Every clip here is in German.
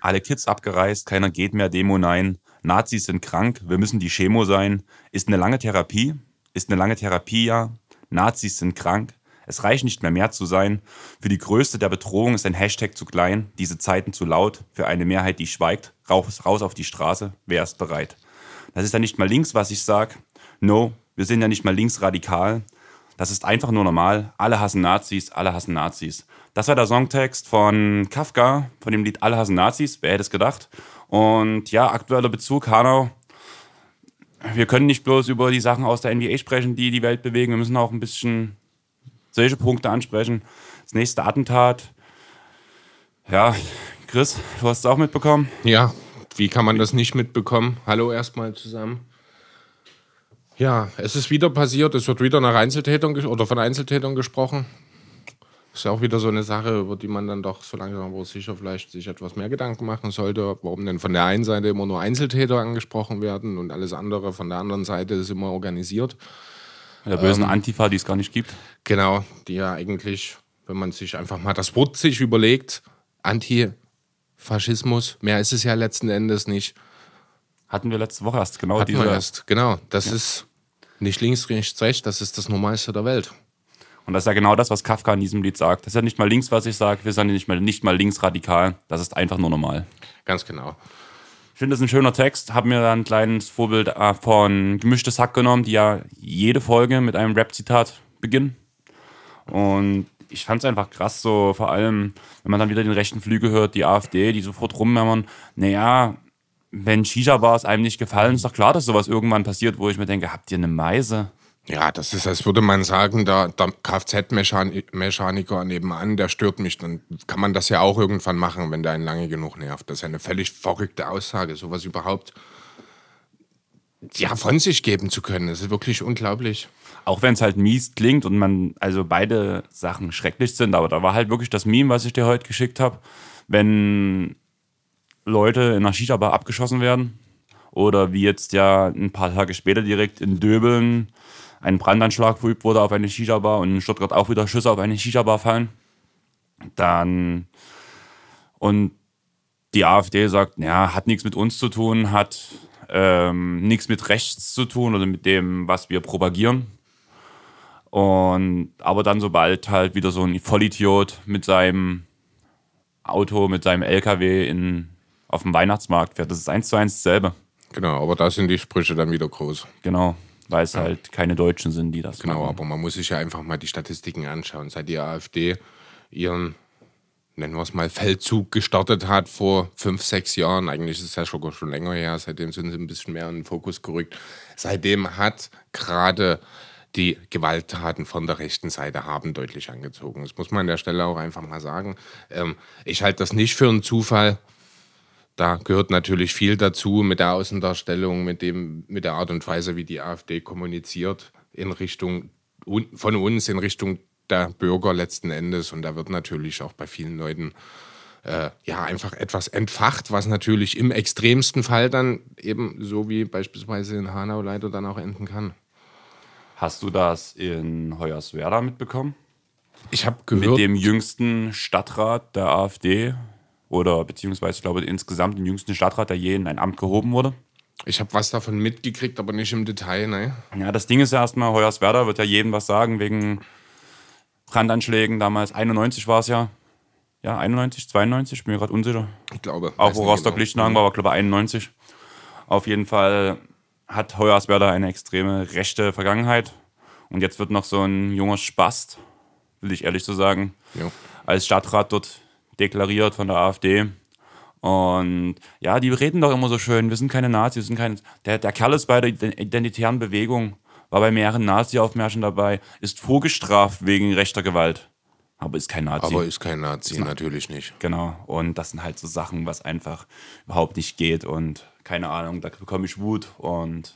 Alle Kids abgereist, keiner geht mehr, Demo nein. Nazis sind krank, wir müssen die Chemo sein. Ist eine lange Therapie, ja. Nazis sind krank. Es reicht nicht mehr zu sein. Für die größte der Bedrohung ist ein Hashtag zu klein, diese Zeiten zu laut. Für eine Mehrheit, die schweigt, raus auf die Straße, wer ist bereit? Das ist ja nicht mal links, was ich sag. No, wir sind ja nicht mal linksradikal. Das ist einfach nur normal. Alle hassen Nazis, alle hassen Nazis. Das war der Songtext von Kafka, von dem Lied Alle hassen Nazis. Wer hätte es gedacht? Und ja, aktueller Bezug, Hanau. Wir können nicht bloß über die Sachen aus der NBA sprechen, die die Welt bewegen. Wir müssen auch ein bisschen solche Punkte ansprechen. Das nächste Attentat. Ja, Chris, du hast es auch mitbekommen? Ja, wie kann man das nicht mitbekommen? Hallo erstmal zusammen. Ja, es ist wieder passiert. Es wird wieder nach Einzeltätern oder von Einzeltätern gesprochen. Ist ja auch wieder so eine Sache, über die man dann doch so langsam aber sicher vielleicht sich etwas mehr Gedanken machen sollte. Warum denn von der einen Seite immer nur Einzeltäter angesprochen werden und alles andere von der anderen Seite ist immer organisiert. Der bösen Antifa, die es gar nicht gibt. Genau, die ja eigentlich, wenn man sich einfach mal das Wort sich überlegt, Antifaschismus, mehr ist es ja letzten Endes nicht. Hatten wir letzte Woche erst, genau. Genau. Das ist nicht links, rechts, rechts, das ist das Normalste der Welt. Und das ist ja genau das, was Kafka in diesem Lied sagt. Das ist ja nicht mal links, was ich sage, wir sind nicht mal linksradikal. Das ist einfach nur normal. Ganz genau. Ich finde das ein schöner Text. Habe mir da ein kleines Vorbild von Gemischtes Hack genommen, die ja jede Folge mit einem Rap-Zitat beginnen. Und ich fand es einfach krass, so vor allem, wenn man dann wieder den rechten Flügel hört, die AfD, die sofort rummämmern. Naja, wenn Shisha-Bars einem nicht gefallen, ist doch klar, dass sowas irgendwann passiert, wo ich mir denke, habt ihr eine Meise? Ja, das ist, als würde man sagen, der Kfz-Mechaniker nebenan, der stört mich. Dann kann man das ja auch irgendwann machen, wenn der einen lange genug nervt. Das ist eine völlig verrückte Aussage, sowas überhaupt ja, von sich geben zu können. Das ist wirklich unglaublich. Auch wenn es halt mies klingt und man, also beide Sachen schrecklich sind, aber da war halt wirklich das Meme, was ich dir heute geschickt habe, wenn Leute in einer Shisha-Bar abgeschossen werden oder wie jetzt ja ein paar Tage später direkt in Döbeln ein Brandanschlag verübt wurde auf eine Shisha-Bar und in Stuttgart auch wieder Schüsse auf eine Shisha-Bar fallen. Dann und die AfD sagt, ja, hat nichts mit uns zu tun, hat nichts mit rechts zu tun oder mit dem, was wir propagieren. Und aber dann, sobald halt wieder so ein Vollidiot mit seinem Auto, mit seinem LKW auf dem Weihnachtsmarkt fährt, das ist 1:1 dasselbe. Genau, aber da sind die Sprüche dann wieder groß. Genau, weil es halt keine Deutschen sind, die das Genau, machen. aber man muss sich ja einfach mal die Statistiken anschauen. Seit die AfD ihren, nennen wir es mal, Feldzug gestartet hat vor 5, 6 Jahren, eigentlich ist es ja schon länger her, seitdem sind sie ein bisschen mehr in den Fokus gerückt. Seitdem hat gerade die Gewalttaten von der rechten Seite haben deutlich angezogen. Das muss man an der Stelle auch einfach mal sagen. Ich halte das nicht für einen Zufall. Da gehört natürlich viel dazu mit der Außendarstellung, mit der Art und Weise, wie die AfD kommuniziert in Richtung von uns, in Richtung der Bürger letzten Endes. Und da wird natürlich auch bei vielen Leuten einfach etwas entfacht, was natürlich im extremsten Fall dann eben so wie beispielsweise in Hanau leider dann auch enden kann. Hast du das in Hoyerswerda mitbekommen? Ich habe gehört. Mit dem jüngsten Stadtrat der AfD oder beziehungsweise, ich glaube, insgesamt den jüngsten Stadtrat, der je in ein Amt gehoben wurde. Ich habe was davon mitgekriegt, aber nicht im Detail, ne? Ja, das Ding ist ja erstmal, Hoyerswerda wird ja jedem was sagen wegen Brandanschlägen. Damals 91 war es ja. Ja, 91, 92, bin mir gerade unsicher. Ich glaube. Auch wo Rostock-Lichtenhagen war, aber glaube 91. Auf jeden Fall hat Hoyerswerda eine extreme rechte Vergangenheit. Und jetzt wird noch so ein junger Spast, will ich ehrlich so sagen, als Stadtrat dort deklariert von der AfD. Und ja, die reden doch immer so schön, wir sind keine Nazis, wir sind keine. Der Kerl ist bei der identitären Bewegung, war bei mehreren Nazi-Aufmärschen dabei, ist vorgestraft wegen rechter Gewalt. Aber ist kein Nazi. Natürlich nicht. Genau, und das sind halt so Sachen, was einfach überhaupt nicht geht und keine Ahnung, da bekomme ich Wut und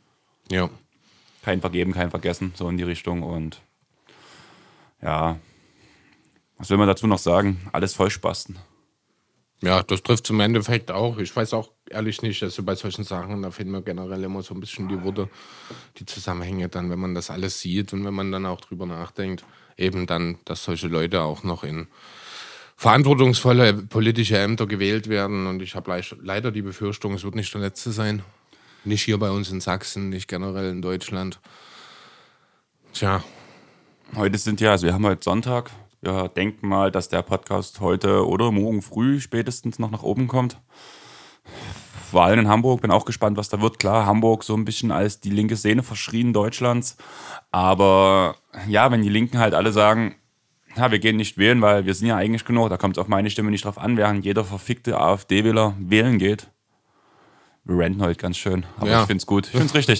kein Vergeben, kein Vergessen, so in die Richtung und ja, was will man dazu noch sagen? Alles Vollspasten. Ja, das trifft im Endeffekt auch. Ich weiß auch ehrlich nicht, also bei solchen Sachen, da fehlen mir generell immer so ein bisschen die Worte, die Zusammenhänge dann, wenn man das alles sieht und wenn man dann auch drüber nachdenkt, eben dann, dass solche Leute auch noch in verantwortungsvolle politische Ämter gewählt werden. Und ich habe leider die Befürchtung, es wird nicht der letzte sein. Nicht hier bei uns in Sachsen, nicht generell in Deutschland. Tja. Wir haben heute Sonntag. Wir denken mal, dass der Podcast heute oder morgen früh spätestens noch nach oben kommt. Wahlen in Hamburg, bin auch gespannt, was da wird. Klar, Hamburg so ein bisschen als die linke Szene verschrien Deutschlands. Aber ja, wenn die Linken halt alle sagen, wir gehen nicht wählen, weil wir sind ja eigentlich genug, da kommt es auf meine Stimme nicht drauf an, während jeder verfickte AfD-Wähler wählen geht. Wir ranten heute ganz schön, aber ja. Ich finde es gut. Ich finde es richtig.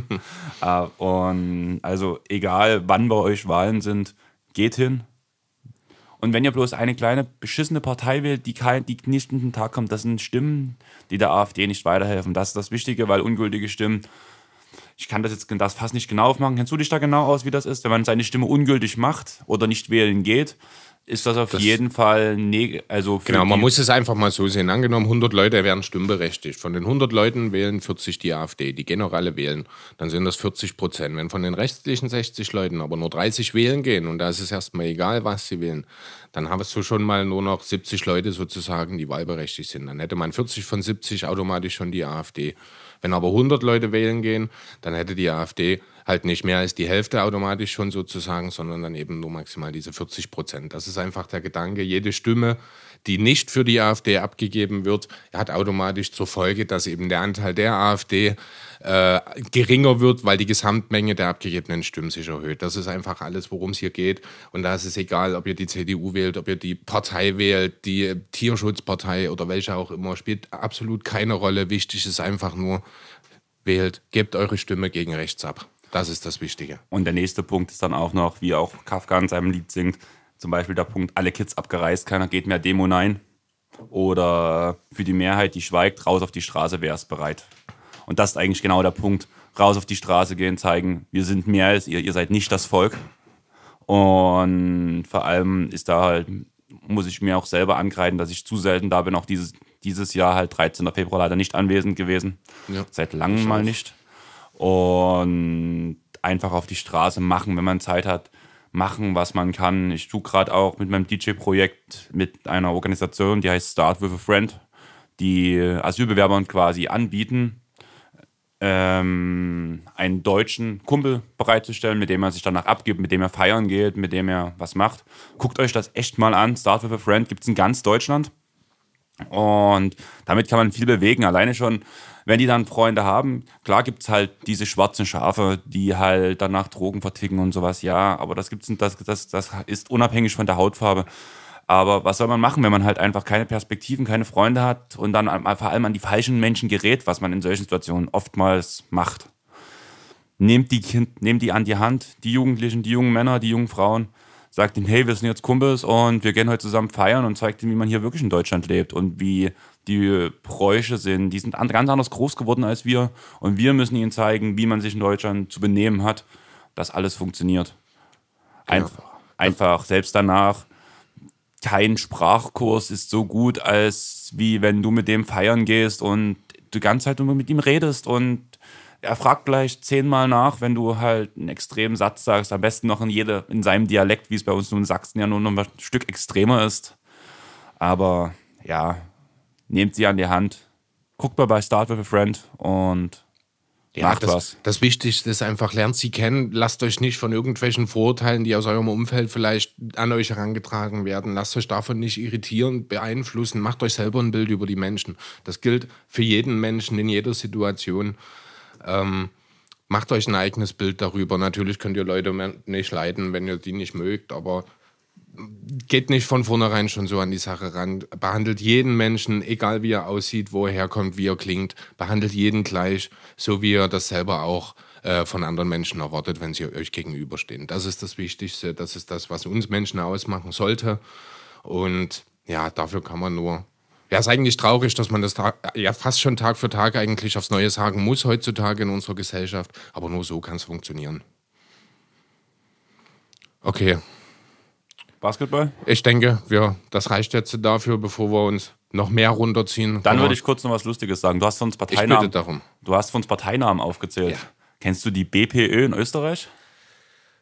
Und also egal, wann bei euch Wahlen sind, geht hin. Und wenn ihr bloß eine kleine beschissene Partei wählt, die nicht in den Tag kommt, das sind Stimmen, die der AfD nicht weiterhelfen. Das ist das Wichtige, weil ungültige Stimmen, ich kann das fast nicht genau aufmachen. Kennst du dich da genau aus, wie das ist? Wenn man seine Stimme ungültig macht oder nicht wählen geht, ist das auf jeden Fall genau, man muss es einfach mal so sehen. Angenommen, 100 Leute wären stimmberechtigt. Von den 100 Leuten wählen 40 die AfD, die generelle wählen. Dann sind das 40%. Wenn von den restlichen 60 Leuten aber nur 30 wählen gehen, und da ist es erstmal egal, was sie wählen, dann hast du schon mal nur noch 70 Leute sozusagen, die wahlberechtigt sind. Dann hätte man 40 von 70 automatisch schon die AfD. Wenn aber 100 Leute wählen gehen, dann hätte die AfD halt nicht mehr als die Hälfte automatisch schon sozusagen, sondern dann eben nur maximal diese 40%. Das ist einfach der Gedanke, jede Stimme, die nicht für die AfD abgegeben wird, hat automatisch zur Folge, dass eben der Anteil der AfD geringer wird, weil die Gesamtmenge der abgegebenen Stimmen sich erhöht. Das ist einfach alles, worum es hier geht. Und da ist es egal, ob ihr die CDU wählt, ob ihr die Partei wählt, die Tierschutzpartei oder welche auch immer, spielt absolut keine Rolle. Wichtig ist einfach nur, wählt, gebt eure Stimme gegen rechts ab. Das ist das Wichtige. Und der nächste Punkt ist dann auch noch, wie auch Kafka in seinem Lied singt, zum Beispiel der Punkt, alle Kids abgereist, keiner geht mehr Demo, nein. Oder für die Mehrheit, die schweigt, raus auf die Straße, wer ist bereit? Und das ist eigentlich genau der Punkt. Raus auf die Straße gehen, zeigen, wir sind mehr als ihr seid nicht das Volk. Und vor allem ist da halt, muss ich mir auch selber ankreiden, dass ich zu selten da bin. Auch dieses Jahr halt 13. Februar leider nicht anwesend gewesen. Ja, seit langem mal nicht. Und einfach auf die Straße machen, wenn man Zeit hat, machen, was man kann. Ich tue gerade auch mit meinem DJ-Projekt mit einer Organisation, die heißt Start with a Friend, die Asylbewerbern quasi anbieten, einen deutschen Kumpel bereitzustellen, mit dem er sich danach abgibt, mit dem er feiern geht, mit dem er was macht. Guckt euch das echt mal an. Start with a Friend gibt es in ganz Deutschland. Und damit kann man viel bewegen. Alleine schon, wenn die dann Freunde haben, klar gibt es halt diese schwarzen Schafe, die halt danach Drogen verticken und sowas, ja, aber das ist unabhängig von der Hautfarbe. Aber was soll man machen, wenn man halt einfach keine Perspektiven, keine Freunde hat und dann vor allem an die falschen Menschen gerät, was man in solchen Situationen oftmals macht? Nehmt die an die Hand, die Jugendlichen, die jungen Männer, die jungen Frauen, sagt ihnen, hey, wir sind jetzt Kumpels und wir gehen heute zusammen feiern, und zeigt ihnen, wie man hier wirklich in Deutschland lebt und wie die Bräuche sind. Die sind ganz anders groß geworden als wir, und wir müssen ihnen zeigen, wie man sich in Deutschland zu benehmen hat, dass alles funktioniert. Einfach selbst danach. Kein Sprachkurs ist so gut, als wie wenn du mit dem feiern gehst und die ganze Zeit nur mit ihm redest, und er fragt gleich 10-mal nach, wenn du halt einen extremen Satz sagst, am besten noch in seinem Dialekt, wie es bei uns nur in Sachsen ja nur noch ein Stück extremer ist. Aber ja, nehmt sie an die Hand, guckt mal bei Start with a Friend und macht was. Das Wichtigste ist einfach, lernt sie kennen, lasst euch nicht von irgendwelchen Vorurteilen, die aus eurem Umfeld vielleicht an euch herangetragen werden, lasst euch davon nicht irritieren, beeinflussen, macht euch selber ein Bild über die Menschen. Das gilt für jeden Menschen in jeder Situation. Macht euch ein eigenes Bild darüber. Natürlich könnt ihr Leute nicht leiden, wenn ihr die nicht mögt, aber geht nicht von vornherein schon so an die Sache ran. Behandelt jeden Menschen, egal wie er aussieht, wo er herkommt, wie er klingt, behandelt jeden gleich, so wie ihr das selber auch von anderen Menschen erwartet, wenn sie euch gegenüberstehen. Das ist das Wichtigste, das ist das, was uns Menschen ausmachen sollte. Und ja, dafür kann man nur... Ja, ist eigentlich traurig, dass man das fast schon Tag für Tag eigentlich aufs Neue sagen muss heutzutage in unserer Gesellschaft. Aber nur so kann es funktionieren. Okay. Basketball? Ich denke, das reicht jetzt dafür, bevor wir uns noch mehr runterziehen. Dann würde ich kurz noch was Lustiges sagen. Du hast von uns Parteinamen aufgezählt. Ja. Kennst du die BPÖ in Österreich?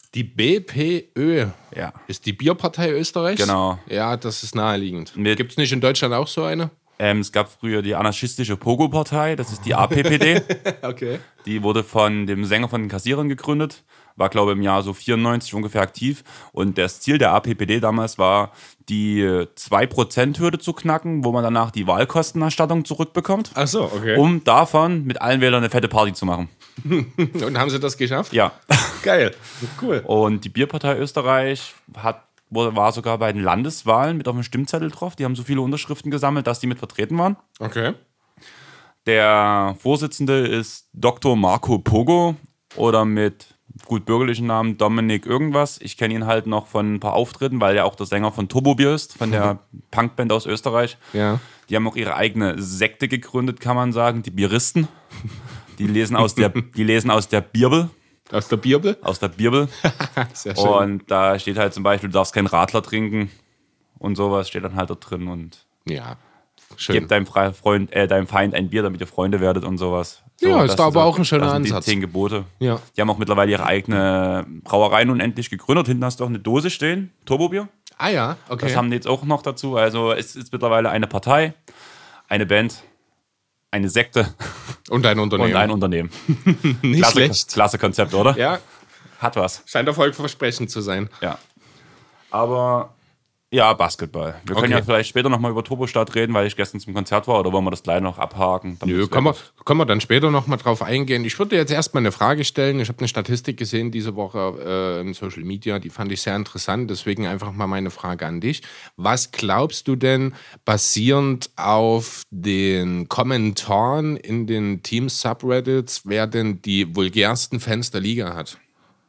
Die BPÖ Ja. ist die Bierpartei Österreichs? Genau. Ja, das ist naheliegend. Mit- Gibt es nicht in Deutschland auch so eine? Es gab früher die anarchistische Pogo-Partei, das ist die APPD. Okay. Die wurde von dem Sänger von den Kassierern gegründet, war, glaube ich, im Jahr so 94 ungefähr aktiv. Und das Ziel der APPD damals war, die 2%-Hürde zu knacken, wo man danach die Wahlkostenerstattung zurückbekommt, Ach so, okay. um davon mit allen Wählern eine fette Party zu machen. Und haben sie das geschafft? Ja. Geil. Cool. Und die Bierpartei Österreich war sogar bei den Landeswahlen mit auf dem Stimmzettel drauf. Die haben so viele Unterschriften gesammelt, dass die mit vertreten waren. Okay. Der Vorsitzende ist Dr. Marco Pogo oder mit gut bürgerlichen Namen Dominik irgendwas. Ich kenne ihn halt noch von ein paar Auftritten, weil er auch der Sänger von Turbobier ist, von der Punkband aus Österreich. Ja. Die haben auch ihre eigene Sekte gegründet, kann man sagen, die Bieristen. Die lesen aus der Bibel. Aus der Bibel? Aus der Bibel. Sehr schön. Und da steht halt zum Beispiel, du darfst keinen Radler trinken und sowas steht dann halt da drin und Ja. Schön. gib deinem Feind ein Bier, damit ihr Freunde werdet und sowas. So, Ja, ist das da aber auch ein schöner das sind Ansatz. Die 10 Gebote. Ja. Die haben auch mittlerweile ihre eigene Brauerei nun endlich gegründet. Hinten hast du auch eine Dose stehen, Turbobier. Ah ja, okay. Das haben die jetzt auch noch dazu. Also es ist mittlerweile eine Partei, eine Band, eine Sekte Und ein Unternehmen. und ein Unternehmen. Nicht schlecht. Klasse Konzept, oder? Ja, Hat was. scheint erfolgversprechend zu sein. Ja. Aber ja, Basketball. Wir können Okay. ja vielleicht später nochmal über Turbostadt reden, weil ich gestern zum Konzert war, oder wollen wir das gleich noch abhaken? Damit Nö, es können weg ist? wir dann später noch mal drauf eingehen. Ich würde jetzt erstmal eine Frage stellen. Ich habe eine Statistik gesehen diese Woche im Social Media, die fand ich sehr interessant. Deswegen einfach mal meine Frage an dich. Was glaubst du denn, basierend auf den Kommentaren in den Teams-Subreddits, wer denn die vulgärsten Fans der Liga hat?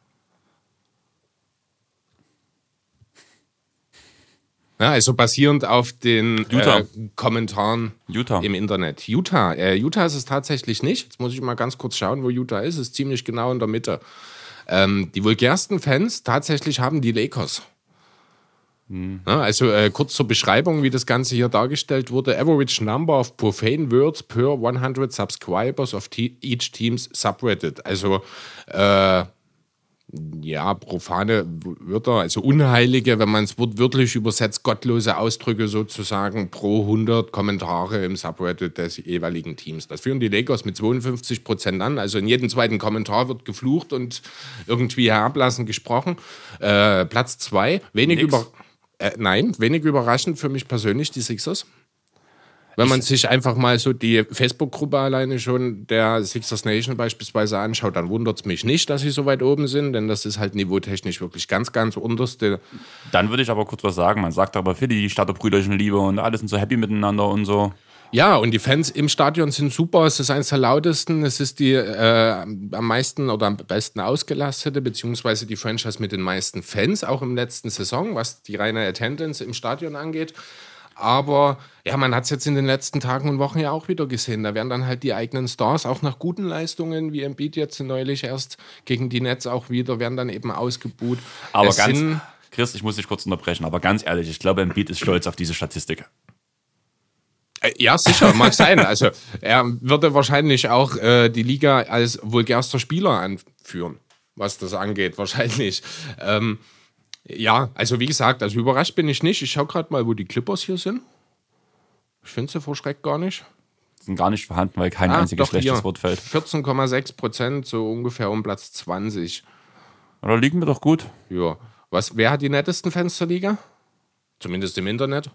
Ja, also basierend auf den Utah. Kommentaren Utah. im Internet. Utah ist es tatsächlich nicht. Jetzt muss ich mal ganz kurz schauen, wo Utah ist. Es ist ziemlich genau in der Mitte. Die vulgärsten Fans tatsächlich haben die Lakers. Ja, also kurz zur Beschreibung, wie das Ganze hier dargestellt wurde. Average number of profane words per 100 subscribers of each team's subreddit. Also ja, profane Wörter, also unheilige, wenn man es wortwörtlich übersetzt, gottlose Ausdrücke sozusagen pro 100 Kommentare im Subreddit des jeweiligen Teams. Das führen die Lakers mit 52% an. Also in jedem zweiten Kommentar wird geflucht und irgendwie herablassend gesprochen. Platz 2, wenig überraschend für mich persönlich, die Sixers. Wenn man sich einfach mal so die Facebook-Gruppe alleine schon der Sixers Nation beispielsweise anschaut, dann wundert es mich nicht, dass sie so weit oben sind, denn das ist halt niveautechnisch wirklich ganz, ganz unterste. Dann würde ich aber kurz was sagen. Man sagt aber für die Stadt der brüderlichen Liebe und alle sind so happy miteinander und so. Ja, und die Fans im Stadion sind super. Es ist eines der lautesten. Es ist die am meisten oder am besten ausgelastete, beziehungsweise die Franchise mit den meisten Fans, auch im letzten Saison, was die reine Attendance im Stadion angeht. Aber ja, man hat es jetzt in den letzten Tagen und Wochen ja auch wieder gesehen. Da werden dann halt die eigenen Stars, auch nach guten Leistungen, wie Embiid jetzt neulich erst gegen die Nets auch wieder, werden dann eben ausgebuht. Aber Chris, ich muss dich kurz unterbrechen, aber ganz ehrlich, ich glaube, Embiid ist stolz auf diese Statistik. Ja, sicher, mag sein. Also er würde wahrscheinlich auch die Liga als vulgärster Spieler anführen, was das angeht, wahrscheinlich. Ja, also wie gesagt, also überrascht bin ich nicht. Ich schaue gerade mal, wo die Clippers hier sind. Ich finde sie vor Schreck gar nicht. Sind gar nicht vorhanden, weil kein einziges schlechtes Wort fällt. 14,6%, so ungefähr um Platz 20. Oder liegen wir doch gut? Ja. Wer hat die nettesten Fans der Liga? Zumindest im Internet.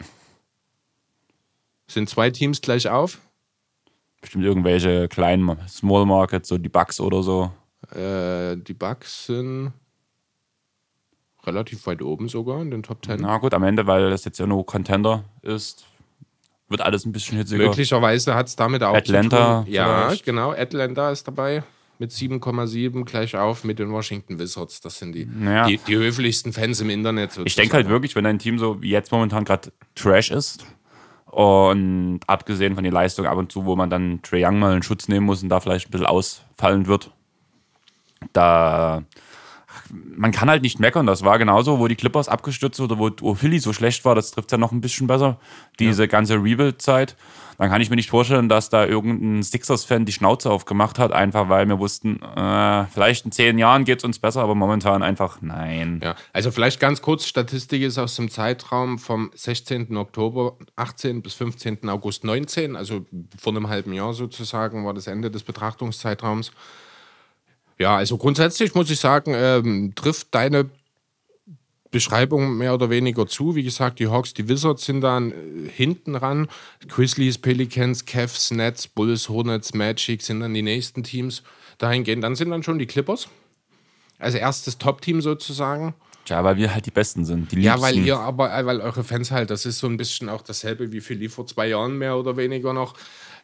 Sind 2 Teams gleich auf? Bestimmt irgendwelche kleinen Small Markets, so die Bucks oder so. Die Bucks sind relativ weit oben sogar in den Top 10. Na gut, am Ende, weil das jetzt ja nur Contender ist, wird alles ein bisschen hitziger. Möglicherweise hat es damit auch Atlanta zu tun. Ja, vielleicht. genau. Atlanta ist dabei mit 7,7 gleich auf mit den Washington Wizards. Das sind die höflichsten Fans im Internet. Sozusagen. Ich denke halt wirklich, wenn ein Team so wie jetzt momentan gerade Trash ist und abgesehen von den Leistungen ab und zu, wo man dann Trae Young mal in Schutz nehmen muss und da vielleicht ein bisschen ausfallend wird, da man kann halt nicht meckern. Das war genauso, wo die Clippers abgestürzt oder wo Philly so schlecht war. Das trifft ja noch ein bisschen besser. Diese ganze Rebuild-Zeit. Dann kann ich mir nicht vorstellen, dass da irgendein Sixers-Fan die Schnauze aufgemacht hat, einfach weil wir wussten, vielleicht in 10 Jahren geht es uns besser, aber momentan einfach nein. Ja, also vielleicht ganz kurz, Statistik ist aus dem Zeitraum vom 16. Oktober 18 bis 15. August 19, also vor einem halben Jahr sozusagen, war das Ende des Betrachtungszeitraums. Ja, also grundsätzlich muss ich sagen, trifft deine Beschreibung mehr oder weniger zu. Wie gesagt, die Hawks, die Wizards sind dann hinten ran. Grizzlies, Pelicans, Cavs, Nets, Bulls, Hornets, Magic sind dann die nächsten Teams dahingehend. Dann sind dann schon die Clippers. Als erstes Top-Team sozusagen. Tja, weil wir halt die Besten sind, die Ja, Liebsten. weil eure Fans halt, das ist so ein bisschen auch dasselbe wie Philly vor 2 Jahren mehr oder weniger noch.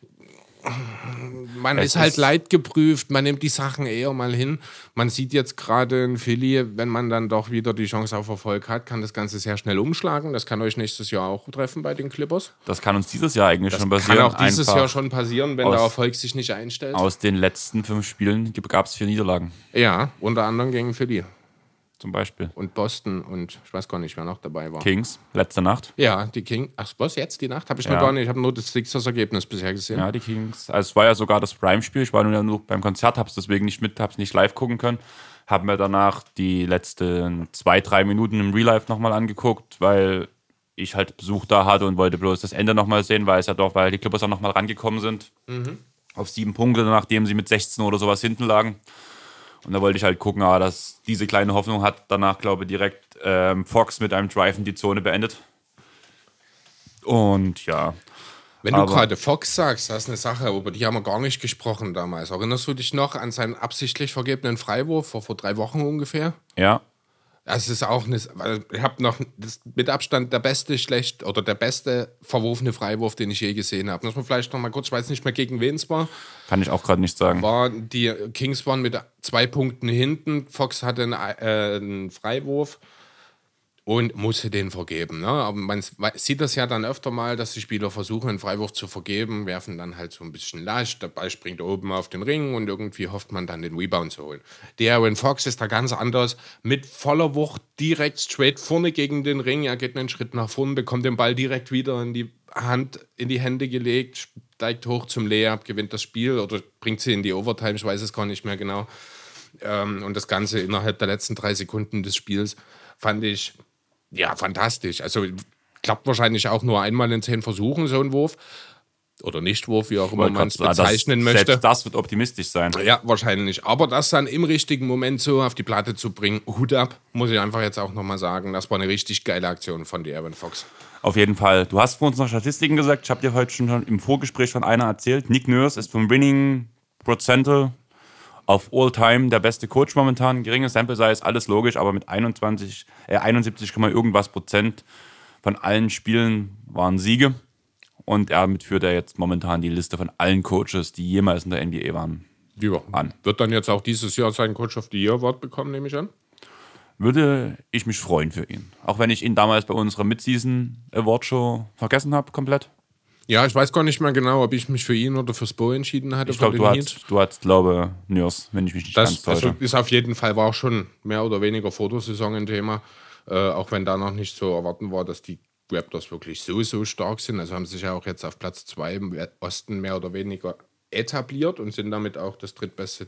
Man ist halt leidgeprüft, man nimmt die Sachen eher mal hin. Man sieht jetzt gerade in Philly, wenn man dann doch wieder die Chance auf Erfolg hat, kann das Ganze sehr schnell umschlagen. Das kann euch nächstes Jahr auch treffen bei den Clippers. Das kann uns dieses Jahr eigentlich schon passieren. Kann auch dieses Jahr schon passieren, wenn der Erfolg sich nicht einstellt. Aus den letzten 5 Spielen gab es 4 Niederlagen. Ja, unter anderem gegen Philly. Zum Beispiel. Und Boston und ich weiß gar nicht, wer noch dabei war. Kings, letzte Nacht. Ja, die Kings. Ach, was jetzt, die Nacht? Habe ich noch gar nicht. Ich habe nur das Sixers-Ergebnis bisher gesehen. Ja, die Kings. Also es war ja sogar das Prime-Spiel. Ich war nur beim Konzert, habe es deswegen nicht habe es nicht live gucken können. Habe mir danach die letzten 2-3 Minuten im Real Life nochmal angeguckt, weil ich halt Besuch da hatte und wollte bloß das Ende nochmal sehen, weil die Clippers auch nochmal rangekommen sind. Auf 7 Punkte, nachdem sie mit 16 oder sowas hinten lagen. Und da wollte ich halt gucken, dass diese kleine Hoffnung hat danach, glaube ich, direkt Fox mit einem Drive in die Zone beendet. Und ja. Wenn du gerade Fox sagst, das ist eine Sache, über die haben wir gar nicht gesprochen damals. Erinnerst du dich noch an seinen absichtlich vergebenen Freiwurf vor 3 Wochen ungefähr? Ja. Das ist auch weil ich habe noch das mit Abstand der beste verworfene Freiwurf, den ich je gesehen habe. Muss man vielleicht noch mal kurz, ich weiß nicht mehr, gegen wen es war. Kann ich auch gerade nicht sagen. Die Kings waren mit 2 Punkten hinten. Fox hatte einen Freiwurf und musste den vergeben. Ne? Aber man sieht das ja dann öfter mal, dass die Spieler versuchen, einen Freiwurf zu vergeben, werfen dann halt so ein bisschen lasch, der Ball springt oben auf den Ring und irgendwie hofft man dann, den Rebound zu holen. De'Aaron Fox ist da ganz anders, mit voller Wucht direkt straight vorne gegen den Ring. Er geht einen Schritt nach vorne, bekommt den Ball direkt wieder in die Hände gelegt, steigt hoch zum Layup, gewinnt das Spiel oder bringt sie in die Overtime, ich weiß es gar nicht mehr genau. Und das Ganze innerhalb der letzten 3 Sekunden des Spiels fand ich fantastisch. Also klappt wahrscheinlich auch nur einmal in 10 Versuchen so ein Wurf. Oder Nichtwurf, wie auch immer man es bezeichnen möchte. Selbst das wird optimistisch sein. Ja, wahrscheinlich. Aber das dann im richtigen Moment so auf die Platte zu bringen, Hut ab, muss ich einfach jetzt auch nochmal sagen. Das war eine richtig geile Aktion von De'Aaron Fox. Auf jeden Fall. Du hast vor uns noch Statistiken gesagt. Ich habe dir heute schon im Vorgespräch von einer erzählt. Nick Nurse ist vom Winning Procental auf All-Time der beste Coach momentan. Geringe Sample Size, alles logisch, aber mit 71, irgendwas Prozent von allen Spielen waren Siege. Und damit führt er jetzt momentan die Liste von allen Coaches, die jemals in der NBA waren, an. Wird dann jetzt auch dieses Jahr seinen Coach of the Year Award bekommen, nehme ich an? Würde ich mich freuen für ihn. Auch wenn ich ihn damals bei unserer Mid-Season Award Show vergessen habe, komplett. Ja, ich weiß gar nicht mehr genau, ob ich mich für ihn oder für Spo entschieden hatte. Ich glaube, du hattest, glaube Nurse, wenn ich mich nicht ganz täusche. Also ist auf jeden Fall, war auch schon mehr oder weniger vor der Saison ein Thema. Auch wenn da noch nicht so erwarten war, dass die Raptors wirklich so stark sind. Also haben sie sich ja auch jetzt auf Platz 2 im Osten mehr oder weniger etabliert und sind damit auch das zweitbeste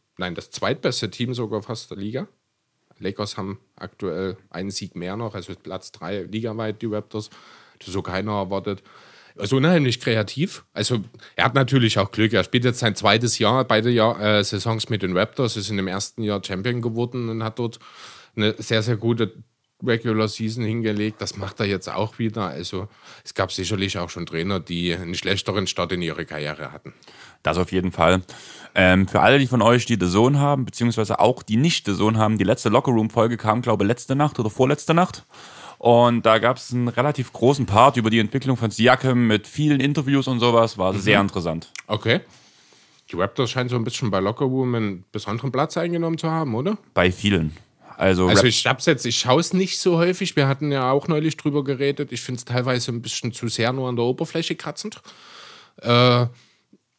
Team sogar fast der Liga. Lakers haben aktuell einen Sieg mehr noch, also Platz 3 ligaweit, die Raptors. Das hat so keiner erwartet. Also unheimlich kreativ. Also er hat natürlich auch Glück. Er spielt jetzt sein 2. Jahr, beide Saisons mit den Raptors. Ist in dem ersten Jahr Champion geworden und hat dort eine sehr, sehr gute Regular Season hingelegt. Das macht er jetzt auch wieder. Also es gab sicherlich auch schon Trainer, die einen schlechteren Start in ihre Karriere hatten. Das auf jeden Fall. Für alle, die von euch die The Zone haben, beziehungsweise auch die nicht The Zone haben, die letzte Lockerroom-Folge kam, glaube ich, letzte Nacht oder vorletzte Nacht. Und da gab es einen relativ großen Part über die Entwicklung von Siakam mit vielen Interviews und sowas. War sehr interessant. Okay. Die Raptors scheinen so ein bisschen bei Lockerroom einen besonderen Platz eingenommen zu haben, oder? Bei vielen. Also ich schaue es nicht so häufig. Wir hatten ja auch neulich drüber geredet. Ich finde es teilweise ein bisschen zu sehr nur an der Oberfläche kratzend.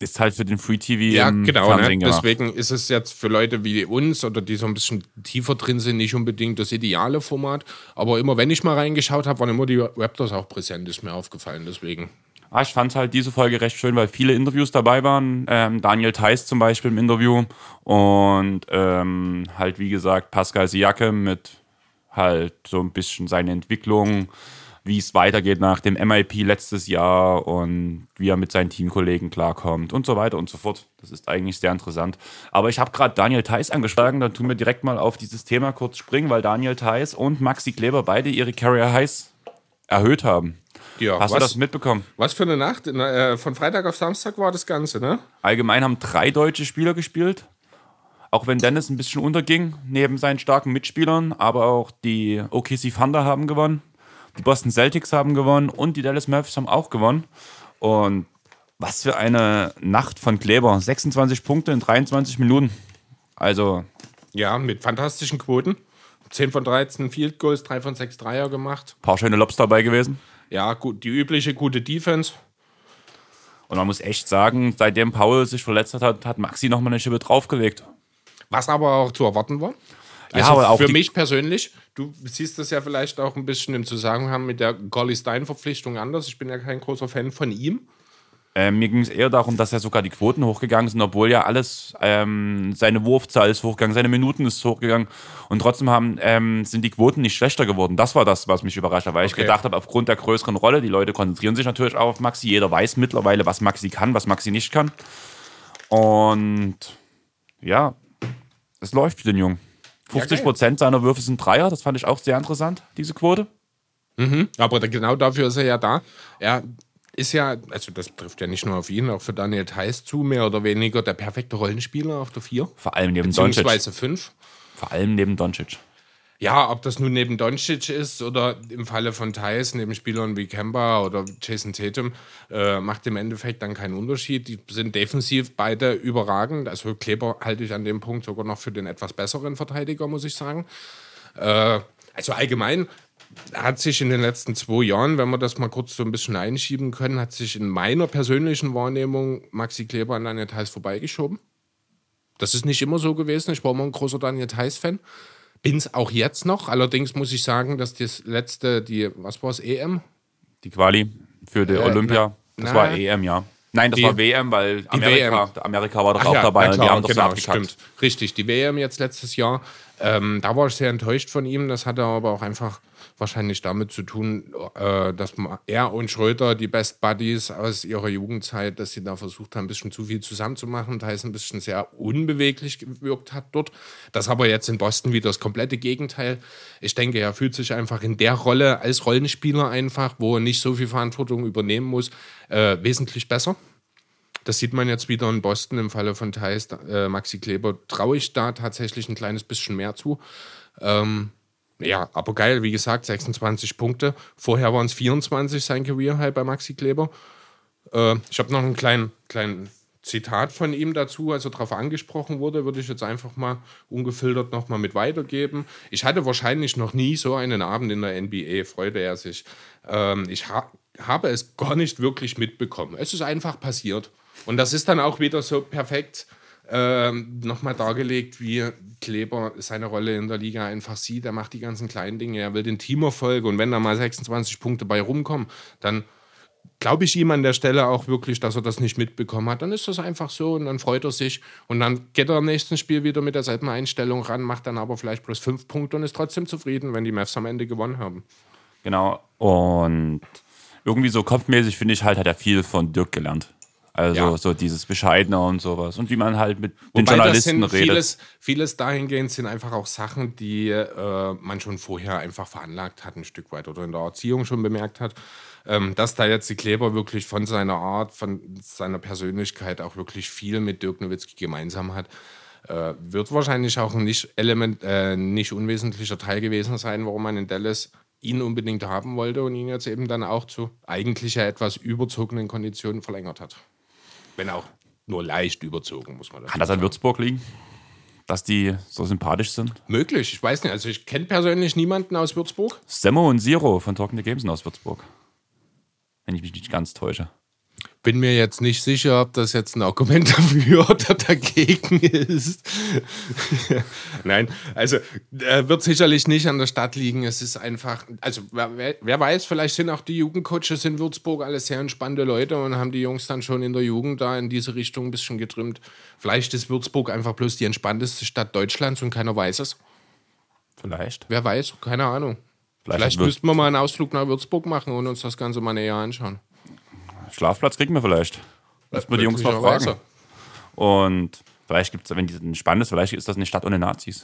ist halt für den Free-TV Ja, im genau. Fernsehen gemacht. Deswegen ist es jetzt für Leute wie uns oder die so ein bisschen tiefer drin sind, nicht unbedingt das ideale Format. Aber immer, wenn ich mal reingeschaut habe, waren immer die Raptors auch präsent, ist mir aufgefallen. Deswegen. Ich fand halt diese Folge recht schön, weil viele Interviews dabei waren. Daniel Theis zum Beispiel im Interview und halt wie gesagt Pascal Siakam mit halt so ein bisschen seine Entwicklung, wie es weitergeht nach dem MIP letztes Jahr und wie er mit seinen Teamkollegen klarkommt und so weiter und so fort. Das ist eigentlich sehr interessant. Aber ich habe gerade Daniel Theis angesprochen, dann tun wir direkt mal auf dieses Thema kurz springen, weil Daniel Theis und Maxi Kleber beide ihre Career Highs erhöht haben. Ja, Hast du das mitbekommen? Was für eine Nacht? Von Freitag auf Samstag war das Ganze, ne? Allgemein haben 3 deutsche Spieler gespielt. Auch wenn Dennis ein bisschen unterging, neben seinen starken Mitspielern. Aber auch die OKC Thunder haben gewonnen. Die Boston Celtics haben gewonnen. Und die Dallas Mavericks haben auch gewonnen. Und was für eine Nacht von Kleber. 26 Punkte in 23 Minuten. Also. Ja, mit fantastischen Quoten. 10 von 13 Field Goals, 3 von 6 Dreier gemacht. Ein paar schöne Lobs dabei gewesen. Ja, gut, die übliche gute Defense. Und man muss echt sagen, seitdem Paul sich verletzt hat, hat Maxi nochmal eine Schippe draufgelegt. Was aber auch zu erwarten war. Also ja, aber auch für mich persönlich, du siehst das ja vielleicht auch ein bisschen im Zusammenhang mit der Golly-Stein-Verpflichtung anders. Ich bin ja kein großer Fan von ihm. Mir ging es eher darum, dass ja sogar die Quoten hochgegangen sind, obwohl ja alles, seine Wurfzahl ist hochgegangen, seine Minuten ist hochgegangen und trotzdem sind die Quoten nicht schlechter geworden. Das war das, was mich überrascht hat, weil ich gedacht habe, aufgrund der größeren Rolle, die Leute konzentrieren sich natürlich auch auf Maxi, jeder weiß mittlerweile, was Maxi kann, was Maxi nicht kann. Und ja, es läuft für den Jungen. 50% seiner Würfe sind Dreier, das fand ich auch sehr interessant, diese Quote. Aber genau dafür ist er ja da. Er ist ja, also das trifft ja nicht nur auf ihn, auch für Daniel Theis zu, mehr oder weniger der perfekte Rollenspieler auf der 4. Vor allem neben Doncic. Beziehungsweise 5. Vor allem neben Doncic. Ja, ob das nun neben Doncic ist oder im Falle von Theis neben Spielern wie Kemba oder Jason Tatum, macht im Endeffekt dann keinen Unterschied. Die sind defensiv beide überragend. Also Kleber halte ich an dem Punkt sogar noch für den etwas besseren Verteidiger, muss ich sagen. Also allgemein hat sich in den letzten 2 Jahren, wenn wir das mal kurz so ein bisschen einschieben können, hat sich in meiner persönlichen Wahrnehmung Maxi Kleber an Daniel Theis vorbeigeschoben. Das ist nicht immer so gewesen. Ich war immer ein großer Daniel Theis-Fan. Bin es auch jetzt noch. Allerdings muss ich sagen, dass das letzte, was war es, EM? Die Quali für die Olympia. Das war EM, ja. Nein, das war WM, weil Amerika war doch auch dabei und die haben doch so abgekackt. Stimmt. Richtig, die WM jetzt letztes Jahr. Da war ich sehr enttäuscht von ihm. Das hatte aber auch einfach wahrscheinlich damit zu tun, dass er und Schröder, die Best Buddies aus ihrer Jugendzeit, dass sie da versucht haben, ein bisschen zu viel zusammenzumachen. Da ist ein bisschen sehr unbeweglich gewirkt hat dort. Das aber jetzt in Boston wieder das komplette Gegenteil. Ich denke, er fühlt sich einfach in der Rolle als Rollenspieler einfach, wo er nicht so viel Verantwortung übernehmen muss, wesentlich besser. Das sieht man jetzt wieder in Boston im Falle von Theis. Maxi Kleber traue ich da tatsächlich ein kleines bisschen mehr zu. Ja, aber geil, wie gesagt, 26 Punkte. Vorher waren es 24, sein Career High bei Maxi Kleber. Ich habe noch einen kleinen Zitat von ihm dazu, als er darauf angesprochen wurde, würde ich jetzt einfach mal ungefiltert nochmal mit weitergeben. Ich hatte wahrscheinlich noch nie so einen Abend in der NBA, freute er sich. Ich habe es gar nicht wirklich mitbekommen. Es ist einfach passiert. Und das ist dann auch wieder so perfekt nochmal dargelegt, wie Kleber seine Rolle in der Liga einfach sieht. Er macht die ganzen kleinen Dinge, er will den Teamerfolg und wenn da mal 26 Punkte bei rumkommen, dann glaube ich ihm an der Stelle auch wirklich, dass er das nicht mitbekommen hat. Dann ist das einfach so und dann freut er sich und dann geht er im nächsten Spiel wieder mit derselben Einstellung ran, macht dann aber vielleicht plus 5 Punkte und ist trotzdem zufrieden, wenn die Mavs am Ende gewonnen haben. Genau, und irgendwie so kopfmäßig, finde ich, hat er viel von Dirk gelernt. Also so dieses Bescheidene und sowas. Und wie man halt mit den Journalisten redet. Vieles dahingehend sind einfach auch Sachen, die man schon vorher einfach veranlagt hat, ein Stück weit oder in der Erziehung schon bemerkt hat. Dass da jetzt die Kleber wirklich von seiner Art, von seiner Persönlichkeit auch wirklich viel mit Dirk Nowitzki gemeinsam hat, wird wahrscheinlich auch ein nicht unwesentlicher Teil gewesen sein, warum man in Dallas ihn unbedingt haben wollte und ihn jetzt eben dann auch zu eigentlich ja etwas überzogenen Konditionen verlängert hat. Wenn auch nur leicht überzogen, muss man das sagen. Kann das an Würzburg liegen? Dass die so sympathisch sind? Möglich, ich weiß nicht. Also ich kenne persönlich niemanden aus Würzburg. Semmo und Siro von Talking the Games sind aus Würzburg. Wenn ich mich nicht ganz täusche. Bin mir jetzt nicht sicher, ob das jetzt ein Argument dafür oder dagegen ist. Nein, also wird sicherlich nicht an der Stadt liegen. Es ist einfach, also wer weiß, vielleicht sind auch die Jugendcoaches in Würzburg alle sehr entspannte Leute und haben die Jungs dann schon in der Jugend da in diese Richtung ein bisschen getrimmt. Vielleicht ist Würzburg einfach bloß die entspannteste Stadt Deutschlands und keiner weiß es. Vielleicht. Wer weiß, keine Ahnung. Vielleicht müssten wir mal einen Ausflug nach Würzburg machen und uns das Ganze mal näher anschauen. Schlafplatz kriegen wir vielleicht. Müssen wir die Jungs mal fragen. Und vielleicht gibt es, wenn die spannend ist, vielleicht ist das eine Stadt ohne Nazis.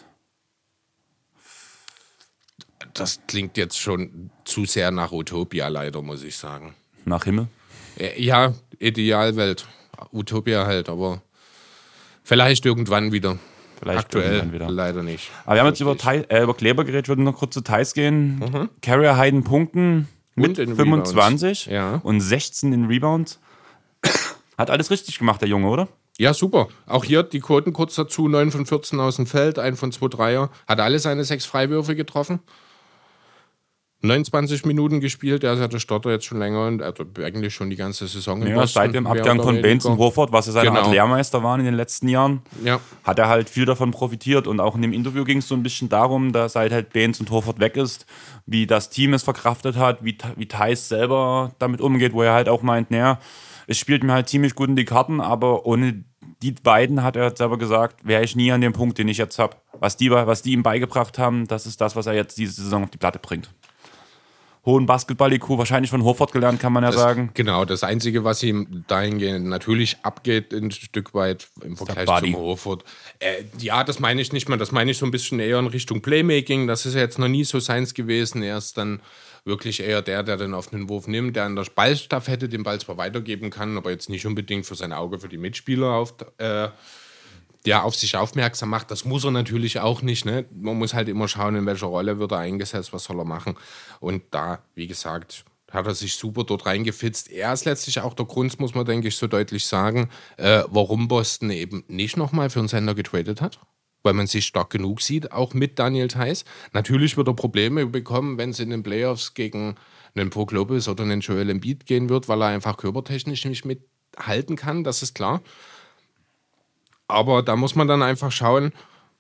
Das klingt jetzt schon zu sehr nach Utopia, leider, muss ich sagen. Nach Himmel? Ja, Idealwelt. Utopia halt, aber vielleicht irgendwann wieder. Vielleicht aktuell wieder. Leider nicht. Aber wir haben jetzt über Kleber geredet, würden noch kurz zu Thais gehen. Carrier Heiden punkten mit 25 und 16 in Rebounds. Hat alles richtig gemacht, der Junge, oder? Ja, super. Auch hier die Quoten kurz dazu: 9 von 14 aus dem Feld, 1 von 2 Dreier. Hat alle seine 6 Freiwürfe getroffen. 29 Minuten gespielt, der hat der Starter jetzt schon länger und eigentlich schon die ganze Saison in Boston. Seit dem Abgang von Baines und Horford, was ja seine Art Lehrmeister waren in den letzten Jahren, hat er halt viel davon profitiert. Und auch in dem Interview ging es so ein bisschen darum, dass seit halt Baines und Horford weg ist, wie das Team es verkraftet hat, wie Thais selber damit umgeht, wo er halt auch meint, naja, es spielt mir halt ziemlich gut in die Karten, aber ohne die beiden, hat er selber gesagt, wäre ich nie an dem Punkt, den ich jetzt habe. Was die ihm beigebracht haben, das ist das, was er jetzt diese Saison auf die Platte bringt. Hohen Basketball-IQ, wahrscheinlich von Horford gelernt, kann man ja sagen. Genau, das Einzige, was ihm dahingehend natürlich abgeht, ein Stück weit im Vergleich zum Horford. Ja, das meine ich nicht mehr. Das meine ich so ein bisschen eher in Richtung Playmaking. Das ist ja jetzt noch nie so seins gewesen. Er ist dann wirklich eher der den offenen Wurf nimmt, der an der Ballstaffette den Ball zwar weitergeben kann, aber jetzt nicht unbedingt für sein Auge für die Mitspieler auf sich aufmerksam macht. Das muss er natürlich auch nicht. Ne? Man muss halt immer schauen, in welcher Rolle wird er eingesetzt, was soll er machen. Und da, wie gesagt, hat er sich super dort reingefitzt. Er ist letztlich auch der Grund, muss man, denke ich, so deutlich sagen, warum Boston eben nicht nochmal für einen Sender getradet hat. Weil man sich stark genug sieht, auch mit Daniel Theis. Natürlich wird er Probleme bekommen, wenn es in den Playoffs gegen einen Brook Lopez oder einen Joel Embiid gehen wird, weil er einfach körpertechnisch nicht mithalten kann, das ist klar. Aber da muss man dann einfach schauen,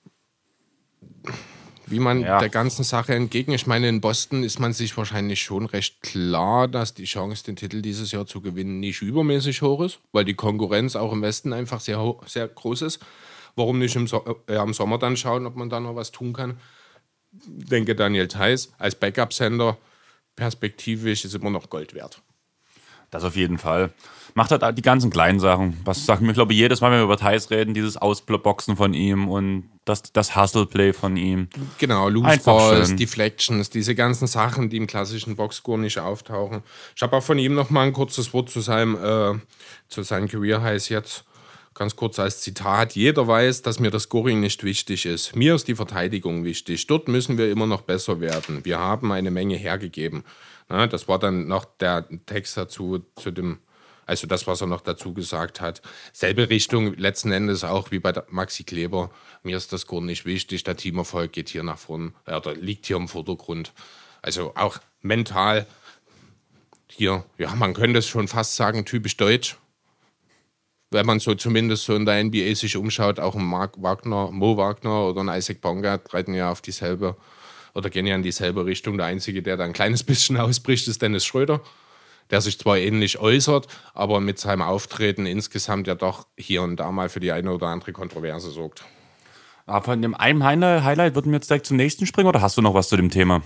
wie man der ganzen Sache entgegnet. Ich meine, in Boston ist man sich wahrscheinlich schon recht klar, dass die Chance, den Titel dieses Jahr zu gewinnen, nicht übermäßig hoch ist, weil die Konkurrenz auch im Westen einfach sehr, sehr groß ist. Warum nicht im Sommer dann schauen, ob man da noch was tun kann? Ich denke, Daniel Theis als Backup-Sender perspektivisch ist immer noch Gold wert. Das auf jeden Fall. Macht halt die ganzen kleinen Sachen. Was sagen wir, glaube ich, jedes Mal, wenn wir über Thais reden, dieses Ausboxen von ihm und das Hustle-Play von ihm. Genau, Loose Balls, Deflections, diese ganzen Sachen, die im klassischen Boxscore nicht auftauchen. Ich habe auch von ihm noch mal ein kurzes Wort zu seinem Career Highs jetzt. Ganz kurz als Zitat: Jeder weiß, dass mir das Scoring nicht wichtig ist. Mir ist die Verteidigung wichtig. Dort müssen wir immer noch besser werden. Wir haben eine Menge hergegeben. Ja, das war dann noch der Text dazu, also das, was er noch dazu gesagt hat. Selbe Richtung letzten Endes auch wie bei Maxi Kleber. Mir ist das Scoring nicht wichtig. Der Teamerfolg geht hier nach vorn, oder liegt hier im Vordergrund. Also auch mental hier, ja, man könnte es schon fast sagen, typisch deutsch. Wenn man so zumindest so in der NBA sich umschaut, auch ein Mo Wagner oder ein Isaac Bonga treten ja auf dieselbe oder gehen ja in dieselbe Richtung. Der Einzige, der da ein kleines bisschen ausbricht, ist Dennis Schröder, der sich zwar ähnlich äußert, aber mit seinem Auftreten insgesamt ja doch hier und da mal für die eine oder andere Kontroverse sorgt. Aber von dem einen Highlight würden wir jetzt direkt zum nächsten springen, oder hast du noch was zu dem Thema?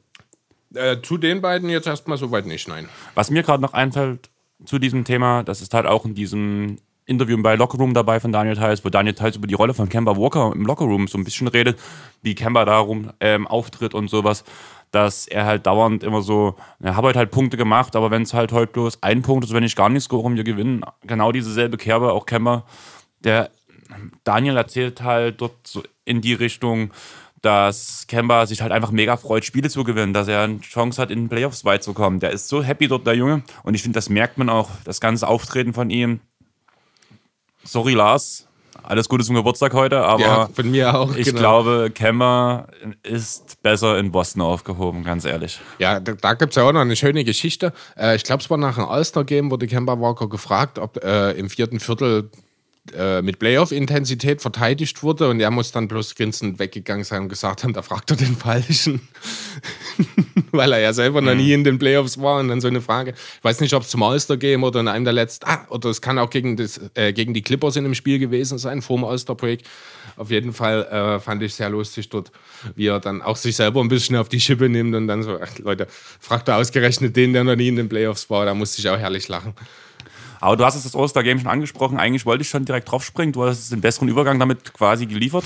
Zu den beiden jetzt erstmal soweit nicht, nein. Was mir gerade noch einfällt zu diesem Thema, das ist halt auch in diesem Interview bei Lockerroom dabei von Daniel Theis, wo Daniel Theis über die Rolle von Kemba Walker im Lockerroom so ein bisschen redet, wie Kemba darum auftritt und sowas, dass er halt dauernd immer so, er hat halt Punkte gemacht, aber wenn es halt heute bloß ein Punkt ist, wenn ich gar nicht score, wir gewinnen, genau dieselbe Kerbe, auch Kemba. Der Daniel erzählt halt dort so in die Richtung, dass Kemba sich halt einfach mega freut, Spiele zu gewinnen, dass er eine Chance hat, in den Playoffs weit zu kommen. Der ist so happy dort, der Junge. Und ich finde, das merkt man auch, das ganze Auftreten von ihm. Sorry, Lars, alles Gute zum Geburtstag heute, aber Ja, von mir auch. ich genau. glaube, Kemba ist besser in Boston aufgehoben, ganz ehrlich. Ja, da gibt es ja auch noch eine schöne Geschichte. Ich glaube, es war nach einem All-Star-Game, wurde Kemba Walker gefragt, ob im vierten Viertel mit Playoff-Intensität verteidigt wurde und er muss dann bloß grinsend weggegangen sein und gesagt haben, da fragt er den Falschen. Weil er ja selber noch nie in den Playoffs war und dann so eine Frage. Ich weiß nicht, ob es zum All-Star-Game oder in einem der letzten, oder es kann auch gegen die Clippers in dem Spiel gewesen sein, vor dem All-Star-Break. Auf jeden Fall fand ich sehr lustig dort, wie er dann auch sich selber ein bisschen auf die Schippe nimmt und dann so, ach Leute, fragt er ausgerechnet den, der noch nie in den Playoffs war, da musste ich auch herrlich lachen. Aber du hast jetzt das All-Star-Game schon angesprochen. Eigentlich wollte ich schon direkt drauf springen. Du hast den besseren Übergang damit quasi geliefert.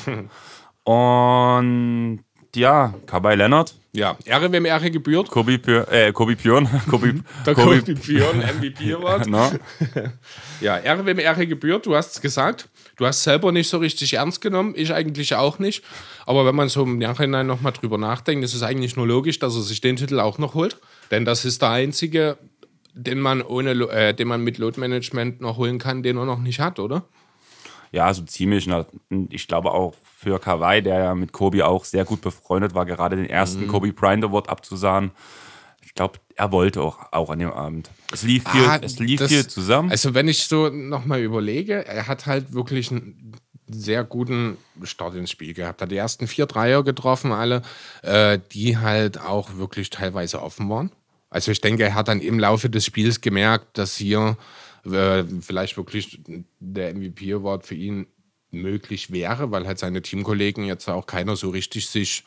Und ja, Kawhi Leonard. Ja, Ehre, wem Ehre gebührt. Kobe Björn. Der Kobe Björn, MVP Award. No. Ja, Ehre, wem Ehre gebührt. Du hast es gesagt. Du hast es selber nicht so richtig ernst genommen. Ich eigentlich auch nicht. Aber wenn man so im Nachhinein nochmal drüber nachdenkt, ist es eigentlich nur logisch, dass er sich den Titel auch noch holt. Denn das ist der einzige, den man mit Load Management noch holen kann, den er noch nicht hat, oder? Ja, so ziemlich. Ich glaube auch für Kawhi, der ja mit Kobe auch sehr gut befreundet war, gerade den ersten Kobe Bryant Award abzusahen. Ich glaube, er wollte auch an dem Abend. Es lief viel zusammen. Also wenn ich so nochmal überlege, er hat halt wirklich einen sehr guten Start ins Spiel gehabt. Hat die ersten 4 Dreier getroffen, alle, die halt auch wirklich teilweise offen waren. Also ich denke, er hat dann im Laufe des Spiels gemerkt, dass hier vielleicht wirklich der MVP-Award für ihn möglich wäre, weil halt seine Teamkollegen jetzt auch keiner so richtig sich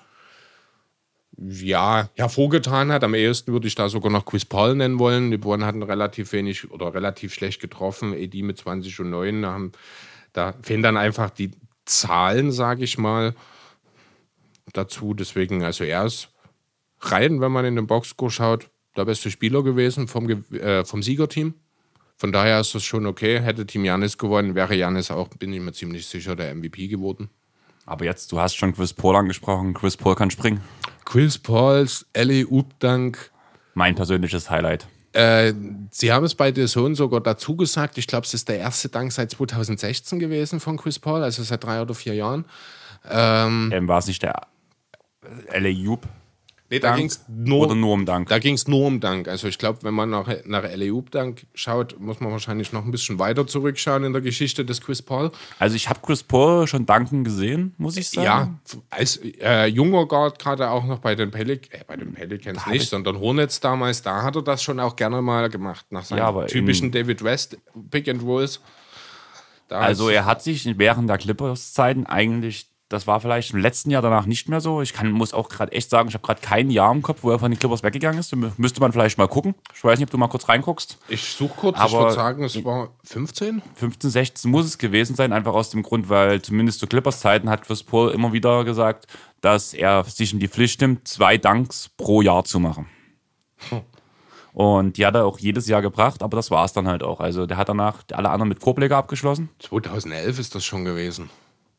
hervorgetan hat. Am ehesten würde ich da sogar noch Chris Paul nennen wollen. Die beiden hatten relativ wenig oder relativ schlecht getroffen. AD mit 20 und 9. Da fehlen dann einfach die Zahlen, sage ich mal, dazu. Deswegen, also er ist rein, wenn man in den Boxscore schaut, der beste Spieler gewesen vom Siegerteam. Von daher ist das schon okay. Hätte Team Giannis gewonnen, wäre Giannis auch, bin ich mir ziemlich sicher, der MVP geworden. Aber jetzt, du hast schon Chris Paul angesprochen. Chris Paul kann springen. Chris Pauls Alley-Oop-Dunk. Mein persönliches Highlight. Sie haben es bei The Zone sogar dazu gesagt. Ich glaube, es ist der erste Dank seit 2016 gewesen von Chris Paul, also seit 3 oder 4 Jahren. War es nicht der Alley-Oop? Nee, da ging es nur um Dank. Da ging es nur um Dank. Also ich glaube, wenn man nach Alley-Oop-Dunk schaut, muss man wahrscheinlich noch ein bisschen weiter zurückschauen in der Geschichte des Chris Paul. Also ich habe Chris Paul schon danken gesehen, muss ich sagen. Ja, als junger Guard, gerade auch noch bei den Pelicans nicht, sondern Hornets damals, da hat er das schon auch gerne mal gemacht, nach seinen typischen David West Pick-and-Rolls. Also er hat sich während der Clippers-Zeiten eigentlich, das war vielleicht im letzten Jahr danach nicht mehr so. Muss auch gerade echt sagen, ich habe gerade kein Jahr im Kopf, wo er von den Clippers weggegangen ist. Müsste man vielleicht mal gucken. Ich weiß nicht, ob du mal kurz reinguckst. Ich suche kurz, aber ich würde sagen, es war 15? 15, 16 muss es gewesen sein, einfach aus dem Grund, weil zumindest zu Clippers-Zeiten hat Chris Paul immer wieder gesagt, dass er sich in die Pflicht nimmt, 2 Dunks pro Jahr zu machen. Und die hat er auch jedes Jahr gebracht, aber das war es dann halt auch. Also der hat danach alle anderen mit Korbleger abgeschlossen. 2011 ist das schon gewesen.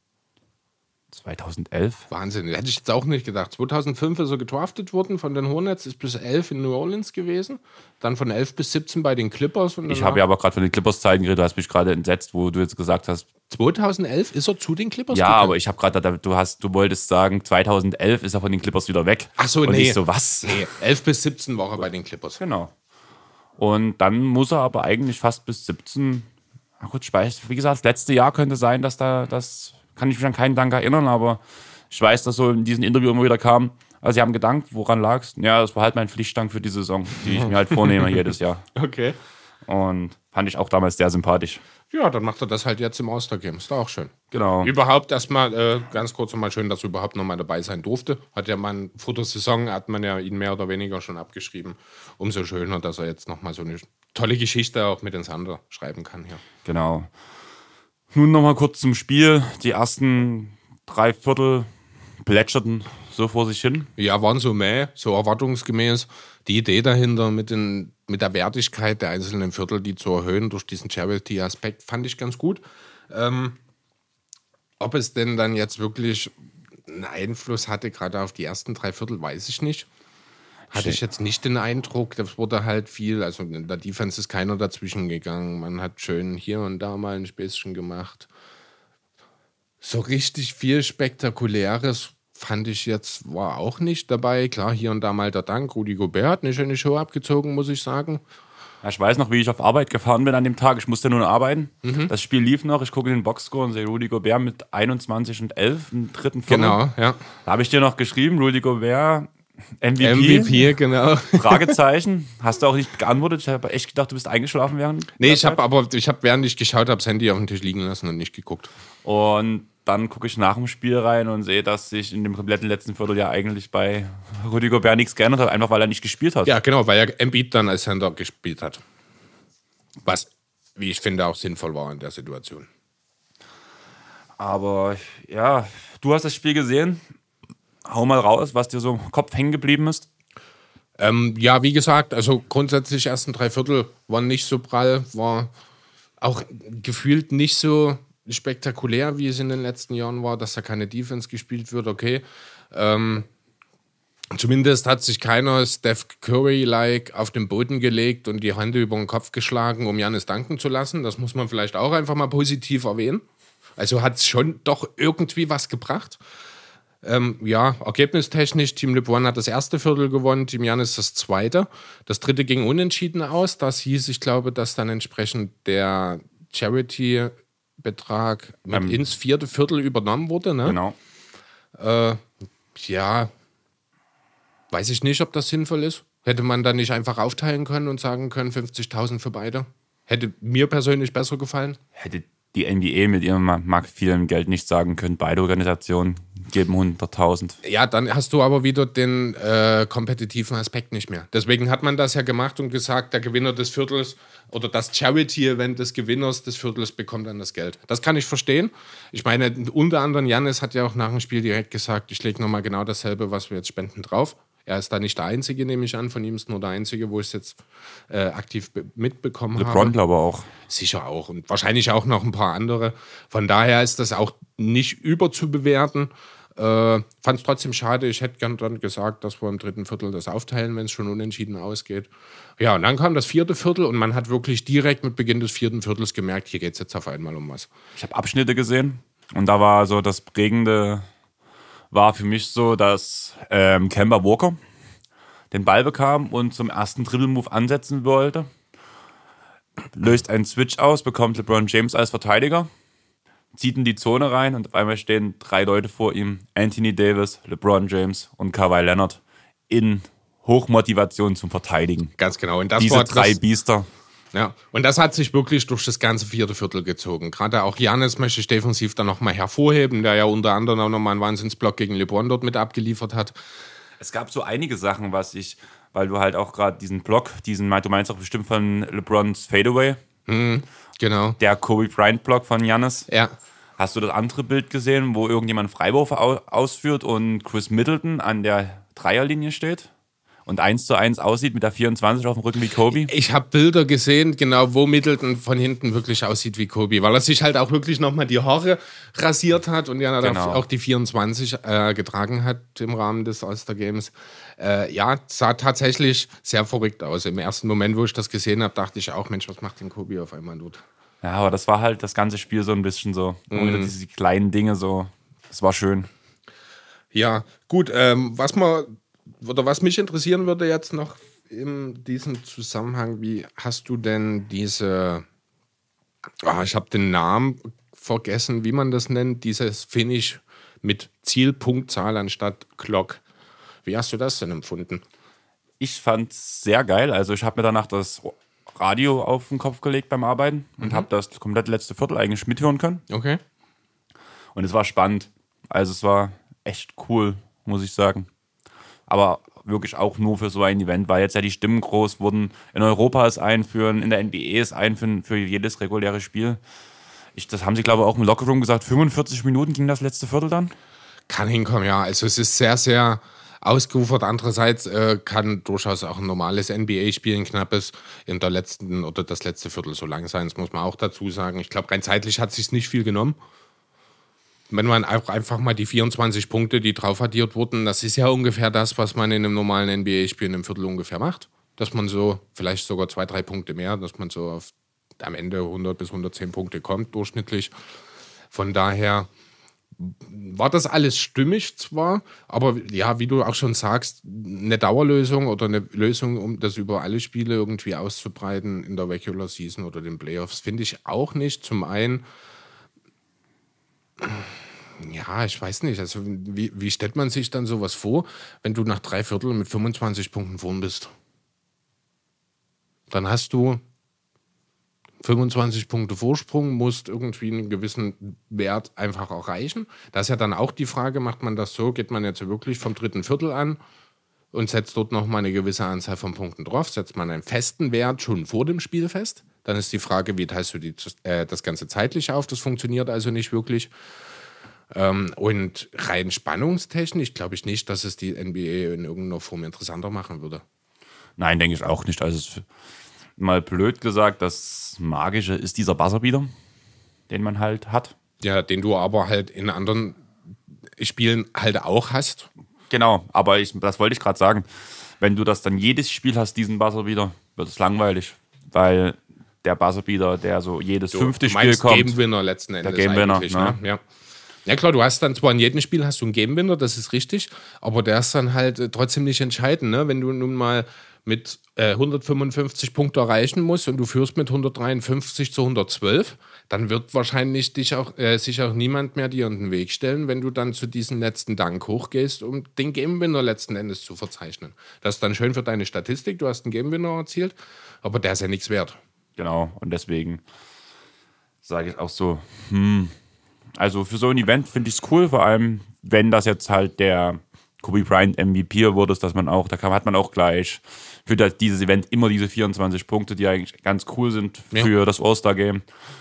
2011? Wahnsinn, hätte ich jetzt auch nicht gedacht. 2005 ist er gedraftet worden von den Hornets, ist bis 11 in New Orleans gewesen. Dann von 11 bis 17 bei den Clippers. Und ich habe ja aber gerade von den Clippers-Zeiten geredet, du hast mich gerade entsetzt, wo du jetzt gesagt hast. 2011 ist er zu den Clippers gegangen? Aber ich habe gerade, du wolltest sagen, 2011 ist er von den Clippers wieder weg. Ach so, und nee. Ich so, was? Nee, 11 bis 17 war er bei den Clippers. Genau. Und dann muss er aber eigentlich fast bis 17, wie gesagt, das letzte Jahr könnte sein, dass das kann ich mich an keinen Dank erinnern, aber ich weiß, dass so in diesem Interview immer wieder kam, also sie haben gedankt, woran lag's? Ja, das war halt mein Pflichtdank für die Saison, die ich mir halt vornehme jedes Jahr. Okay. Und fand ich auch damals sehr sympathisch. Ja, dann macht er das halt jetzt im All-Star-Game. Ist doch auch schön. Genau. Überhaupt erstmal, ganz kurz nochmal schön, dass er überhaupt nochmal dabei sein durfte. Hat ja mal vor der Saison, hat man ja ihn mehr oder weniger schon abgeschrieben. Umso schöner, dass er jetzt nochmal so eine tolle Geschichte auch mit ins Andere schreiben kann. Ja. Genau. Nun nochmal kurz zum Spiel. Die ersten 3 Viertel plätscherten so vor sich hin. Ja, waren so so erwartungsgemäß. Die Idee dahinter mit der Wertigkeit der einzelnen Viertel, die zu erhöhen durch diesen Charity-Aspekt, fand ich ganz gut. Ob es denn dann jetzt wirklich einen Einfluss hatte, gerade auf die ersten 3 Viertel, weiß ich nicht. Hatte ich jetzt nicht den Eindruck, das wurde halt viel, also in der Defense ist keiner dazwischen gegangen. Man hat schön hier und da mal ein Späßchen gemacht. So richtig viel Spektakuläres fand ich jetzt, war auch nicht dabei. Klar, hier und da mal der Dank. Rudi Gobert hat eine schöne Show abgezogen, muss ich sagen. Ja, ich weiß noch, wie ich auf Arbeit gefahren bin an dem Tag. Ich musste nur arbeiten. Das Spiel lief noch. Ich gucke in den Boxscore und sehe Rudi Gobert mit 21 und 11 im dritten Viertel. Genau, ja. Da habe ich dir noch geschrieben, Rudi Gobert, MVP. MVP, genau. Fragezeichen. Hast du auch nicht geantwortet? Ich habe echt gedacht, du bist eingeschlafen während. Nee, ich habe während ich geschaut habe, das Handy auf den Tisch liegen lassen und nicht geguckt. Und dann gucke ich nach dem Spiel rein und sehe, dass sich in dem kompletten letzten Vierteljahr eigentlich bei Rudi Gobert nichts geändert hat, einfach weil er nicht gespielt hat. Ja, genau, weil er Embiid dann als Center gespielt hat. Was, wie ich finde, auch sinnvoll war in der Situation. Aber ja, du hast das Spiel gesehen. Hau mal raus, was dir so im Kopf hängen geblieben ist. Ja, wie gesagt, also grundsätzlich ersten 3 Viertel waren nicht so prall, war auch gefühlt nicht so spektakulär, wie es in den letzten Jahren war, dass da keine Defense gespielt wird, okay. Zumindest hat sich keiner Steph Curry-like auf den Boden gelegt und die Hände über den Kopf geschlagen, um Giannis danken zu lassen. Das muss man vielleicht auch einfach mal positiv erwähnen. Also hat es schon doch irgendwie was gebracht. Ja, ergebnistechnisch, Team LeBron hat das erste Viertel gewonnen, Team Giannis das zweite. Das dritte ging unentschieden aus. Das hieß, ich glaube, dass dann entsprechend der Charity-Betrag ins vierte Viertel übernommen wurde. Ne? Genau. Ja, weiß ich nicht, ob das sinnvoll ist. Hätte man da nicht einfach aufteilen können und sagen können, 50.000 für beide? Hätte mir persönlich besser gefallen. Hätte die NBA mit ihrem vielen Geld nicht sagen können, beide Organisationen geben 100.000. Ja, dann hast du aber wieder den kompetitiven Aspekt nicht mehr. Deswegen hat man das ja gemacht und gesagt, der Gewinner des Viertels oder das Charity-Event des Gewinners des Viertels bekommt dann das Geld. Das kann ich verstehen. Ich meine, unter anderem Giannis hat ja auch nach dem Spiel direkt gesagt, ich lege nochmal genau dasselbe, was wir jetzt spenden, drauf. Er ist da nicht der Einzige, nehme ich an. Von ihm ist nur der Einzige, wo ich es jetzt aktiv mitbekommen habe. LeBron glaube auch. Sicher auch. Und wahrscheinlich auch noch ein paar andere. Von daher ist das auch nicht überzubewerten. Fand es trotzdem schade. Ich hätte gern dann gesagt, dass wir im dritten Viertel das aufteilen, wenn es schon unentschieden ausgeht. Ja, und dann kam das vierte Viertel und man hat wirklich direkt mit Beginn des vierten Viertels gemerkt, hier geht es jetzt auf einmal um was. Ich habe Abschnitte gesehen und da war so das Prägende, war für mich so, dass Kemba Walker den Ball bekam und zum ersten Dribble-Move ansetzen wollte. Löst einen Switch aus, bekommt LeBron James als Verteidiger, zieht in die Zone rein und auf einmal stehen 3 Leute vor ihm. Anthony Davis, LeBron James und Kawhi Leonard in Hochmotivation zum Verteidigen. Ganz genau. Und das Diese war 3 Biester. Ja, und das hat sich wirklich durch das ganze vierte Viertel gezogen. Gerade auch Giannis möchte ich defensiv dann nochmal hervorheben, der ja unter anderem auch nochmal einen Wahnsinnsblock gegen LeBron dort mit abgeliefert hat. Es gab so einige Sachen, weil du halt auch gerade diesen Block, du meinst auch bestimmt von LeBrons Fadeaway. Genau. Der Kobe Bryant-Block von Giannis. Ja. Hast du das andere Bild gesehen, wo irgendjemand einen Freiwurf ausführt und Chris Middleton an der Dreierlinie steht? Und 1:1 aussieht mit der 24 auf dem Rücken wie Kobe? Ich habe Bilder gesehen, genau, wo Middleton von hinten wirklich aussieht wie Kobe, weil er sich halt auch wirklich nochmal die Haare rasiert hat und ja Genau. auch die 24 getragen hat im Rahmen des All-Star Games. Ja, sah tatsächlich sehr verrückt aus. Im ersten Moment, wo ich das gesehen habe, dachte ich auch, Mensch, was macht denn Kobe auf einmal dort? Ja, aber das war halt das ganze Spiel so ein bisschen so. Diese kleinen Dinge so. Das war schön. Ja, gut, was mich interessieren würde jetzt noch in diesem Zusammenhang, wie hast du denn ich habe den Namen vergessen, wie man das nennt, dieses Finish mit Zielpunktzahl anstatt Clock. Wie hast du das denn empfunden? Ich fand es sehr geil. Also ich habe mir danach das Radio auf den Kopf gelegt beim Arbeiten und habe das komplette letzte Viertel eigentlich mithören können. Okay. Und es war spannend. Also es war echt cool, muss ich sagen. Aber wirklich auch nur für so ein Event, weil jetzt ja die Stimmen groß wurden. In Europa es einführen, in der NBA es einführen für jedes reguläre Spiel. Das haben sie, glaube ich, auch im Lockerroom gesagt. 45 Minuten ging das letzte Viertel dann? Kann hinkommen, ja. Also es ist sehr, sehr ausgeufert. Andererseits kann durchaus auch ein normales NBA-Spiel, ein knappes, in der letzten oder das letzte Viertel so lang sein. Das muss man auch dazu sagen. Ich glaube, rein zeitlich hat es sich nicht viel genommen. Wenn man auch einfach mal die 24 Punkte, die drauf addiert wurden, das ist ja ungefähr das, was man in einem normalen NBA-Spiel in einem Viertel ungefähr macht. Dass man so, vielleicht sogar 2-3 Punkte mehr, dass man so am Ende 100 bis 110 Punkte kommt, durchschnittlich. Von daher, war das alles stimmig zwar, aber ja, wie du auch schon sagst, eine Dauerlösung oder eine Lösung, um das über alle Spiele irgendwie auszubreiten in der Regular Season oder den Playoffs, finde ich auch nicht. Zum einen, ja, ich weiß nicht, also wie stellt man sich dann sowas vor, wenn du nach 3 Viertel mit 25 Punkten vorn bist? Dann hast du 25 Punkte Vorsprung, musst irgendwie einen gewissen Wert einfach erreichen. Da ist ja dann auch die Frage, macht man das so, geht man jetzt wirklich vom 3. Viertel an und setzt dort nochmal eine gewisse Anzahl von Punkten drauf, setzt man einen festen Wert schon vor dem Spiel fest. Dann ist die Frage, wie teilst du das Ganze zeitlich auf? Das funktioniert also nicht wirklich. Und rein spannungstechnisch glaube ich nicht, dass es die NBA in irgendeiner Form interessanter machen würde. Nein, denke ich auch nicht. Also mal blöd gesagt, das Magische ist dieser Buzzerbeater, den man halt hat. Ja, den du aber halt in anderen Spielen halt auch hast. Genau, aber das wollte ich gerade sagen. Wenn du das dann jedes Spiel hast, diesen Buzzerbeater, wird es langweilig, weil der Buzzerbeater, der so jedes 5. Spiel kommt. Game Winner letzten Endes. Der Game Winner, ne? Ja. Ja klar, du hast dann zwar in jedem Spiel hast du einen Game Winner, das ist richtig, aber der ist dann halt trotzdem nicht entscheidend. Ne? Wenn du nun mal mit 155 Punkte erreichen musst und du führst mit 153 zu 112, dann wird wahrscheinlich sich auch niemand mehr dir in den Weg stellen, wenn du dann zu diesem letzten Dank hochgehst, um den Game Winner letzten Endes zu verzeichnen. Das ist dann schön für deine Statistik, du hast einen Game Winner erzielt, aber der ist ja nichts wert. Genau, und deswegen sage ich auch so, also für so ein Event finde ich es cool, vor allem wenn das jetzt halt der Kobe Bryant MVP wurde, dass man auch, hat man auch gleich für dieses Event immer diese 24 Punkte, die eigentlich ganz cool sind für das All-Star-Game.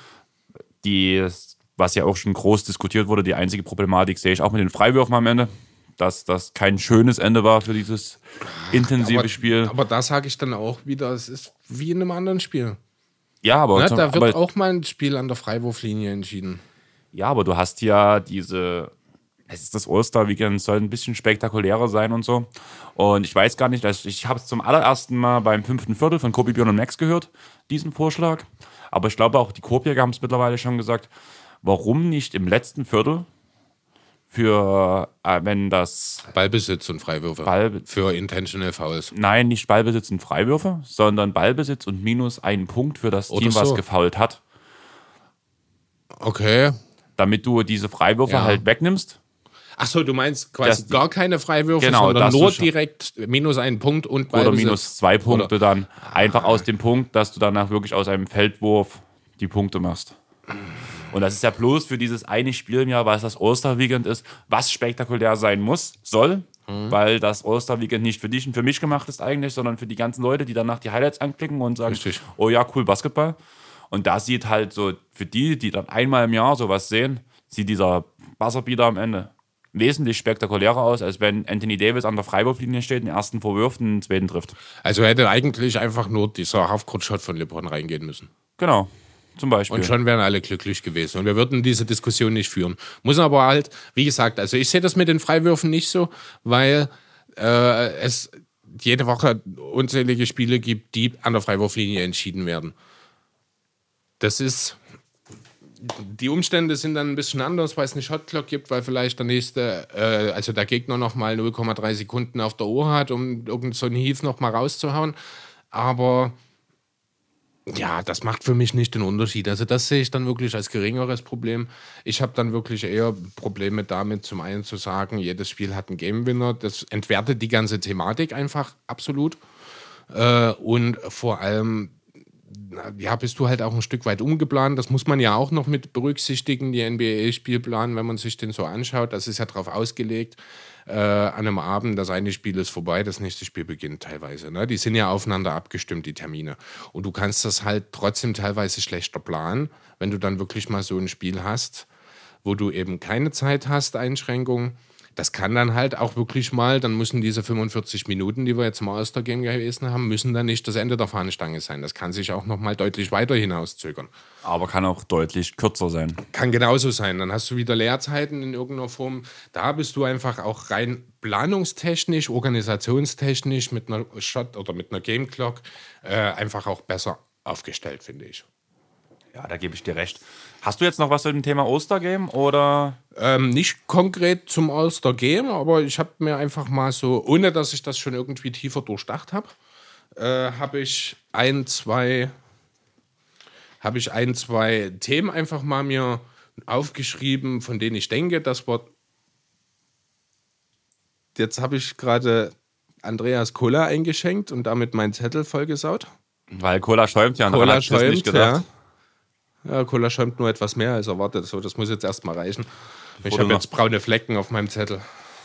Was ja auch schon groß diskutiert wurde, die einzige Problematik sehe ich auch mit den Freiwürfen am Ende, dass das kein schönes Ende war für dieses intensive Spiel. Aber da sage ich dann auch wieder, es ist wie in einem anderen Spiel. Ja, aber da wird auch mal ein Spiel an der Freiwurflinie entschieden. Ja, aber du hast ja es ist das All-Star-Weekend, soll ein bisschen spektakulärer sein und so. Und ich weiß gar nicht, ich habe es zum allerersten Mal beim 5. Viertel von Kobe, Björn und Max gehört, diesen Vorschlag. Aber ich glaube auch, die Korbjäger haben es mittlerweile schon gesagt, warum nicht im letzten Viertel wenn das Ballbesitz und Freiwürfe für Intentional Fouls. Nein, nicht Ballbesitz und Freiwürfe, sondern Ballbesitz und minus einen Punkt für das Team, was gefoult hat. Okay. Damit du diese Freiwürfe halt wegnimmst. Achso, du meinst quasi gar keine Freiwürfe, sondern nur direkt minus einen Punkt und Ballbesitz. Oder minus 2 Punkte dann. Einfach aus dem Punkt, dass du danach wirklich aus einem Feldwurf die Punkte machst. Und das ist ja bloß für dieses eine Spiel im Jahr, weil es das All-Star-Weekend ist, was spektakulär sein soll, weil das All-Star-Weekend nicht für dich und für mich gemacht ist eigentlich, sondern für die ganzen Leute, die danach die Highlights anklicken und sagen, oh ja, cool, Basketball. Und da sieht halt so, für die dann einmal im Jahr sowas sehen, sieht dieser Buzzerbeater am Ende wesentlich spektakulärer aus, als wenn Anthony Davis an der Freiwurflinie steht, den ersten verwirft und den zweiten trifft. Also hätte eigentlich einfach nur dieser Halfcourt-Shot von LeBron reingehen müssen. Genau, zum Beispiel. Und schon wären alle glücklich gewesen. Und wir würden diese Diskussion nicht führen. Muss aber halt, wie gesagt, also ich sehe das mit den Freiwürfen nicht so, weil es jede Woche unzählige Spiele gibt, die an der Freiwurflinie entschieden werden. Die Umstände sind dann ein bisschen anders, weil es eine Shotclock gibt, weil vielleicht der Gegner nochmal 0,3 Sekunden auf der Uhr hat, um irgend so einen Heave nochmal rauszuhauen. Aber ja, das macht für mich nicht den Unterschied. Also das sehe ich dann wirklich als geringeres Problem. Ich habe dann wirklich eher Probleme damit, zum einen zu sagen, jedes Spiel hat einen Game-Winner. Das entwertet die ganze Thematik einfach absolut. Und vor allem bist du halt auch ein Stück weit umgeplant. Das muss man ja auch noch mit berücksichtigen, die NBA-Spielplan, wenn man sich den so anschaut. Das ist ja darauf ausgelegt, an einem Abend, das eine Spiel ist vorbei, das nächste Spiel beginnt teilweise. Ne? Die sind ja aufeinander abgestimmt, die Termine. Und du kannst das halt trotzdem teilweise schlechter planen, wenn du dann wirklich mal so ein Spiel hast, wo du eben keine Zeit hast, Einschränkungen. Das kann dann halt auch wirklich mal, dann müssen diese 45 Minuten, die wir jetzt im All-Star-Game gewesen haben, müssen dann nicht das Ende der Fahnenstange sein. Das kann sich auch noch mal deutlich weiter hinauszögern. Aber kann auch deutlich kürzer sein. Kann genauso sein. Dann hast du wieder Leerzeiten in irgendeiner Form. Da bist du einfach auch rein planungstechnisch, organisationstechnisch mit einer Shot oder mit einer Game Clock einfach auch besser aufgestellt, finde ich. Ja, da gebe ich dir recht. Hast du jetzt noch was zu dem Thema Ostergame oder? Nicht konkret zum All-Star-Game, aber ich habe mir einfach mal so, ohne dass ich das schon irgendwie tiefer durchdacht habe, habe ich ein, zwei Themen einfach mal mir aufgeschrieben, von denen ich denke, das war. Jetzt habe ich gerade Andreas Cola eingeschenkt und damit meinen Zettel vollgesaut. Weil Cola schäumt ja, Cola daran hab ich das nicht schäumt, gedacht. ja. Cola schäumt nur etwas mehr als erwartet. So, das muss jetzt erstmal reichen. Ich habe jetzt braune Flecken auf meinem Zettel.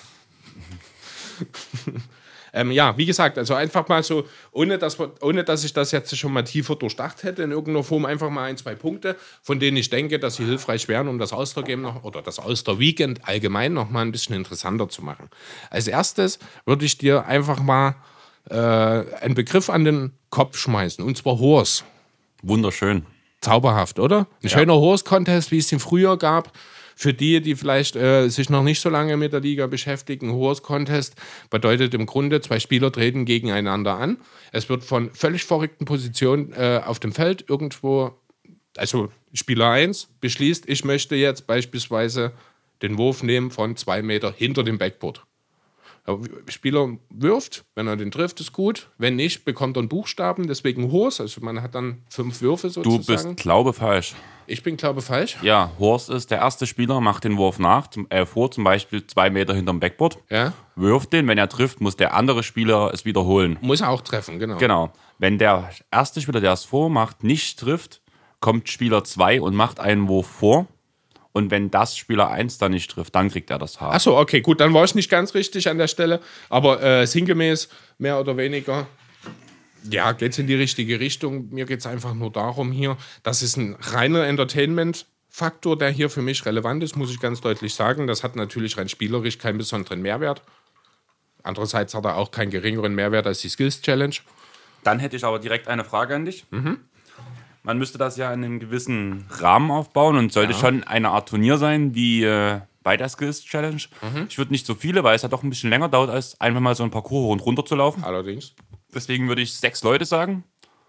Ja, wie gesagt, also einfach mal so, ohne dass ich das jetzt schon mal tiefer durchdacht hätte, in irgendeiner Form einfach mal 1, 2 Punkte, von denen ich denke, dass sie hilfreich wären, um das All-Star-Game noch oder das All-Star-Weekend allgemein noch mal ein bisschen interessanter zu machen. Als erstes würde ich dir einfach mal einen Begriff an den Kopf schmeißen, und zwar Horse. Wunderschön. Zauberhaft, oder? Ein schöner Horse-Contest, wie es ihn früher gab. Für die vielleicht sich noch nicht so lange mit der Liga beschäftigen, Horse-Contest bedeutet im Grunde, 2 Spieler treten gegeneinander an. Es wird von völlig verrückten Positionen auf dem Feld irgendwo, also Spieler 1 beschließt, ich möchte jetzt beispielsweise den Wurf nehmen von 2 Meter hinter dem Backboard. Der Spieler wirft, wenn er den trifft, ist gut. Wenn nicht, bekommt er einen Buchstaben, deswegen Horse. Also man hat dann 5 Würfe sozusagen. Du bist, glaube falsch. Ich bin, glaube falsch. Ja, Horse ist der erste Spieler, macht den Wurf vor, zum Beispiel 2 Meter hinterm Backboard. Ja. Wirft den, wenn er trifft, muss der andere Spieler es wiederholen. Muss er auch treffen, genau. Genau. Wenn der erste Spieler, der es vormacht, nicht trifft, kommt Spieler 2 und macht einen Wurf vor. Und wenn das Spieler 1 dann nicht trifft, dann kriegt er das Haar. Achso, okay, gut, dann war ich nicht ganz richtig an der Stelle. Aber sinngemäß, mehr oder weniger, ja, geht es in die richtige Richtung. Mir geht es einfach nur darum hier, das ist ein reiner Entertainment-Faktor, der hier für mich relevant ist, muss ich ganz deutlich sagen. Das hat natürlich rein spielerisch keinen besonderen Mehrwert. Andererseits hat er auch keinen geringeren Mehrwert als die Skills-Challenge. Dann hätte ich aber direkt eine Frage an dich. Man müsste das ja in einem gewissen Rahmen aufbauen und sollte schon eine Art Turnier sein, wie bei der Skills Challenge. Ich würde nicht so viele, weil es ja doch ein bisschen länger dauert, als einfach mal so ein Parcours hoch und runter zu laufen. Allerdings. Deswegen würde ich 6 Leute sagen.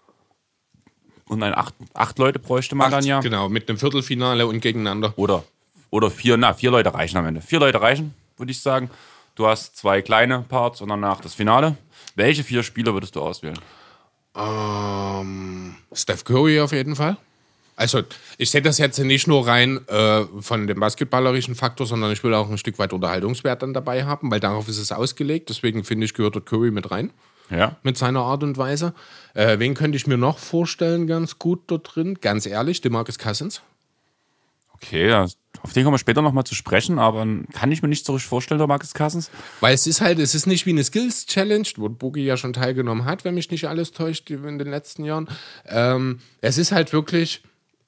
Und 8 Leute bräuchte man dann ja. Genau, mit einem Viertelfinale und gegeneinander. Oder 4, 4 Leute reichen am Ende. 4 Leute reichen, würde ich sagen. Du hast 2 kleine Parts und danach das Finale. Welche 4 Spieler würdest du auswählen? Steph Curry auf jeden Fall. Also ich sehe das jetzt nicht nur rein von dem basketballerischen Faktor, sondern ich will auch ein Stück weit Unterhaltungswert dann dabei haben, weil darauf ist es ausgelegt. Deswegen finde ich, gehört dort Curry mit rein. Ja. Mit seiner Art und Weise. Wen könnte ich mir noch vorstellen ganz gut dort drin? Ganz ehrlich, DeMarcus Cousins. Okay, auf den kommen wir später nochmal zu sprechen, aber kann ich mir nicht so richtig vorstellen, der Marcus Cousins. Weil es ist nicht wie eine Skills-Challenge, wo Boogie ja schon teilgenommen hat, wenn mich nicht alles täuscht in den letzten Jahren. Es ist halt wirklich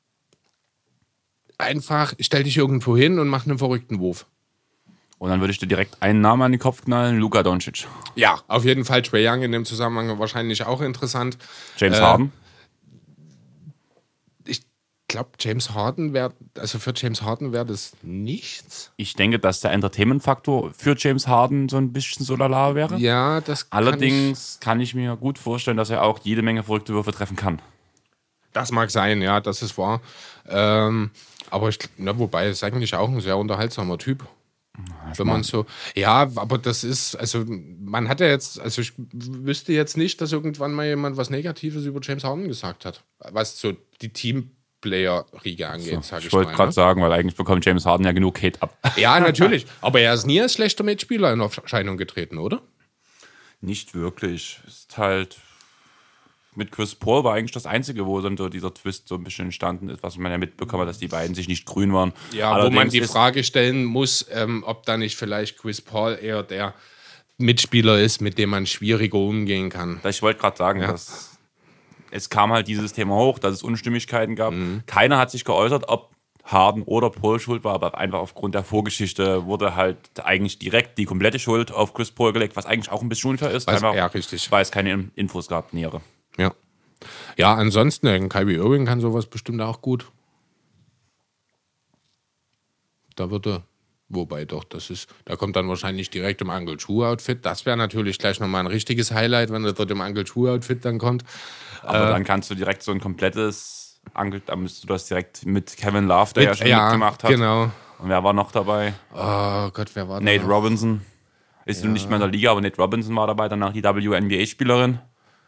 einfach, stell dich irgendwo hin und mach einen verrückten Wurf. Und dann würde ich dir direkt einen Namen an den Kopf knallen, Luka Doncic. Ja, auf jeden Fall Trae Young in dem Zusammenhang wahrscheinlich auch interessant. James Harden. Ich glaube, für James Harden wäre das nichts. Ich denke, dass der Entertainment-Faktor für James Harden so ein bisschen so lala wäre. Ja, das Allerdings kann ich mir gut vorstellen, dass er auch jede Menge verrückte Würfe treffen kann. Das mag sein, ja, das ist wahr. Aber wobei, ist eigentlich auch ein sehr unterhaltsamer Typ. Wenn man so, ja, aber das ist, also man hat ja jetzt, also ich wüsste jetzt nicht, dass irgendwann mal jemand was Negatives über James Harden gesagt hat, was so die Teamplayer-Riege angeht, sage ich mal. Ich wollte gerade sagen, weil eigentlich bekommt James Harden ja genug Hate ab. Ja, natürlich, aber er ist nie als schlechter Mitspieler in Erscheinung getreten, oder? Nicht wirklich. Ist halt mit Chris Paul war eigentlich das Einzige, wo dann so dieser Twist so ein bisschen entstanden ist, was man ja mitbekommen hat, dass die beiden sich nicht grün waren. Ja, allerdings, wo man die Frage stellen muss, ob da nicht vielleicht Chris Paul eher der Mitspieler ist, mit dem man schwieriger umgehen kann. Ich wollte gerade sagen, dass es kam halt dieses Thema hoch, dass es Unstimmigkeiten gab. Keiner hat sich geäußert, ob Harden oder Paul schuld war, aber einfach aufgrund der Vorgeschichte wurde halt eigentlich direkt die komplette Schuld auf Chris Paul gelegt, was eigentlich auch ein bisschen unfair ist, richtig. Weil es keine Infos gab, nähere. Ja, ansonsten, Kyrie Irving kann sowas bestimmt auch gut. Da kommt dann wahrscheinlich direkt im Uncle Drew-Outfit. Das wäre natürlich gleich nochmal ein richtiges Highlight, wenn er dort im Uncle Drew-Outfit dann kommt. Aber dann kannst du direkt so ein komplettes da müsstest du das direkt mit Kevin Love, der ja schon mitgemacht hat. Genau. Und wer war noch dabei? Oh Gott, wer war da? Nate Robinson. Ist nun nicht mehr in der Liga, aber Nate Robinson war dabei, danach die WNBA-Spielerin.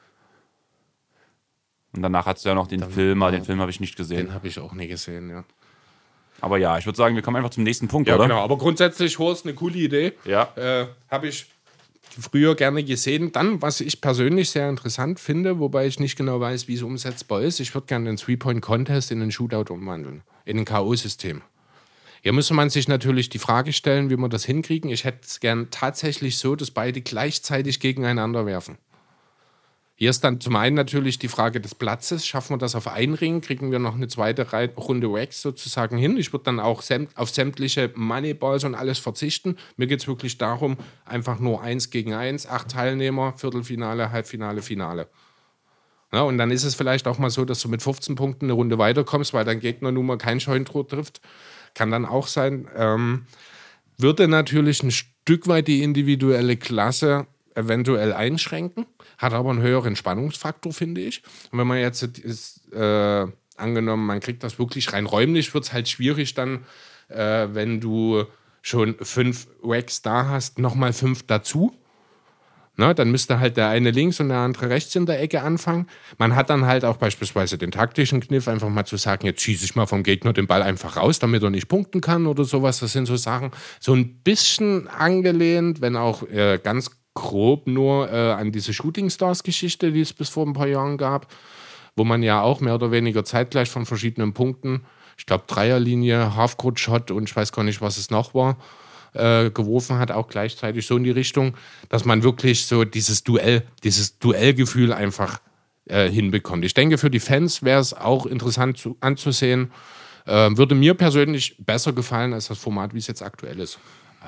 Und danach hast du ja noch den Film, aber den Film habe ich nicht gesehen. Den habe ich auch nie gesehen, ja. Aber ja, ich würde sagen, wir kommen einfach zum nächsten Punkt, Ja, oder? genau. Aber grundsätzlich, Horst, eine coole Idee. Ja. Habe ich früher gerne gesehen. Dann, was ich persönlich sehr interessant finde, wobei ich nicht genau weiß, wie es umsetzbar ist, ich würde gerne den Three-Point-Contest in einen Shootout umwandeln. In ein K.O.-System. Hier müsste man sich natürlich die Frage stellen, wie wir das hinkriegen. Ich hätte es gern tatsächlich so, dass beide gleichzeitig gegeneinander werfen. Hier ist dann zum einen natürlich die Frage des Platzes. Schaffen wir das auf einen Ring? Kriegen wir noch eine zweite Runde Wax sozusagen hin? Ich würde dann auch auf sämtliche Moneyballs und alles verzichten. Mir geht es wirklich darum, einfach nur 1 gegen 1, 8 Teilnehmer, Viertelfinale, Halbfinale, Finale. Ja, und dann ist es vielleicht auch mal so, dass du mit 15 Punkten eine Runde weiterkommst, weil dein Gegner nun mal kein Scheunentor trifft. Kann dann auch sein. Würde natürlich ein Stück weit die individuelle Klasse eventuell einschränken, hat aber einen höheren Spannungsfaktor, finde ich. Und wenn man jetzt angenommen, man kriegt das wirklich rein räumlich, wird es halt schwierig dann, wenn du schon 5 Racks da hast, nochmal 5 dazu. Na, dann müsste halt der eine links und der andere rechts in der Ecke anfangen. Man hat dann halt auch beispielsweise den taktischen Kniff, einfach mal zu sagen, jetzt schieße ich mal vom Gegner den Ball einfach raus, damit er nicht punkten kann oder sowas. Das sind so Sachen, so ein bisschen angelehnt, wenn auch ganz grob nur an diese Shooting Stars-Geschichte, die es bis vor ein paar Jahren gab, wo man ja auch mehr oder weniger zeitgleich von verschiedenen Punkten, ich glaube Dreierlinie, Halfcourt-Shot und ich weiß gar nicht, was es noch war, geworfen hat, auch gleichzeitig so in die Richtung, dass man wirklich so dieses Duellgefühl einfach hinbekommt. Ich denke, für die Fans wäre es auch interessant anzusehen. Würde mir persönlich besser gefallen als das Format, wie es jetzt aktuell ist.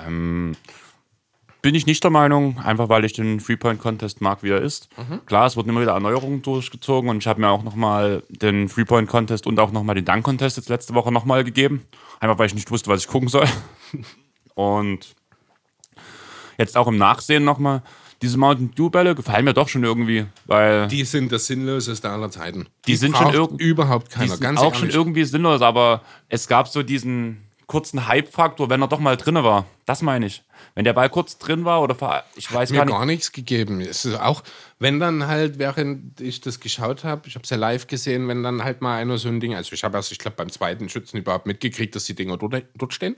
Bin ich nicht der Meinung, einfach weil ich den Three-Point-Contest mag, wie er ist. Klar, es wurden immer wieder Erneuerungen durchgezogen und ich habe mir auch nochmal den Three-Point-Contest und auch nochmal den Dunk-Contest jetzt letzte Woche nochmal gegeben. Einfach weil ich nicht wusste, was ich gucken soll. Und jetzt auch im Nachsehen nochmal, diese Mountain Dew-Bälle gefallen mir doch schon irgendwie, weil... Die sind das Sinnloseste aller Zeiten. Die sind schon überhaupt keiner, die sind ganz auch ehrlich. Schon irgendwie sinnlos, aber es gab so diesen kurzen Hype-Faktor, wenn er doch mal drin war. Das meine ich. Wenn der Ball kurz drin war oder ich weiß gar nicht. Mir gar nichts gegeben. Es ist auch, wenn dann halt, während ich das geschaut habe, ich habe es ja live gesehen, wenn dann halt mal einer so ein Ding, also ich habe erst, ich glaube, beim zweiten Schützen überhaupt mitgekriegt, dass die Dinger dort stehen.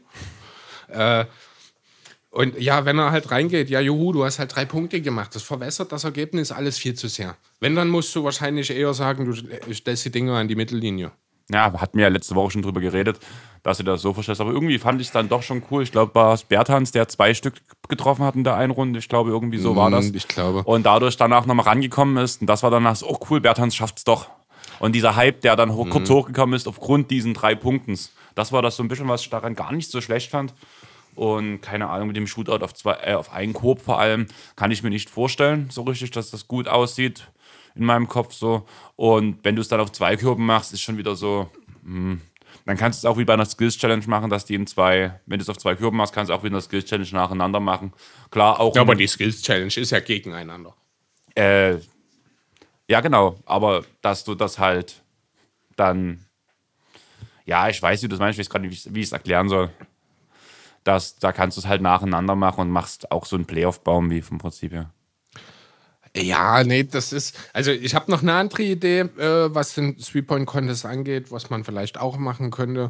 Und ja, wenn er halt reingeht, ja, juhu, du hast halt 3 Punkte gemacht. Das verwässert das Ergebnis alles viel zu sehr. Wenn, dann musst du wahrscheinlich eher sagen, du stellst die Dinger an die Mittellinie. Ja, hatten wir ja letzte Woche schon drüber geredet, dass du das so verstehst. Aber irgendwie fand ich es dann doch schon cool. Ich glaube, war es Bertans, der 2 Stück getroffen hat in der einen Runde. Ich glaube, irgendwie so war das. Ich glaube. Und dadurch danach nochmal rangekommen ist. Und das war danach so, oh cool, Bertans schafft es doch. Und dieser Hype, der dann kurz hochgekommen ist aufgrund diesen 3 Punkten. Das war das so ein bisschen, was ich daran gar nicht so schlecht fand. Und keine Ahnung, mit dem Shootout auf einen Korb vor allem, kann ich mir nicht vorstellen, so richtig, dass das gut aussieht in meinem Kopf so. Und wenn du es dann auf 2 Körben machst, ist schon wieder so, dann kannst du es auch wie bei einer Skills-Challenge machen, dass die wenn du es auf 2 Körben machst, kannst du auch wieder eine Skills-Challenge nacheinander machen. Klar, auch. Ja, aber die Skills-Challenge ist ja gegeneinander. Ja, genau, aber dass du das halt dann, ja, ich weiß, wie du das meinst, ich weiß gerade nicht, wie ich es erklären soll. Da kannst du es halt nacheinander machen und machst auch so einen Playoff-Baum wie vom Prinzip her. Ja, nee, das ist, also ich habe noch eine andere Idee, was den Three-Point-Contest angeht, was man vielleicht auch machen könnte.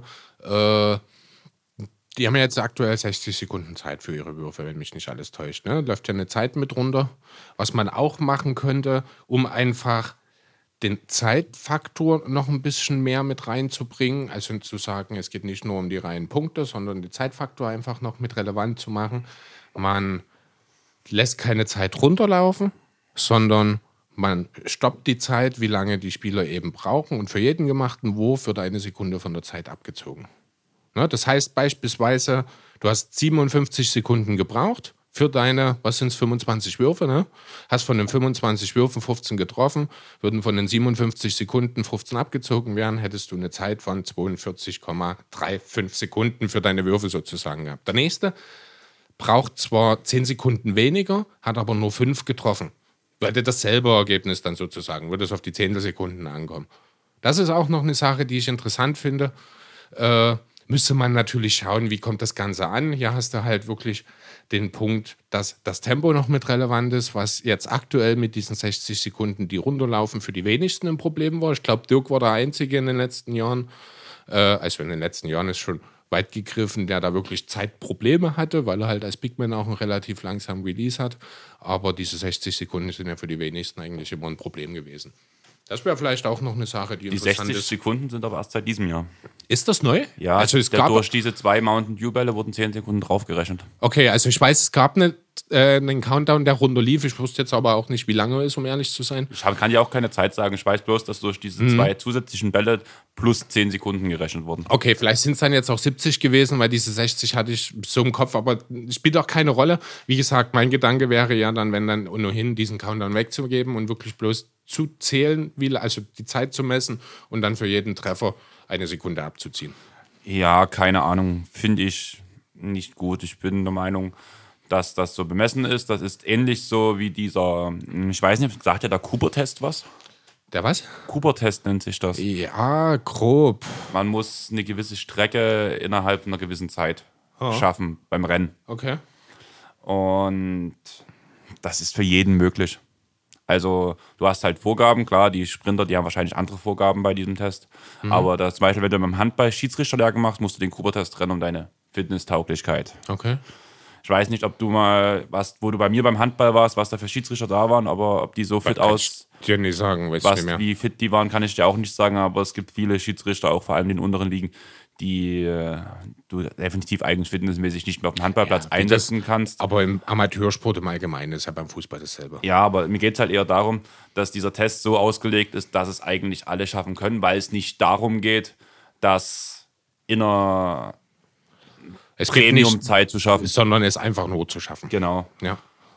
Die haben ja jetzt aktuell 60 Sekunden Zeit für ihre Würfe, wenn mich nicht alles täuscht. Ne? Läuft ja eine Zeit mit runter. Was man auch machen könnte, um einfach den Zeitfaktor noch ein bisschen mehr mit reinzubringen. Also zu sagen, es geht nicht nur um die reinen Punkte, sondern den Zeitfaktor einfach noch mit relevant zu machen. Man lässt keine Zeit runterlaufen, sondern man stoppt die Zeit, wie lange die Spieler eben brauchen. Und für jeden gemachten Wurf wird 1 Sekunde von der Zeit abgezogen. Ne? Das heißt beispielsweise, du hast 57 Sekunden gebraucht für deine, was sind es, 25 Würfe, ne? Hast von den 25 Würfen 15 getroffen, würden von den 57 Sekunden 15 abgezogen werden, hättest du eine Zeit von 42,35 Sekunden für deine Würfe sozusagen gehabt. Der nächste braucht zwar 10 Sekunden weniger, hat aber nur 5 getroffen. Du hättest dasselbe Ergebnis dann sozusagen, würde es auf die Zehntelsekunden ankommen. Das ist auch noch eine Sache, die ich interessant finde. Müsste man natürlich schauen, wie kommt das Ganze an. Hier hast du halt wirklich den Punkt, dass das Tempo noch mit relevant ist, was jetzt aktuell mit diesen 60 Sekunden, die runterlaufen, für die wenigsten ein Problem war. Ich glaube, Dirk war der Einzige in den letzten Jahren, also in den letzten Jahren ist schon weit gegriffen, der da wirklich Zeitprobleme hatte, weil er halt als Bigman auch einen relativ langsamen Release hat. Aber diese 60 Sekunden sind ja für die wenigsten eigentlich immer ein Problem gewesen. Das wäre vielleicht auch noch eine Sache, die interessant ist. Die 60 Sekunden sind aber erst seit diesem Jahr. Ist das neu? Ja, also durch diese 2 Mountain Dew Bälle wurden 10 Sekunden draufgerechnet. Okay, also ich weiß, es gab einen Countdown, der runterlief. Ich wusste jetzt aber auch nicht, wie lange er ist, um ehrlich zu sein. Ich kann dir auch keine Zeit sagen. Ich weiß bloß, dass durch diese 2 zusätzlichen Bälle plus 10 Sekunden gerechnet wurden. Okay, vielleicht sind es dann jetzt auch 70 gewesen, weil diese 60 hatte ich so im Kopf, aber spielt auch keine Rolle. Wie gesagt, mein Gedanke wäre ja dann, wenn dann ohnehin diesen Countdown wegzugeben und wirklich bloß zu zählen, also die Zeit zu messen und dann für jeden Treffer 1 Sekunde abzuziehen. Ja, keine Ahnung. Finde ich nicht gut. Ich bin der Meinung, dass das so bemessen ist. Das ist ähnlich so wie dieser, ich weiß nicht, sagt ja der Cooper-Test was? Der was? Cooper-Test nennt sich das. Ja, grob. Man muss eine gewisse Strecke innerhalb einer gewissen Zeit schaffen beim Rennen. Okay. Und das ist für jeden möglich. Also du hast halt Vorgaben, klar, die Sprinter, die haben wahrscheinlich andere Vorgaben bei diesem Test. Aber zum Beispiel, wenn du beim Handball Schiedsrichterlehrgang machst, musst du den Cooper-Test rennen um deine Fitnesstauglichkeit. Okay. Ich weiß nicht, ob du mal, wo du bei mir beim Handball warst, was da für Schiedsrichter da waren, aber ob die so fit aus... Ich dir nicht sagen, weiß ich nicht mehr. Wie fit die waren, kann ich dir auch nicht sagen, aber es gibt viele Schiedsrichter, auch vor allem in den unteren Ligen, die du definitiv eigentlich fitnessmäßig nicht mehr auf dem Handballplatz einsetzen kannst. Aber im Amateursport im Allgemeinen ist ja beim Fußball dasselbe. Ja, aber mir geht es halt eher darum, dass dieser Test so ausgelegt ist, dass es eigentlich alle schaffen können, weil es nicht darum geht, das in einer Premium-Zeit zu schaffen. Sondern es einfach nur zu schaffen. Genau. Ja.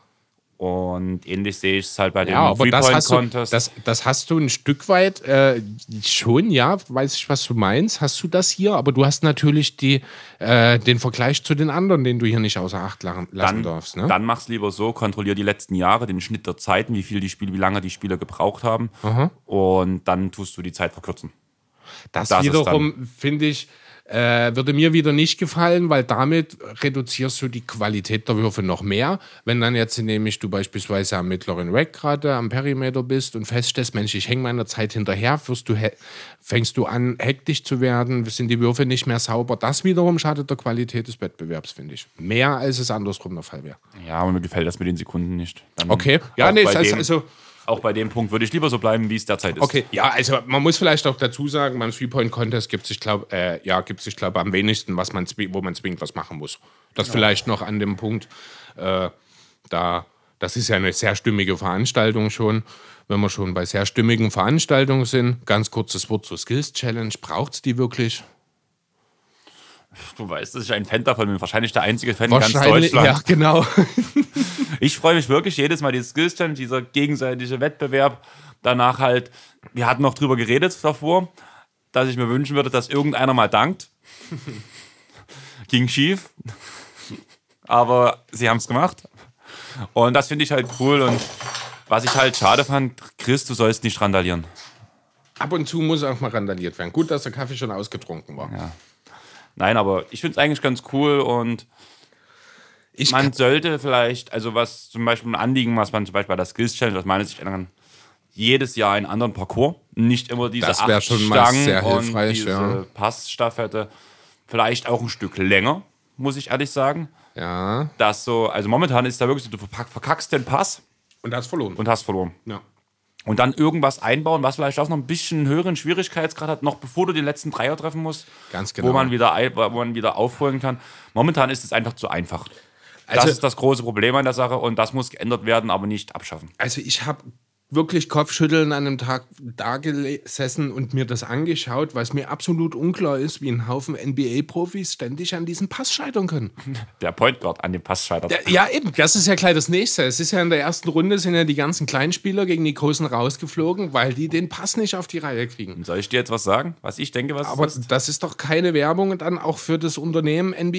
Und ähnlich sehe ich es halt bei dem Three-Point-Contest. Das hast du ein Stück weit schon, ja, weiß ich, was du meinst, hast du das hier, aber du hast natürlich den Vergleich zu den anderen, den du hier nicht außer Acht lassen darfst. Ne? Dann mach's lieber so, kontrollier die letzten Jahre, den Schnitt der Zeiten, wie lange die Spieler gebraucht haben. Und dann tust du die Zeit verkürzen. Das wiederum, finde ich, würde mir wieder nicht gefallen, weil damit reduzierst du die Qualität der Würfe noch mehr. Wenn dann jetzt nämlich du beispielsweise am mittleren Rack gerade am Perimeter bist und feststellst, Mensch, ich hänge meiner Zeit hinterher, fängst du an, hektisch zu werden, sind die Würfe nicht mehr sauber. Das wiederum schadet der Qualität des Wettbewerbs, finde ich. Mehr als es andersrum der Fall wäre. Ja, aber mir gefällt das mit den Sekunden nicht. Dann okay, ja, nee, auch bei dem Punkt würde ich lieber so bleiben, wie es derzeit ist. Okay, ja, also man muss vielleicht auch dazu sagen, beim Three-Point-Contest gibt es, ich glaube, am wenigsten, wo man zwingend was machen muss. Das vielleicht noch an dem Punkt, das ist ja eine sehr stimmige Veranstaltung schon. Wenn wir schon bei sehr stimmigen Veranstaltungen sind, ganz kurzes Wort zur Skills-Challenge. Braucht es die wirklich? Du weißt, dass ich ein Fan davon bin. Wahrscheinlich der einzige Fan in ganz Deutschland. Ja, genau. Ich freue mich wirklich jedes Mal, die Skills Challenge, dieser gegenseitige Wettbewerb. Danach halt, wir hatten noch drüber geredet davor, dass ich mir wünschen würde, dass irgendeiner mal dankt. Ging schief. Aber sie haben es gemacht. Und das finde ich halt cool. Und was ich halt schade fand, Chris, du sollst nicht randalieren. Ab und zu muss auch mal randaliert werden. Gut, dass der Kaffee schon ausgetrunken war. Ja. Nein, aber ich finde es eigentlich ganz cool und man sollte vielleicht, also was zum Beispiel ein Anliegen, was man zum Beispiel bei der Skills Challenge aus meiner Sicht ändern kann, jedes Jahr einen anderen Parcours, nicht immer diese 8 Stangen und diese Passstaffette, vielleicht auch ein Stück länger, muss ich ehrlich sagen. Ja. Das so, also momentan ist da wirklich so, du verkackst den Pass und hast verloren. Ja. Und dann irgendwas einbauen, was vielleicht auch noch ein bisschen höheren Schwierigkeitsgrad hat, noch bevor du den letzten Dreier treffen musst. Ganz genau. Wo man wieder aufholen kann. Momentan ist es einfach zu einfach. Also, das ist das große Problem an der Sache und das muss geändert werden, aber nicht abschaffen. Also ich habe wirklich Kopfschütteln an einem Tag da gesessen und mir das angeschaut, weil es mir absolut unklar ist, wie ein Haufen NBA-Profis ständig an diesem Pass scheitern können. Der Point Guard an dem Pass scheitert. Ja, eben, das ist ja gleich das Nächste. Es ist ja in der ersten Runde sind ja die ganzen Kleinspieler gegen die Großen rausgeflogen, weil die den Pass nicht auf die Reihe kriegen. Soll ich dir jetzt was sagen, was ich denke, was aber es ist? Das ist doch keine Werbung dann auch für das Unternehmen NBA.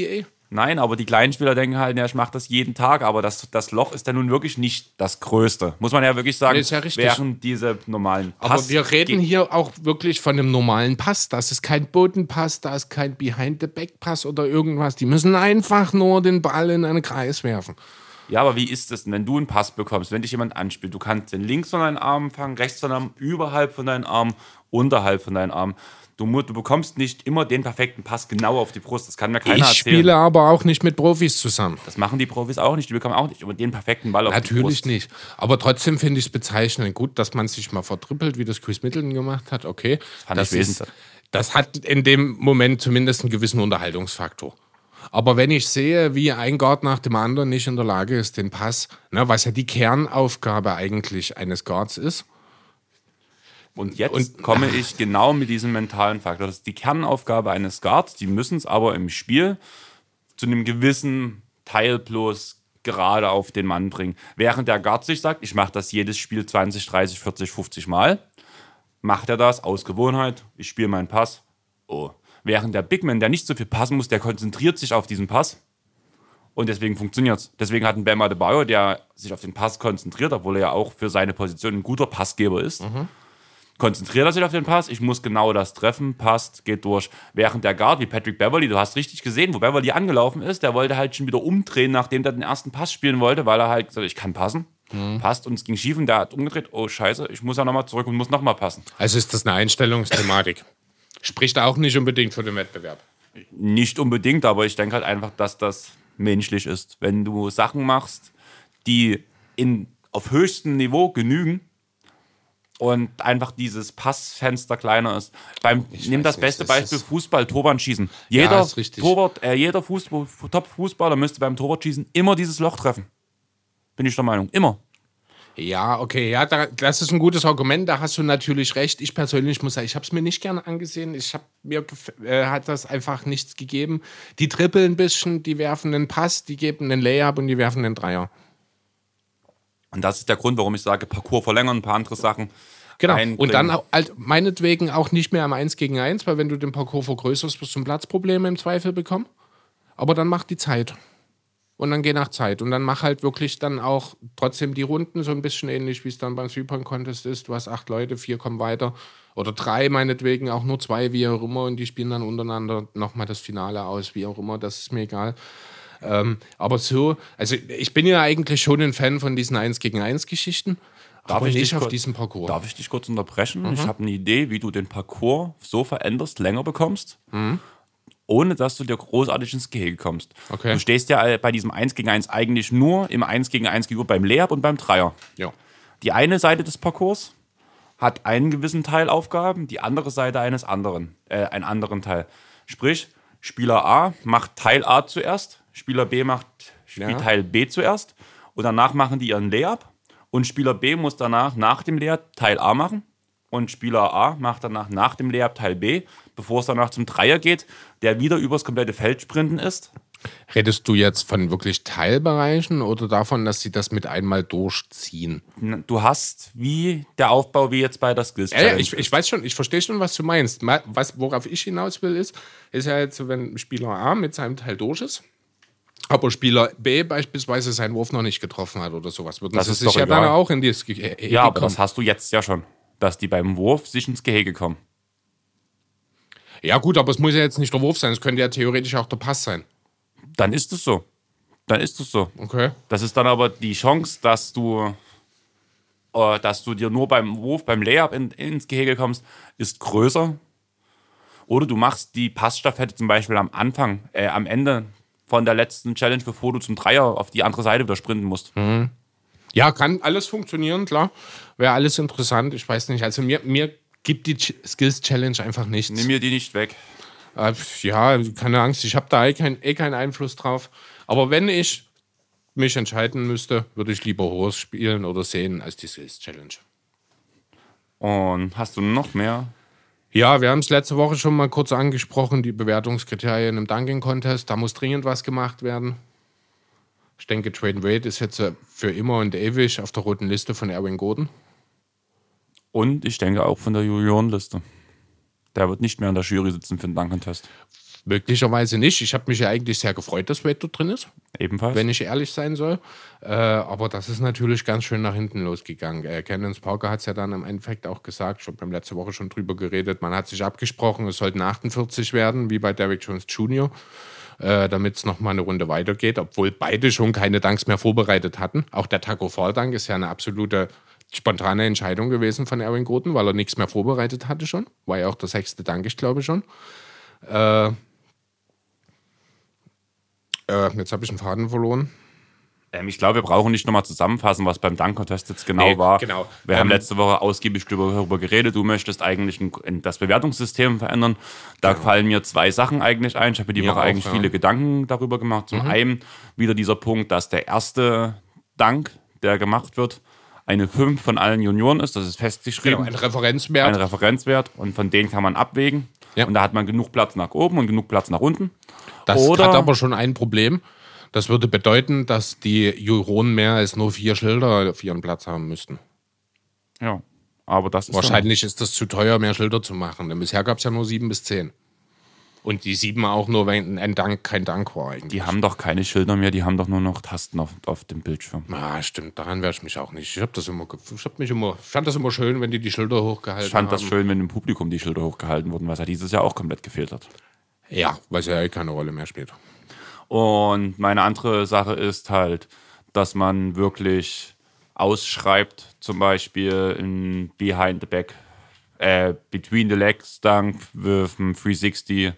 Nein, aber die kleinen Spieler denken halt, ja, ich mache das jeden Tag, aber das Loch ist ja nun wirklich nicht das Größte. Muss man ja wirklich sagen, Nee, ist ja richtig. während diese normalen Aber wir reden hier auch wirklich von einem normalen Pass. Das ist kein Bodenpass, da ist kein Behind-the-Back-Pass oder irgendwas. Die müssen einfach nur den Ball in einen Kreis werfen. Ja, aber wie ist es denn, wenn du einen Pass bekommst, wenn dich jemand anspielt? Du kannst den links von deinen Armen fangen, rechts von deinen Armen, überhalb von deinen Armen, unterhalb von deinen Armen. Du bekommst nicht immer den perfekten Pass genau auf die Brust. Das kann mir keiner erzählen. Ich spiele aber auch nicht mit Profis zusammen. Das machen die Profis auch nicht. Die bekommen auch nicht immer den perfekten Ball auf die Brust. Natürlich nicht. Aber trotzdem finde ich es bezeichnend gut, dass man sich mal vertrippelt, wie das Chris Middleton gemacht hat. Okay, das hat in dem Moment zumindest einen gewissen Unterhaltungsfaktor. Aber wenn ich sehe, wie ein Guard nach dem anderen nicht in der Lage ist, den Pass, was ja die Kernaufgabe eigentlich eines Guards ist. Und jetzt komme ich genau mit diesem mentalen Faktor. Das ist die Kernaufgabe eines Guards. Die müssen es aber im Spiel zu einem gewissen Teil bloß gerade auf den Mann bringen. Während der Guard sich sagt, ich mache das jedes Spiel 20, 30, 40, 50 Mal, macht er das aus Gewohnheit. Ich spiele meinen Pass. Oh. Während der Big Man, der nicht so viel passen muss, der konzentriert sich auf diesen Pass. Und deswegen funktioniert es. Deswegen hat ein Bam Adebayo, der sich auf den Pass konzentriert, obwohl er ja auch für seine Position ein guter Passgeber ist, konzentriert er sich auf den Pass. Ich muss genau das treffen, passt, geht durch. Während der Guard, wie Patrick Beverley, du hast richtig gesehen, wo Beverley angelaufen ist, der wollte halt schon wieder umdrehen, nachdem er den ersten Pass spielen wollte, weil er halt gesagt hat, ich kann passen. Passt und es ging schief und der hat umgedreht, oh scheiße, ich muss ja nochmal zurück und muss nochmal passen. Also ist das eine Einstellungsthematik. Spricht auch nicht unbedingt für den Wettbewerb. Nicht unbedingt, aber ich denke halt einfach, dass das menschlich ist. Wenn du Sachen machst, die auf höchstem Niveau genügen und einfach dieses Passfenster kleiner ist. Nimm das beste Beispiel Fußball, Torwandschießen. Jeder Top-Fußballer müsste beim Torwartschießen immer dieses Loch treffen. Bin ich der Meinung. Immer. Ja, okay, ja, das ist ein gutes Argument, da hast du natürlich recht. Ich persönlich muss sagen, ich habe es mir nicht gerne angesehen. Mir hat das einfach nichts gegeben. Die trippeln ein bisschen, die werfen einen Pass, die geben einen Layup und die werfen einen Dreier. Und das ist der Grund, warum ich sage, Parcours verlängern, ein paar andere Sachen. Genau, und dann halt meinetwegen auch nicht mehr am 1 gegen 1, weil wenn du den Parcours vergrößerst, wirst du Platzprobleme im Zweifel bekommen. Aber dann mach die Zeit. Und dann geh nach Zeit. Und dann mach halt wirklich dann auch trotzdem die Runden so ein bisschen ähnlich, wie es dann beim Three-Point-Contest ist. Du hast 8 Leute, 4 kommen weiter. Oder 3 meinetwegen, auch nur 2, wie auch immer. Und die spielen dann untereinander nochmal das Finale aus, wie auch immer. Das ist mir egal. Aber so, also ich bin ja eigentlich schon ein Fan von diesen 1 gegen 1 Geschichten. Aber nicht auf diesem Parcours. Darf ich dich kurz unterbrechen? Ich habe eine Idee, wie du den Parcours so veränderst, länger bekommst. Ohne dass du dir großartig ins Gehege kommst. Okay. Du stehst ja bei diesem 1 gegen 1 eigentlich nur im 1 gegen 1 gegenüber beim Layup und beim Dreier. Ja. Die eine Seite des Parcours hat einen gewissen Teil Aufgaben, die andere Seite einen anderen Teil. Sprich, Spieler A macht Teil A zuerst, Spieler B spielt Teil B zuerst und danach machen die ihren Layup und Spieler B muss danach nach dem Layup Teil A machen. Und Spieler A macht danach nach dem Layup Teil B, bevor es danach zum Dreier geht, der wieder übers komplette Feld sprinten ist. Redest du jetzt von wirklich Teilbereichen oder davon, dass sie das mit einmal durchziehen? Du hast der Aufbau wie jetzt bei der Skills Challenge. Ich weiß schon, ich verstehe schon, was du meinst. Worauf ich hinaus will, ist ja jetzt so, wenn Spieler A mit seinem Teil durch ist, aber Spieler B beispielsweise seinen Wurf noch nicht getroffen hat oder sowas, würden sie sich ja dann auch in dieses Gehege Ja, aber das hast du jetzt ja schon. Dass die beim Wurf sich ins Gehege kommen. Ja gut, aber es muss ja jetzt nicht der Wurf sein, es könnte ja theoretisch auch der Pass sein. Dann ist es so. Okay. Das ist dann aber die Chance, dass du dir nur beim Wurf, beim Layup ins Gehege kommst, ist größer. Oder du machst die Passstaffette zum Beispiel am Ende von der letzten Challenge, bevor du zum Dreier auf die andere Seite wieder sprinten musst. Ja, kann alles funktionieren, klar. Wäre alles interessant. Ich weiß nicht. Also mir gibt die Skills Challenge einfach nichts. Nimm mir die nicht weg. Ja, keine Angst. Ich habe da keinen Einfluss drauf. Aber wenn ich mich entscheiden müsste, würde ich lieber Horse spielen oder sehen als die Skills Challenge. Und hast du noch mehr? Ja, wir haben es letzte Woche schon mal kurz angesprochen, die Bewertungskriterien im Dunking Contest. Da muss dringend was gemacht werden. Ich denke, Dwayne Wade ist jetzt für immer und ewig auf der roten Liste von Aaron Gordon. Und ich denke auch von der Juniorenliste. Der wird nicht mehr in der Jury sitzen für den Dunk-Contest. Möglicherweise nicht. Ich habe mich ja eigentlich sehr gefreut, dass Wade dort drin ist. Ebenfalls. Wenn ich ehrlich sein soll. Aber das ist natürlich ganz schön nach hinten losgegangen. Candace Parker hat es ja dann im Endeffekt auch gesagt, ich habe beim letzte Woche schon drüber geredet, man hat sich abgesprochen, es sollten 48 werden, wie bei Derrick Jones Jr., damit es nochmal eine Runde weitergeht, obwohl beide schon keine Dunks mehr vorbereitet hatten. Auch der Taco Fall-Dunk ist ja eine absolute spontane Entscheidung gewesen von Aaron Gordon, weil er nichts mehr vorbereitet hatte schon. War ja auch der 6. Dunk, ich glaube schon. Jetzt habe ich einen Faden verloren. Ich glaube, wir brauchen nicht nochmal zusammenfassen, was beim Dunk-Contest jetzt genau war. Genau. Wir haben letzte Woche ausgiebig darüber geredet. Du möchtest eigentlich das Bewertungssystem verändern. Da fallen mir 2 Sachen eigentlich ein. Ich habe mir die Woche eigentlich viele Gedanken darüber gemacht. Zum einen wieder dieser Punkt, dass der erste Dunk, der gemacht wird, eine 5 von allen Junioren ist. Das ist festgeschrieben. Genau, ein Referenzwert. Ein Referenzwert. Und von denen kann man abwägen. Ja. Und da hat man genug Platz nach oben und genug Platz nach unten. Das hat aber schon ein Problem. Das würde bedeuten, dass die Juroren mehr als nur 4 Schilder auf ihren Platz haben müssten. Ja, aber das ist wahrscheinlich ist das zu teuer, mehr Schilder zu machen. Denn bisher gab es ja nur 7 bis 10. Und die 7 auch nur, wenn ein Dank kein Dank war eigentlich. Die haben doch keine Schilder mehr, die haben doch nur noch Tasten auf dem Bildschirm. Stimmt, daran wäre ich mich auch nicht. Ich fand das immer schön, wenn die Schilder hochgehalten haben. Ich fand das schön, wenn im Publikum die Schilder hochgehalten wurden, was ja dieses Jahr auch komplett gefehlt hat. Ja, weil es ja keine Rolle mehr spielt. Und meine andere Sache ist halt, dass man wirklich ausschreibt, zum Beispiel in Behind the Back, Between the Legs Dunk with 360,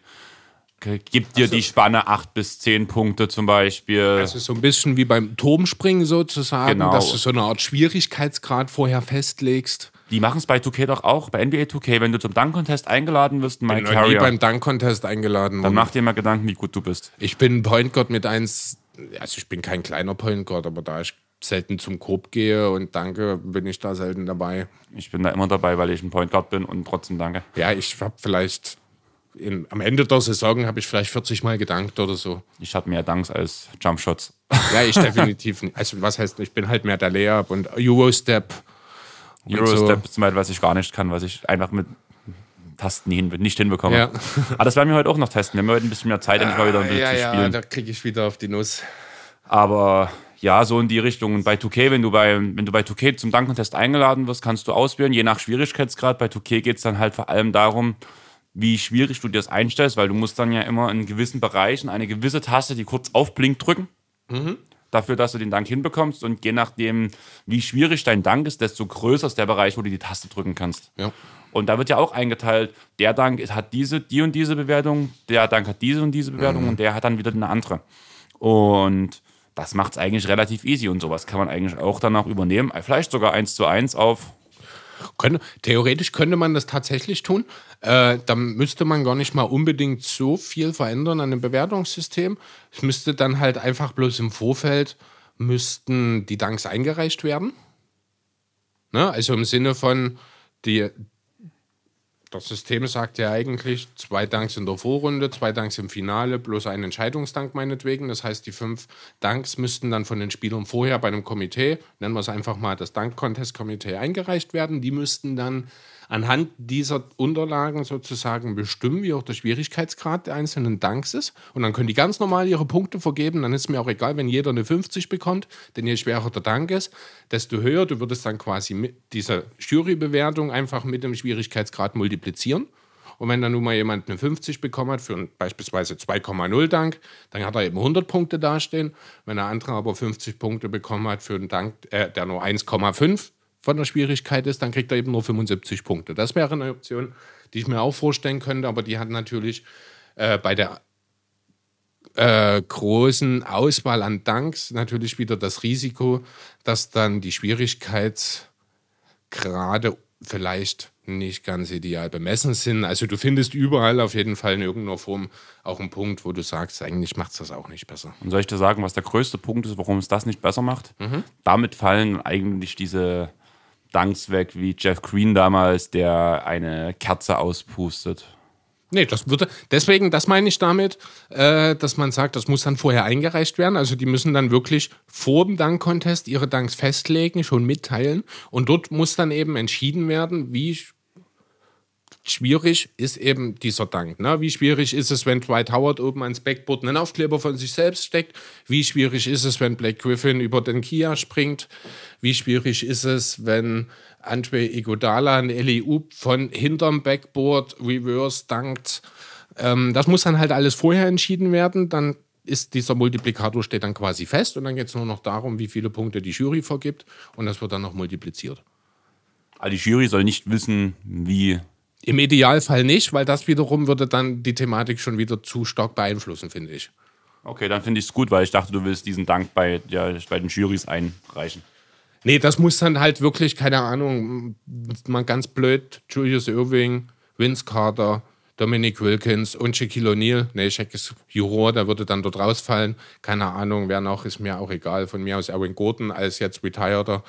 gibt dir die Spanne 8 bis 10 Punkte zum Beispiel. Das ist so ein bisschen wie beim Turmspringen sozusagen, Genau. Dass du so eine Art Schwierigkeitsgrad vorher festlegst. Die machen es bei 2K doch auch, bei NBA 2K, wenn du zum Dunk-Contest eingeladen wirst, Mike Carrier. Ich bin beim Dunk-Contest eingeladen. Dann mach dir mal Gedanken, wie gut du bist. Ich bin Point Guard mit 1, also ich bin kein kleiner Point Guard, aber da ich selten zum Korb gehe und danke, bin ich da selten dabei. Ich bin da immer dabei, weil ich ein Point Guard bin und trotzdem danke. Ja, ich habe vielleicht, am Ende der Saison habe ich vielleicht 40 Mal gedankt oder so. Ich habe mehr Dunks als Jumpshots. Ja, ich definitiv nicht. Also was heißt, ich bin halt mehr der Layup und Eurostep. Eurostep ist zum Beispiel, was ich gar nicht kann, was ich einfach mit Tasten nicht hinbekomme. Ja. Aber das werden wir heute auch noch testen. Wir haben heute ein bisschen mehr Zeit, endlich mal wieder ein bisschen zu spielen. Ja, da kriege ich wieder auf die Nuss. Aber ja, so in die Richtung. Und bei 2K, wenn du bei 2K zum Dunk-Contest eingeladen wirst, kannst du auswählen, je nach Schwierigkeitsgrad. Bei 2K geht es dann halt vor allem darum, wie schwierig du dir das einstellst, weil du musst dann ja immer in gewissen Bereichen eine gewisse Taste, die kurz aufblinkt, drücken. Dafür, dass du den Dunk hinbekommst. Und je nachdem, wie schwierig dein Dunk ist, desto größer ist der Bereich, wo du die Taste drücken kannst. Ja. Und da wird ja auch eingeteilt, der Dunk hat die und diese Bewertung, der Dunk hat diese und diese Bewertung und der hat dann wieder eine andere. Und das macht es eigentlich relativ easy und sowas kann man eigentlich auch danach übernehmen. Vielleicht sogar 1:1 auf. Theoretisch könnte man das tatsächlich tun. Dann müsste man gar nicht mal unbedingt so viel verändern an dem Bewertungssystem. Es müsste dann halt einfach bloß im Vorfeld müssten die Dunks eingereicht werden. Ne? Also im Sinne von, das System sagt ja eigentlich 2 Dunks in der Vorrunde, 2 Dunks im Finale, bloß ein Entscheidungsdank meinetwegen. Das heißt, die 5 Dunks müssten dann von den Spielern vorher bei einem Komitee, nennen wir es einfach mal das Dunk-Contest-Komitee, eingereicht werden. Die müssten dann anhand dieser Unterlagen sozusagen bestimmen, wie auch der Schwierigkeitsgrad der einzelnen Dunks ist. Und dann können die ganz normal ihre Punkte vergeben. Dann ist mir auch egal, wenn jeder eine 50 bekommt, denn je schwerer der Dunk ist, desto höher. Du würdest dann quasi mit dieser Jurybewertung einfach mit dem Schwierigkeitsgrad multiplizieren. Und wenn dann nun mal jemand eine 50 bekommen hat für einen beispielsweise 2,0 Dunk, dann hat er eben 100 Punkte dastehen. Wenn der andere aber 50 Punkte bekommen hat für einen Dunk, der nur 1,5 von der Schwierigkeit ist, dann kriegt er eben nur 75 Punkte. Das wäre eine Option, die ich mir auch vorstellen könnte, aber die hat natürlich bei der großen Auswahl an Dunks natürlich wieder das Risiko, dass dann die Schwierigkeitsgrade vielleicht nicht ganz ideal bemessen sind. Also du findest überall auf jeden Fall in irgendeiner Form auch einen Punkt, wo du sagst, eigentlich macht es das auch nicht besser. Und soll ich dir sagen, was der größte Punkt ist, warum es das nicht besser macht? Damit fallen eigentlich diese Dunks weg, wie Jeff Green damals, der eine Kerze auspustet. Nee, das meine ich damit, dass man sagt, das muss dann vorher eingereicht werden. Also die müssen dann wirklich vor dem Dunk-Contest ihre Dunks festlegen, schon mitteilen. Und dort muss dann eben entschieden werden, wie schwierig ist eben dieser Dank. Ne? Wie schwierig ist es, wenn Dwight Howard oben ans Backboard einen Aufkleber von sich selbst steckt? Wie schwierig ist es, wenn Blake Griffin über den Kia springt? Wie schwierig ist es, wenn Andre Iguodala ein Alley-Oop von hinterm Backboard Reverse dankt? Das muss dann halt alles vorher entschieden werden. Dann ist dieser Multiplikator steht dann quasi fest und dann geht es nur noch darum, wie viele Punkte die Jury vergibt und das wird dann noch multipliziert. Also die Jury soll nicht wissen, wie... Im Idealfall nicht, weil das wiederum würde dann die Thematik schon wieder zu stark beeinflussen, finde ich. Okay, dann finde ich es gut, weil ich dachte, du willst diesen Dank bei den Jurys einreichen. Nee, das muss dann halt wirklich, keine Ahnung, mal ganz blöd, Julius Erving, Vince Carter, Dominic Wilkins und Shaquille O'Neal. Nee, Shaq ist Juror, der würde dann dort rausfallen. Keine Ahnung, wer noch, ist mir auch egal. Von mir aus Aaron Gordon als jetzt Retireder.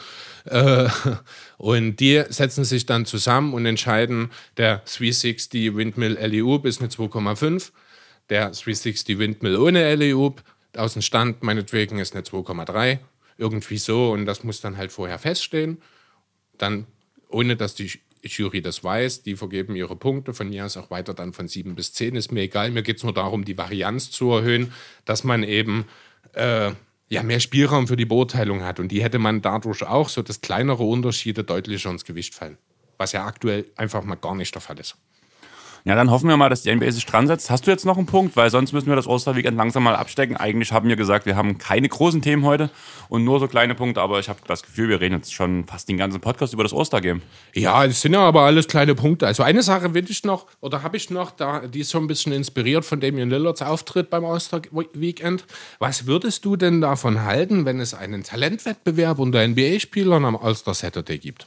Und die setzen sich dann zusammen und entscheiden, der 360 Windmill Alley-Oop ist eine 2,5. Der 360 Windmill ohne Alley-Oop aus dem Stand meinetwegen ist eine 2,3. Irgendwie so. Und das muss dann halt vorher feststehen. Dann, ohne dass die Jury das weiß, die vergeben ihre Punkte, von mir aus auch weiter dann von 7 bis 10, ist mir egal. Mir geht es nur darum, die Varianz zu erhöhen, dass man eben mehr Spielraum für die Beurteilung hat. Und die hätte man dadurch auch, so dass kleinere Unterschiede deutlicher ins Gewicht fallen. Was ja aktuell einfach mal gar nicht der Fall ist. Ja, dann hoffen wir mal, dass die NBA sich dran setzt. Hast du jetzt noch einen Punkt? Weil sonst müssen wir das All-Star-Weekend langsam mal abstecken. Eigentlich haben wir gesagt, wir haben keine großen Themen heute und nur so kleine Punkte. Aber ich habe das Gefühl, wir reden jetzt schon fast den ganzen Podcast über das All-Star-Game. Ja, es sind ja aber alles kleine Punkte. Also eine Sache will ich noch, oder habe ich noch, die ist so ein bisschen inspiriert von Damian Lillards Auftritt beim All-Star-Weekend. Was würdest du denn davon halten, wenn es einen Talentwettbewerb unter NBA-Spielern am All-Star-Saturday gibt?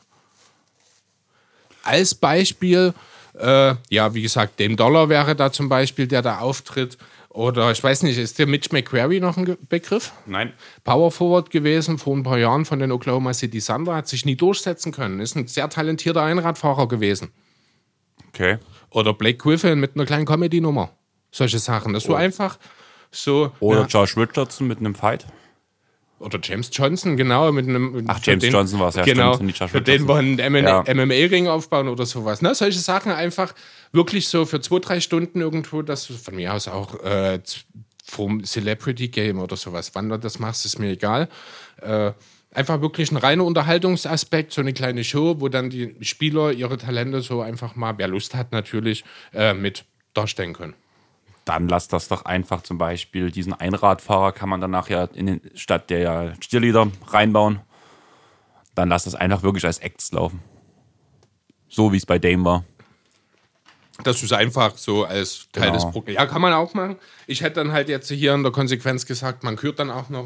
Als Beispiel... wie gesagt, Dame Dollar wäre da zum Beispiel, der da auftritt. Oder ich weiß nicht, ist der Mitch McQuarrie noch ein Begriff? Nein. Power Forward gewesen, vor ein paar Jahren von den Oklahoma City Thunder, hat sich nie durchsetzen können. Ist ein sehr talentierter Einradfahrer gewesen. Okay. Oder Blake Griffin mit einer kleinen Comedy-Nummer. Solche Sachen. Das war einfach so... Oder Josh Richardson mit einem Fight. Oder James Johnson, genau. James Johnson war es, ja. Genau, stimmt, für den wir einen MMA-Ring aufbauen oder sowas. Ne? Solche Sachen einfach wirklich so für 2-3 Stunden irgendwo, das von mir aus auch vom Celebrity-Game oder sowas. Wann du das machst, ist mir egal. Einfach wirklich ein reiner Unterhaltungsaspekt, so eine kleine Show, wo dann die Spieler ihre Talente so einfach mal, wer Lust hat natürlich, mit darstellen können. Dann lass das doch einfach zum Beispiel, diesen Einradfahrer kann man danach ja statt der Cheerleader reinbauen. Dann lass das einfach wirklich als Acts laufen. So wie es bei Dame war. Das ist einfach so als Teil des Programms. Ja, kann man auch machen. Ich hätte dann halt jetzt hier in der Konsequenz gesagt, man kürt dann auch noch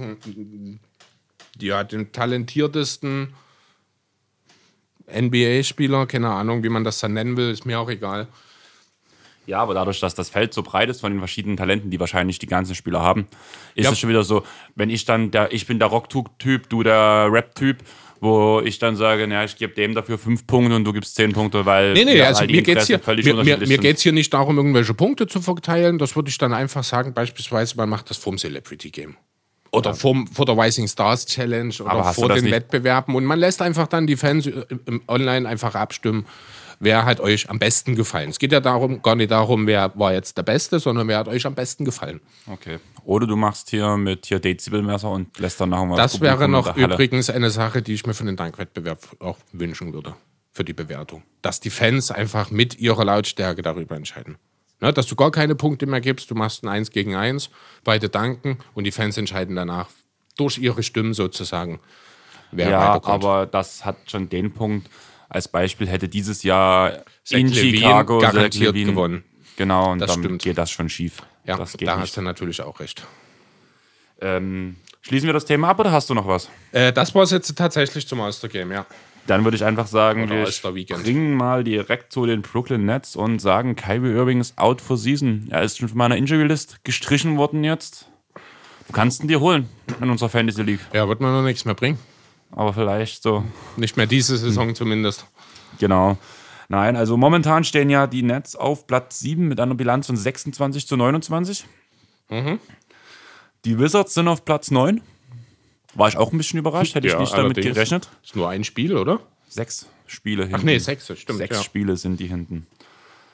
den talentiertesten NBA-Spieler, keine Ahnung, wie man das dann nennen will, ist mir auch egal. Ja, aber dadurch, dass das Feld so breit ist von den verschiedenen Talenten, die wahrscheinlich die ganzen Spieler haben, ist es schon wieder so, wenn ich dann, ich bin der Rock-Typ, du der Rap-Typ, wo ich dann sage, naja, ich gebe dem dafür 5 Punkte und du gibst 10 Punkte, weil also halt mir geht's hier nicht darum, irgendwelche Punkte zu verteilen, das würde ich dann einfach sagen, beispielsweise, man macht das vorm Celebrity-Game. Oder vor der Rising Stars Challenge oder vor den Wettbewerben und man lässt einfach dann die Fans online einfach abstimmen, wer hat euch am besten gefallen. Es geht ja gar nicht darum, wer war jetzt der Beste, sondern wer hat euch am besten gefallen. Okay. Oder du machst hier mit Dezibelmesser und lässt dann nachher mal das wäre noch übrigens eine Sache, die ich mir von dem Dankwettbewerb auch wünschen würde, für die Bewertung. Dass die Fans einfach mit ihrer Lautstärke darüber entscheiden. Ne, dass du gar keine Punkte mehr gibst, du machst ein 1 gegen 1, beide danken und die Fans entscheiden danach durch ihre Stimmen sozusagen, wer weiterkommt. Ja, aber das hat schon den Punkt, als Beispiel hätte dieses Jahr Zach in Levine Chicago garantiert gewonnen. Genau, und das dann stimmt. Geht das schon schief. Ja, das geht da nicht. hast du natürlich auch recht. Schließen wir das Thema ab oder hast du noch was? Das war es jetzt tatsächlich zum All-Star-Game, ja. Dann würde ich einfach sagen, wir All-Star-Weekend. springen mal direkt zu den Brooklyn Nets und sagen, Kyrie Irving ist out for season. Er ist schon von meiner Injury-List gestrichen worden jetzt. Du kannst ihn dir holen in unserer Fantasy League. Ja, wird man noch nichts mehr bringen. Aber vielleicht so. Nicht mehr diese Saison zumindest. Genau. Nein, also momentan stehen ja die Nets auf Platz 7 mit einer Bilanz von 26-29. Mhm. Die Wizards sind auf Platz 9. War ich auch ein bisschen überrascht, hätte ich nicht damit gerechnet. Ist nur ein Spiel, oder? 6 Spiele hinten. Ach nee, 6, stimmt. 6 Spiele sind die hinten.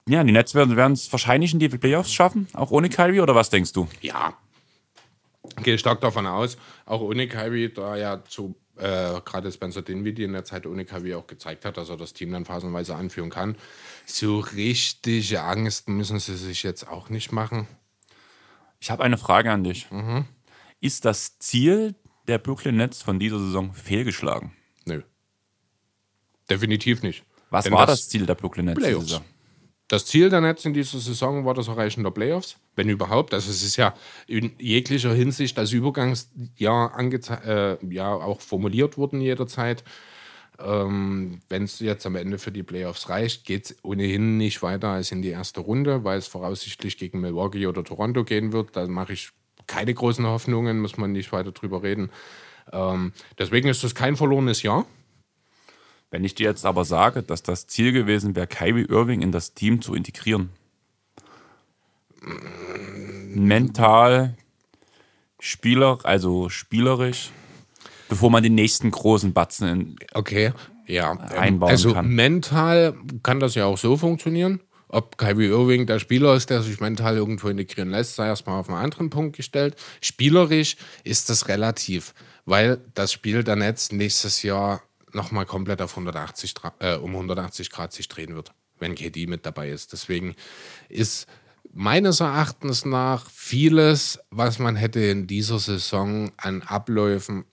Ja, die Nets werden es wahrscheinlich in die Playoffs schaffen, auch ohne Kyrie, oder was denkst du? Ja, gehe stark davon aus, auch ohne Kyrie, da ja gerade Spencer Dinwiddie in der Zeit ohne Kyrie auch gezeigt hat, dass er das Team dann phasenweise anführen kann. So richtig Angst müssen sie sich jetzt auch nicht machen. Ich habe eine Frage an dich. Ist das Ziel der Brooklyn Nets von dieser Saison fehlgeschlagen? Nö. Definitiv nicht. Was Denn war das Ziel der Brooklyn Nets diese Playoffs. Saison? Das Ziel der Nets in dieser Saison war das Erreichen der Playoffs, wenn überhaupt. Also es ist ja in jeglicher Hinsicht als Übergangsjahr auch formuliert worden jederzeit. Wenn es jetzt am Ende für die Playoffs reicht, geht es ohnehin nicht weiter als in die erste Runde, weil es voraussichtlich gegen Milwaukee oder Toronto gehen wird. Da mache ich keine großen Hoffnungen, muss man nicht weiter drüber reden. Deswegen ist das kein verlorenes Jahr. Wenn ich dir jetzt aber sage, dass das Ziel gewesen wäre, Kyrie Irving in das Team zu integrieren. Mental, spielerisch, bevor man den nächsten großen Batzen Okay, ja. einbauen also kann. Mental kann das ja auch so funktionieren. Ob Kyrie Irving der Spieler ist, der sich mental irgendwo integrieren lässt, sei erstmal auf einen anderen Punkt gestellt. Spielerisch ist das relativ, weil das Spiel der Nets nächstes Jahr nochmal komplett auf 180 Grad sich drehen wird, wenn KD mit dabei ist. Deswegen ist meines Erachtens nach vieles, was man hätte in dieser Saison an Abläufen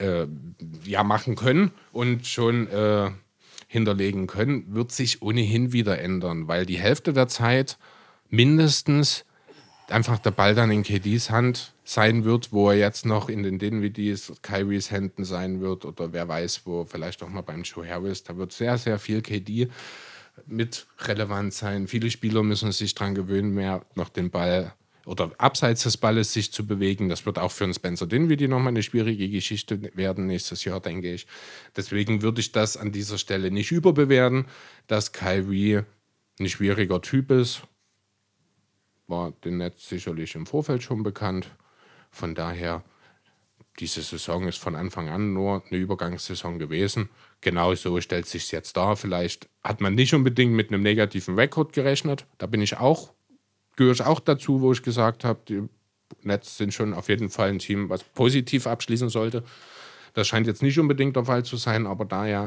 machen können und schon hinterlegen können, wird sich ohnehin wieder ändern, weil die Hälfte der Zeit mindestens einfach der Ball dann in KDs Hand sein wird, wo er jetzt noch in den Dinwiddie's, Kyries Händen sein wird oder wer weiß, wo vielleicht auch mal beim Joe Harris, da wird sehr, sehr viel KD mit relevant sein. Viele Spieler müssen sich daran gewöhnen, mehr noch den Ball oder abseits des Balles sich zu bewegen. Das wird auch für einen Spencer Dinwiddie nochmal eine schwierige Geschichte werden nächstes Jahr, denke ich. Deswegen würde ich das an dieser Stelle nicht überbewerten, dass Kyrie ein schwieriger Typ ist. War den Netz sicherlich im Vorfeld schon bekannt. Von daher, diese Saison ist von Anfang an nur eine Übergangssaison gewesen. Genau so stellt sich jetzt dar. Vielleicht hat man nicht unbedingt mit einem negativen Rekord gerechnet. Da gehöre ich auch dazu, wo ich gesagt habe, die Nets sind schon auf jeden Fall ein Team, was positiv abschließen sollte. Das scheint jetzt nicht unbedingt der Fall zu sein, aber da ja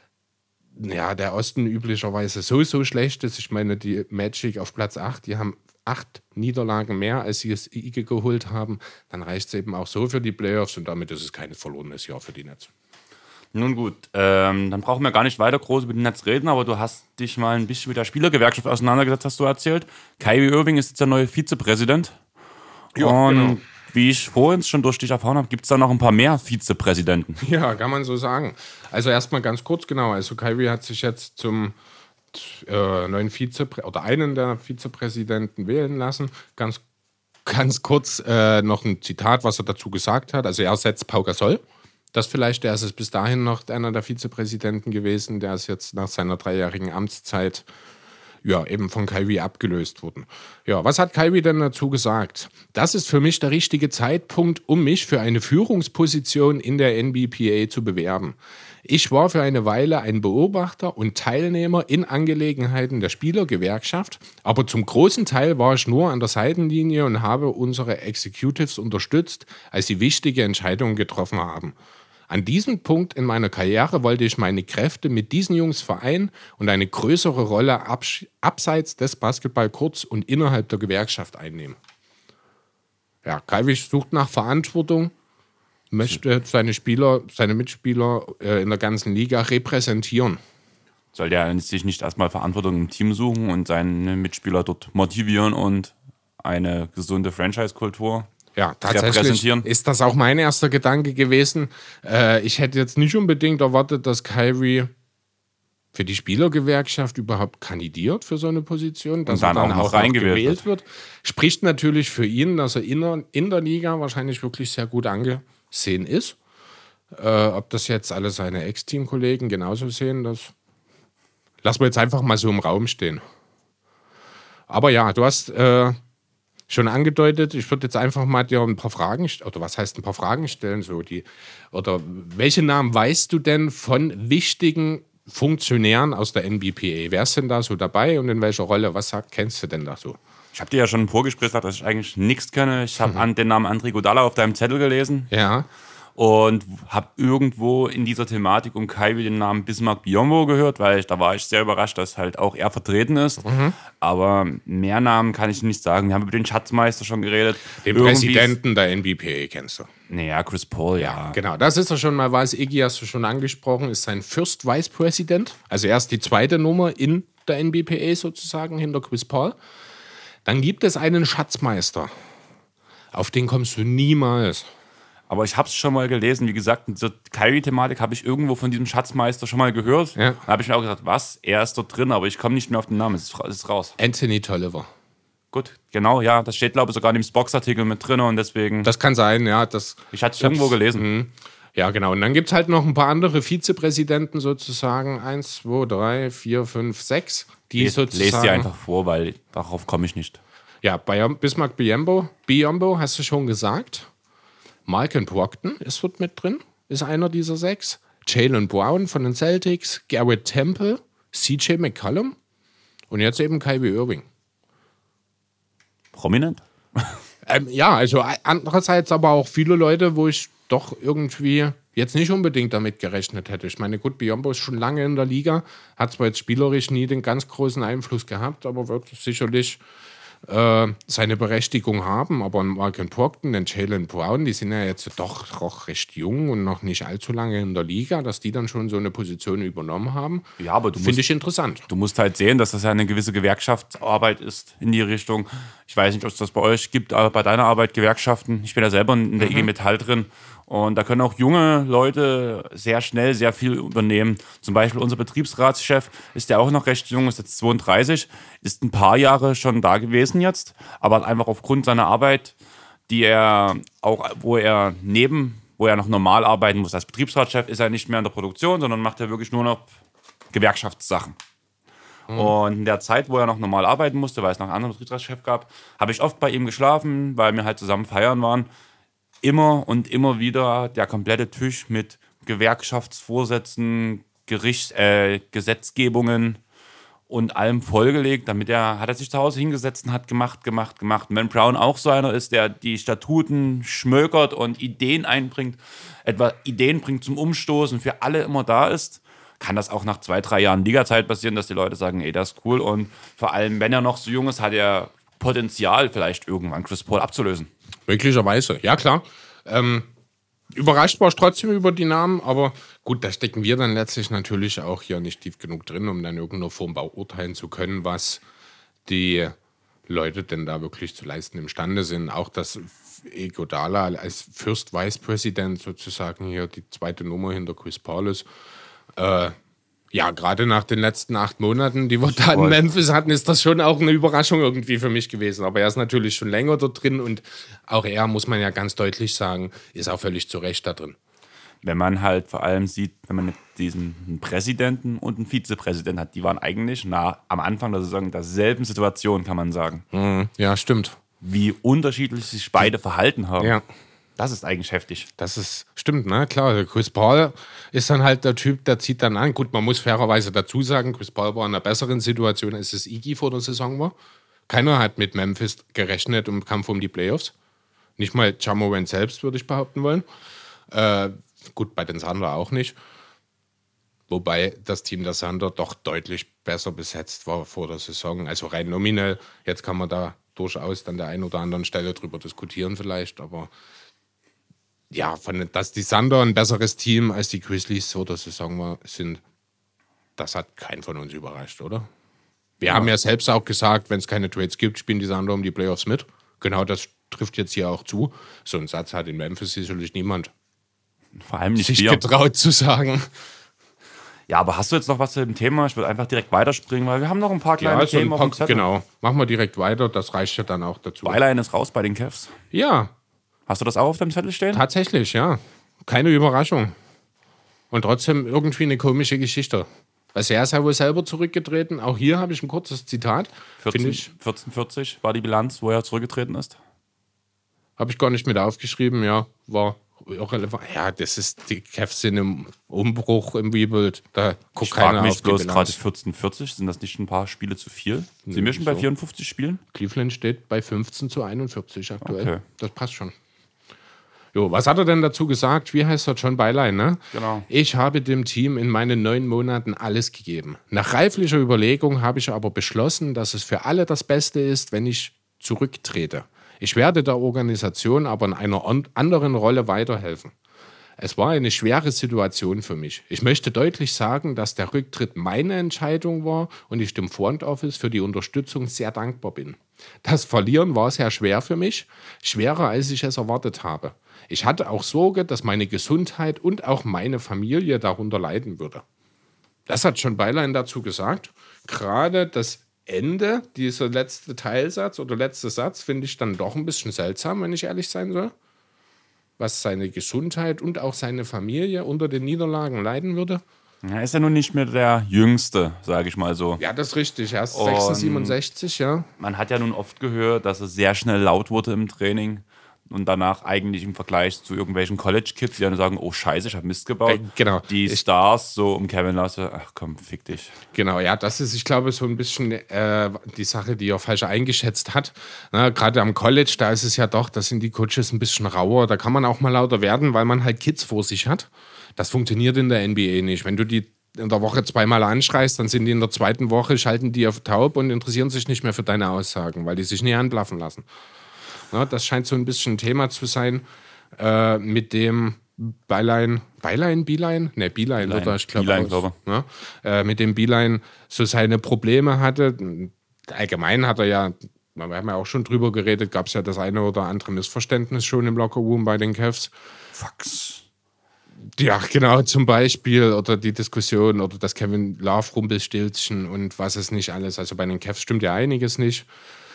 der Osten üblicherweise so schlecht ist, ich meine, die Magic auf Platz 8, die haben 8 Niederlagen mehr, als sie es geholt haben, dann reicht es eben auch so für die Playoffs und damit ist es kein verlorenes Jahr für die Nets. Nun gut, dann brauchen wir gar nicht weiter groß über die Nets reden, aber du hast dich mal ein bisschen mit der Spielergewerkschaft auseinandergesetzt, hast du erzählt. Kyrie Irving ist jetzt der neue Vizepräsident. Ja, und genau. wie ich vorhin schon durch dich erfahren habe, gibt es da noch ein paar mehr Vizepräsidenten. Ja, kann man so sagen. Also erstmal ganz kurz, genau. Also Kyrie hat sich jetzt zum neuen einen der Vizepräsidenten wählen lassen. Ganz kurz noch ein Zitat, was er dazu gesagt hat. Also er ersetzt Pau Gasol. Das vielleicht, der ist es bis dahin noch einer der Vizepräsidenten gewesen. Der ist jetzt nach seiner 3-jährigen Amtszeit eben von Kyrie abgelöst worden. Ja, was hat Kyrie denn dazu gesagt? Das ist für mich der richtige Zeitpunkt, um mich für eine Führungsposition in der NBPA zu bewerben. Ich war für eine Weile ein Beobachter und Teilnehmer in Angelegenheiten der Spielergewerkschaft, aber zum großen Teil war ich nur an der Seitenlinie und habe unsere Executives unterstützt, als sie wichtige Entscheidungen getroffen haben. An diesem Punkt in meiner Karriere wollte ich meine Kräfte mit diesen Jungs vereinen und eine größere Rolle abseits des Basketballcourts und innerhalb der Gewerkschaft einnehmen. Ja, Kyrie sucht nach Verantwortung, möchte seine Mitspieler in der ganzen Liga repräsentieren. Soll der sich nicht erstmal Verantwortung im Team suchen und seine Mitspieler dort motivieren und eine gesunde Franchise-Kultur Ja, tatsächlich ist das auch mein erster Gedanke gewesen. Ich hätte jetzt nicht unbedingt erwartet, dass Kyrie für die Spielergewerkschaft überhaupt kandidiert für so eine Position, dass dann er dann auch noch noch reingewählt wird. Spricht natürlich für ihn, dass er in der Liga wahrscheinlich wirklich sehr gut angesehen ist. Ob das jetzt alle seine Ex-Teamkollegen genauso sehen, das lassen wir jetzt einfach mal so im Raum stehen. Aber ja, du hast schon angedeutet, ich würde jetzt einfach mal dir ein paar Fragen, oder was heißt ein paar Fragen stellen, oder welche Namen weißt du denn von wichtigen Funktionären aus der NBPA. Wer ist denn da so dabei und in welcher Rolle? Kennst du denn da so? Ich habe dir ja schon im Vorgespräch gesagt, dass ich eigentlich nichts kenne. Ich habe den Namen André Godala auf deinem Zettel gelesen. Ja. Und habe irgendwo in dieser Thematik um Kaiwi den Namen Bismarck Biyombo gehört, weil da war ich sehr überrascht, dass halt auch er vertreten ist. Aber mehr Namen kann ich nicht sagen. Wir haben über den Schatzmeister schon geredet. Den Präsidenten der NBPA kennst du. Naja, Chris Paul, ja. Genau, das ist er schon mal weiß. Iggy hast du schon angesprochen, ist sein First Vice President. Also erst die zweite Nummer in der NBPA sozusagen hinter Chris Paul. Dann gibt es einen Schatzmeister. Auf den kommst du niemals. Aber ich habe es schon mal gelesen. Wie gesagt, diese Kyrie-Thematik habe ich irgendwo von diesem Schatzmeister schon mal gehört. Ja. Da habe ich mir auch gesagt, was? Er ist dort drin, aber ich komme nicht mehr auf den Namen. Es ist raus. Anthony Tolliver. Gut, genau, ja. Das steht, glaube ich, sogar in dem Spox-Artikel mit drin und deswegen... Das kann sein, ja. Ich hatte es irgendwo gelesen. Ja, genau. Und dann gibt es halt noch ein paar andere Vizepräsidenten sozusagen. 1, 2, 3, 4, 5, 6. Die sozusagen... Lest dir einfach vor, weil darauf komme ich nicht. Ja, Bismarck Biyombo hast du schon gesagt. Malcolm Brogdon ist dort mit drin, ist einer dieser 6. Jaylen Brown von den Celtics, Garrett Temple, CJ McCollum und jetzt eben Kyrie Irving. Prominent? Ja, also andererseits aber auch viele Leute, wo ich doch irgendwie jetzt nicht unbedingt damit gerechnet hätte. Ich meine, gut, Biyombo ist schon lange in der Liga, hat zwar jetzt spielerisch nie den ganz großen Einfluss gehabt, aber wird sicherlich seine Berechtigung haben, aber Malcolm Brogdon und Jaylen Brown, die sind ja jetzt doch recht jung und noch nicht allzu lange in der Liga, dass die dann schon so eine Position übernommen haben, ja, aber finde ich interessant. Du musst halt sehen, dass das ja eine gewisse Gewerkschaftsarbeit ist in die Richtung. Ich weiß nicht, ob es das bei euch gibt, aber bei deiner Arbeit Gewerkschaften. Ich bin ja selber in der IG Metall drin. Und da können auch junge Leute sehr schnell sehr viel übernehmen. Zum Beispiel unser Betriebsratschef ist ja auch noch recht jung, ist jetzt 32, ist ein paar Jahre schon da gewesen jetzt, aber hat einfach aufgrund seiner Arbeit, die er auch, wo er noch normal arbeiten muss. Als Betriebsratschef ist er nicht mehr in der Produktion, sondern macht er wirklich nur noch Gewerkschaftssachen. Und in der Zeit, wo er noch normal arbeiten musste, weil es noch einen anderen Betriebsratschef gab, habe ich oft bei ihm geschlafen, weil wir halt zusammen feiern waren. Immer und immer wieder der komplette Tisch mit Gewerkschaftsvorsätzen, Gesetzgebungen und allem vollgelegt. Hat er sich zu Hause hingesetzt und hat gemacht. Und wenn Brown auch so einer ist, der die Statuten schmökert und Ideen einbringt, etwa Ideen bringt zum Umstoßen, für alle immer da ist, kann das auch nach 2-3 Jahren Ligazeit passieren, dass die Leute sagen, ey, das ist cool. Und vor allem, wenn er noch so jung ist, hat er Potenzial, vielleicht irgendwann Chris Paul abzulösen. Möglicherweise, ja klar. Überrascht war ich trotzdem über die Namen, aber gut, da stecken wir dann letztlich natürlich auch hier nicht tief genug drin, um dann irgendeiner Form beurteilen zu können, was die Leute denn da wirklich zu leisten imstande sind. Auch dass Iguodala als First Vice President sozusagen hier die zweite Nummer hinter Chris Paul ist. Ja, gerade nach den letzten 8 Monaten, die wir da in Memphis hatten, ist das schon auch eine Überraschung irgendwie für mich gewesen. Aber er ist natürlich schon länger dort drin und auch er, muss man ja ganz deutlich sagen, ist auch völlig zu Recht da drin. Wenn man halt vor allem sieht, wenn man diesen Präsidenten und einen Vizepräsidenten hat, die waren eigentlich am Anfang der Saison in derselben Situation, kann man sagen. Ja, stimmt. Wie unterschiedlich sich beide verhalten haben. Ja. Das ist eigentlich heftig. Stimmt, ne? Klar, Chris Paul ist dann halt der Typ, der zieht dann an. Gut, man muss fairerweise dazu sagen, Chris Paul war in einer besseren Situation, als es Iggy vor der Saison war. Keiner hat mit Memphis gerechnet im Kampf um die Playoffs. Nicht mal Ja Morant selbst, würde ich behaupten wollen. Gut, bei den Thunder auch nicht. Wobei das Team der Thunder doch deutlich besser besetzt war vor der Saison. Also rein nominell. Jetzt kann man da durchaus an der einen oder anderen Stelle drüber diskutieren vielleicht, aber ja, dass die Thunder ein besseres Team als die Grizzlies vor der Saison sind, das hat keinen von uns überrascht, oder? Wir haben ja selbst auch gesagt, wenn es keine Trades gibt, spielen die Thunder um die Playoffs mit. Genau das trifft jetzt hier auch zu. So einen Satz hat in Memphis sicherlich niemand vor allem nicht sich getraut zu sagen. Ja, aber hast du jetzt noch was zu dem Thema? Ich würde einfach direkt weiterspringen, weil wir haben noch ein paar kleine Themen auf dem Zettel. Genau, machen wir direkt weiter, das reicht ja dann auch dazu. Weilein ist raus bei den Cavs. Ja. Hast du das auch auf deinem Zettel stehen? Tatsächlich, ja. Keine Überraschung. Und trotzdem irgendwie eine komische Geschichte. Also er ist ja wohl selber zurückgetreten. Auch hier habe ich ein kurzes Zitat. 1440 war die Bilanz, wo er zurückgetreten ist. Habe ich gar nicht mit aufgeschrieben, ja. War irrelevant. Ja, die Cavs sind im Umbruch, im Rebuild. Da guckt Ich frage keiner mich auf die bloß gerade Bilanz. 14:40, sind das nicht ein paar Spiele zu viel? Sind wir schon bei so. 54 Spielen? Cleveland steht bei 15:41 aktuell. Okay. Das passt schon. Jo, was hat er denn dazu gesagt? Wie heißt er? John Beilein, ne? Genau. Ich habe dem Team in meinen 9 Monaten alles gegeben. Nach reiflicher Überlegung habe ich aber beschlossen, dass es für alle das Beste ist, wenn ich zurücktrete. Ich werde der Organisation aber in einer anderen Rolle weiterhelfen. Es war eine schwere Situation für mich. Ich möchte deutlich sagen, dass der Rücktritt meine Entscheidung war und ich dem Front Office für die Unterstützung sehr dankbar bin. Das Verlieren war sehr schwer für mich, schwerer als ich es erwartet habe. Ich hatte auch Sorge, dass meine Gesundheit und auch meine Familie darunter leiden würde. Das hat John Beilein dazu gesagt. Gerade das Ende, dieser letzte Teilsatz oder letzte Satz, finde ich dann doch ein bisschen seltsam, wenn ich ehrlich sein soll. Was seine Gesundheit und auch seine Familie unter den Niederlagen leiden würde. Er ist ja nun nicht mehr der Jüngste, sage ich mal so. Ja, das ist richtig. Er ist 66, ja. Man hat ja nun oft gehört, dass es sehr schnell laut wurde im Training und danach eigentlich im Vergleich zu irgendwelchen College-Kids, die dann sagen, oh Scheiße, ich habe Mist gebaut. Genau. Die Stars so um Kevin Love, ach komm, fick dich. Genau, ja, das ist, ich glaube, so ein bisschen die Sache, die er falsch eingeschätzt hat. Gerade am College, da ist es ja doch, da sind die Coaches ein bisschen rauer. Da kann man auch mal lauter werden, weil man halt Kids vor sich hat. Das funktioniert in der NBA nicht. Wenn du die in der Woche 2-mal anschreist, dann sind die in der 2. Woche, schalten die auf taub und interessieren sich nicht mehr für deine Aussagen, weil die sich nie anblaffen lassen. Das scheint so ein bisschen ein Thema zu sein, mit dem Beeline, ne, Beeline, oder ich glaube. Mit dem Beeline so seine Probleme hatte. Allgemein hat er ja, wir haben ja auch schon drüber geredet, gab es ja das eine oder andere Missverständnis schon im Lockerroom bei den Cavs. Fax. Ja, genau, zum Beispiel, oder die Diskussion, oder das Kevin Love Rumpelstilzchen und was es nicht alles. Also bei den Cavs stimmt ja einiges nicht.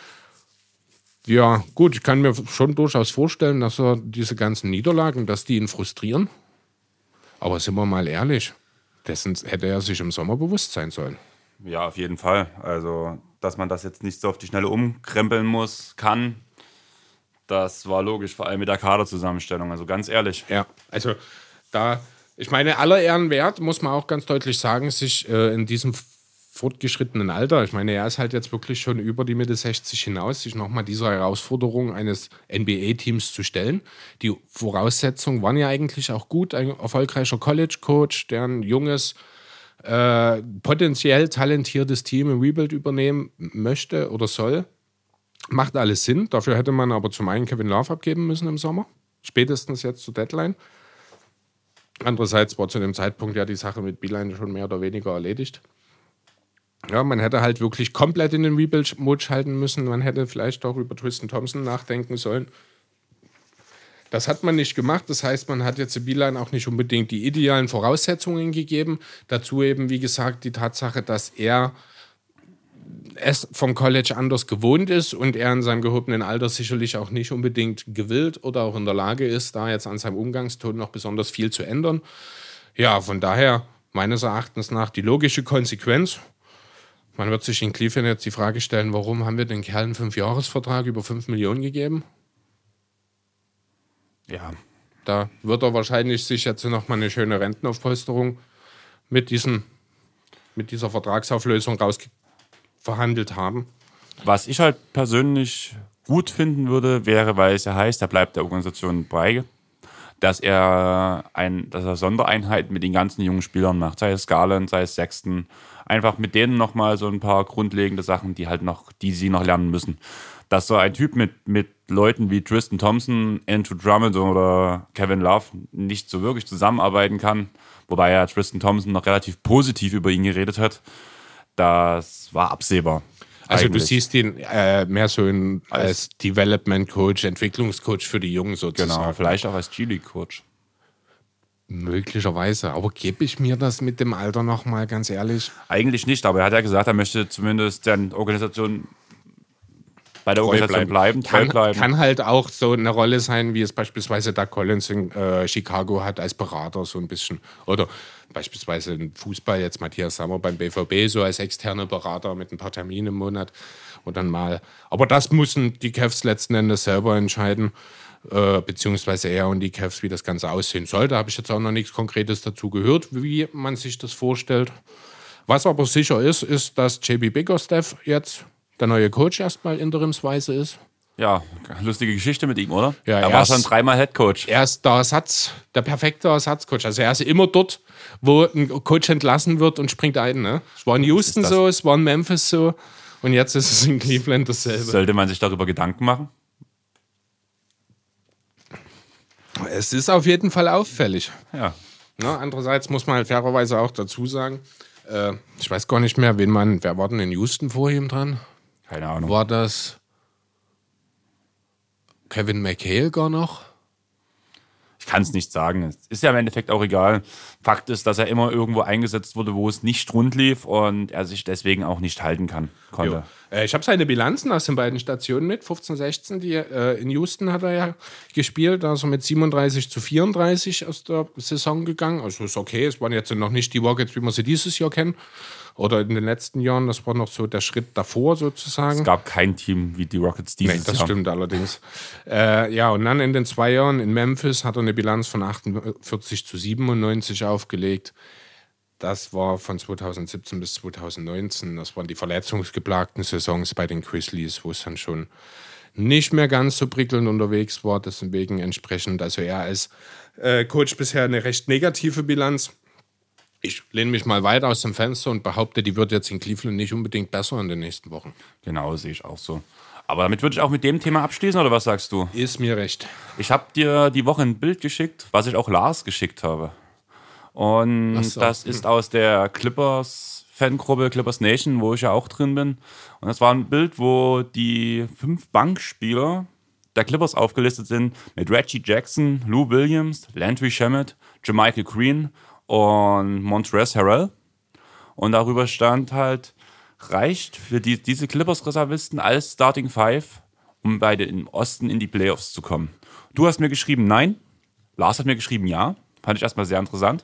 Ja, gut, ich kann mir schon durchaus vorstellen, dass er diese ganzen Niederlagen, dass die ihn frustrieren. Aber sind wir mal ehrlich, dessen hätte er sich im Sommer bewusst sein sollen. Ja, auf jeden Fall. Also, dass man das jetzt nicht so auf die Schnelle umkrempeln kann, das war logisch, vor allem mit der Kaderzusammenstellung. Also ganz ehrlich. Ja, also da, ich meine, aller Ehren wert, muss man auch ganz deutlich sagen, sich in diesem fortgeschrittenen Alter, ich meine, er ist halt jetzt wirklich schon über die Mitte 60 hinaus, sich nochmal dieser Herausforderung eines NBA-Teams zu stellen. Die Voraussetzungen waren ja eigentlich auch gut. Ein erfolgreicher College-Coach, der ein junges, potenziell talentiertes Team im Rebuild übernehmen möchte oder soll. Macht alles Sinn. Dafür hätte man aber zum einen Kevin Love abgeben müssen im Sommer. Spätestens jetzt zur Deadline. Andererseits war zu dem Zeitpunkt ja die Sache mit Beeline schon mehr oder weniger erledigt. Ja, man hätte halt wirklich komplett in den Rebuild-Mode schalten müssen. Man hätte vielleicht auch über Tristan Thompson nachdenken sollen. Das hat man nicht gemacht. Das heißt, man hat jetzt Beeline auch nicht unbedingt die idealen Voraussetzungen gegeben. Dazu eben, wie gesagt, die Tatsache, dass er es vom College anders gewohnt ist und er in seinem gehobenen Alter sicherlich auch nicht unbedingt gewillt oder auch in der Lage ist, da jetzt an seinem Umgangston noch besonders viel zu ändern. Ja, von daher meines Erachtens nach die logische Konsequenz. Man wird sich in Cleveland jetzt die Frage stellen, warum haben wir den Kerl einen 5-Jahres-Vertrag über 5 Millionen gegeben? Ja. Da wird er wahrscheinlich sich jetzt nochmal eine schöne Rentenaufpolsterung mit dieser Vertragsauflösung verhandelt haben. Was ich halt persönlich gut finden würde, wäre, weil es ja heißt, er bleibt der Organisation bei, dass er Sondereinheiten mit den ganzen jungen Spielern macht, sei es Garland, sei es Sexton, einfach mit denen nochmal so ein paar grundlegende Sachen, die sie noch lernen müssen. Dass so ein Typ mit Leuten wie Tristan Thompson, Andrew Drummond oder Kevin Love nicht so wirklich zusammenarbeiten kann, wobei ja Tristan Thompson noch relativ positiv über ihn geredet hat, das war absehbar. Also eigentlich. du siehst ihn mehr so als Development-Coach, Entwicklungscoach für die Jungen sozusagen. Genau, vielleicht auch als G-League-Coach. Möglicherweise, aber gebe ich mir das mit dem Alter nochmal, ganz ehrlich? Eigentlich nicht, aber er hat ja gesagt, er möchte zumindest bei der Organisation bleiben, treu bleiben. Kann halt auch so eine Rolle sein, wie es beispielsweise Doug Collins in Chicago hat als Berater so ein bisschen. Oder beispielsweise im Fußball jetzt Matthias Sammer beim BVB so als externer Berater mit ein paar Terminen im Monat. Und dann mal. Aber das müssen die Cavs letzten Endes selber entscheiden. beziehungsweise er und die Cavs, wie das Ganze aussehen soll. Da habe ich jetzt auch noch nichts Konkretes dazu gehört, wie man sich das vorstellt. Was aber sicher ist, dass JB Bickerstaff jetzt der neue Coach erstmal interimsweise ist. Ja, lustige Geschichte mit ihm, oder? Ja, er war schon 3-mal Headcoach. Er ist der perfekte Ersatzcoach. Also er ist immer dort, wo ein Coach entlassen wird und springt ein. Ne? Es war in Houston so, es war in Memphis so und jetzt ist es in Cleveland dasselbe. Sollte man sich darüber Gedanken machen? Es ist auf jeden Fall auffällig. Ja. Na, andererseits muss man halt fairerweise auch dazu sagen, ich weiß gar nicht mehr, wer war denn in Houston vor ihm dran? Keine Ahnung. War das Kevin McHale gar noch? Ich kann es nicht sagen. Es ist ja im Endeffekt auch egal. Fakt ist, dass er immer irgendwo eingesetzt wurde, wo es nicht rund lief und er sich deswegen auch nicht halten konnte. Ich habe seine Bilanzen aus den beiden Stationen mit, 15, 16, in Houston hat er ja gespielt, also mit 37-34 aus der Saison gegangen. Also ist okay, es waren jetzt noch nicht die Rockets, wie wir sie dieses Jahr kennen. Oder in den letzten Jahren, das war noch so der Schritt davor sozusagen. Es gab kein Team wie die Rockets dieses Jahr. Das stimmt allerdings. Und dann in den 2 Jahren in Memphis hat er eine Bilanz von 48-97 aufgelegt. Das war von 2017 bis 2019. Das waren die verletzungsgeplagten Saisons bei den Grizzlies, wo es dann schon nicht mehr ganz so prickelnd unterwegs war. Deswegen entsprechend, also er als Coach bisher eine recht negative Bilanz. Ich lehne mich mal weit aus dem Fenster und behaupte, die wird jetzt in Cleveland nicht unbedingt besser in den nächsten Wochen. Genau, sehe ich auch so. Aber damit würde ich auch mit dem Thema abschließen, oder was sagst du? Ist mir recht. Ich habe dir die Woche ein Bild geschickt, was ich auch Lars geschickt habe. Und so. Das ist aus der Clippers-Fangruppe, Clippers Nation, wo ich ja auch drin bin. Und das war ein Bild, wo die 5 Bankspieler der Clippers aufgelistet sind mit Reggie Jackson, Lou Williams, Landry Shamet, JaMychal Green und Montrezl Harrell. Und darüber stand halt, reicht für diese Clippers-Reservisten als Starting Five, um beide im Osten in die Playoffs zu kommen. Du hast mir geschrieben, nein. Lars hat mir geschrieben, ja. Fand ich erstmal sehr interessant.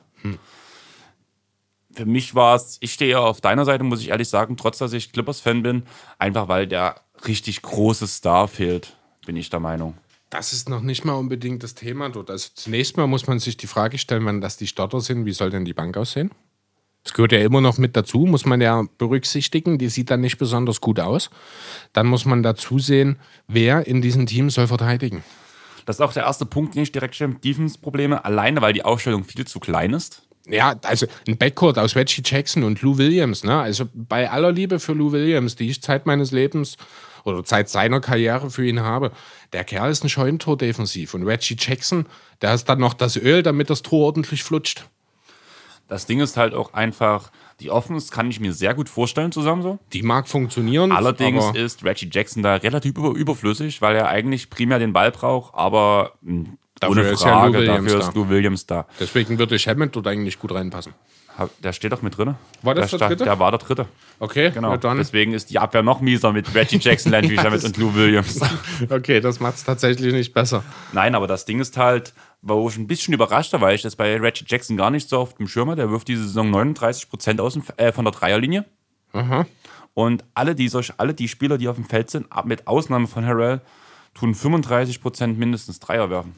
Für mich war es, ich stehe auf deiner Seite, muss ich ehrlich sagen, trotz dass ich Clippers-Fan bin, einfach weil der richtig große Star fehlt, bin ich der Meinung. Das ist noch nicht mal unbedingt das Thema dort. Also zunächst mal muss man sich die Frage stellen, wenn das die Starter sind, wie soll denn die Bank aussehen? Das gehört ja immer noch mit dazu, muss man ja berücksichtigen. Die sieht dann nicht besonders gut aus. Dann muss man dazu sehen, wer in diesem Team soll verteidigen. Das ist auch der erste Punkt, den ich direkt stelle mit Defense-Probleme, alleine weil die Aufstellung viel zu klein ist. Ja, also ein Backcourt aus Reggie Jackson und Lou Williams. Ne? Also bei aller Liebe für Lou Williams, die ich Zeit meines Lebens oder Zeit seiner Karriere für ihn habe, der Kerl ist ein Scheunentor defensiv. Und Reggie Jackson, der ist dann noch das Öl, damit das Tor ordentlich flutscht. Das Ding ist halt auch einfach, die Offense kann ich mir sehr gut vorstellen zusammen so. Die mag funktionieren. Allerdings ist Reggie Jackson da relativ überflüssig, weil er eigentlich primär den Ball braucht, aber ohne Frage, dafür ist Lou Williams da. Deswegen würde Shamet dort eigentlich gut reinpassen. Der steht doch mit drin. War das der Dritte? Der war der Dritte. Okay, genau. Deswegen ist die Abwehr noch mieser mit Reggie Jackson, Landry Shamet und Lou Williams. Okay, das macht es tatsächlich nicht besser. Nein, aber das Ding ist halt, wo ich ein bisschen überrascht war, weil ich das bei Reggie Jackson gar nicht so auf dem Schirm hatte. Der wirft diese Saison 39% von der Dreierlinie. Aha. Und alle die Spieler, die auf dem Feld sind, mit Ausnahme von Harrell, tun 35% mindestens Dreier werfen.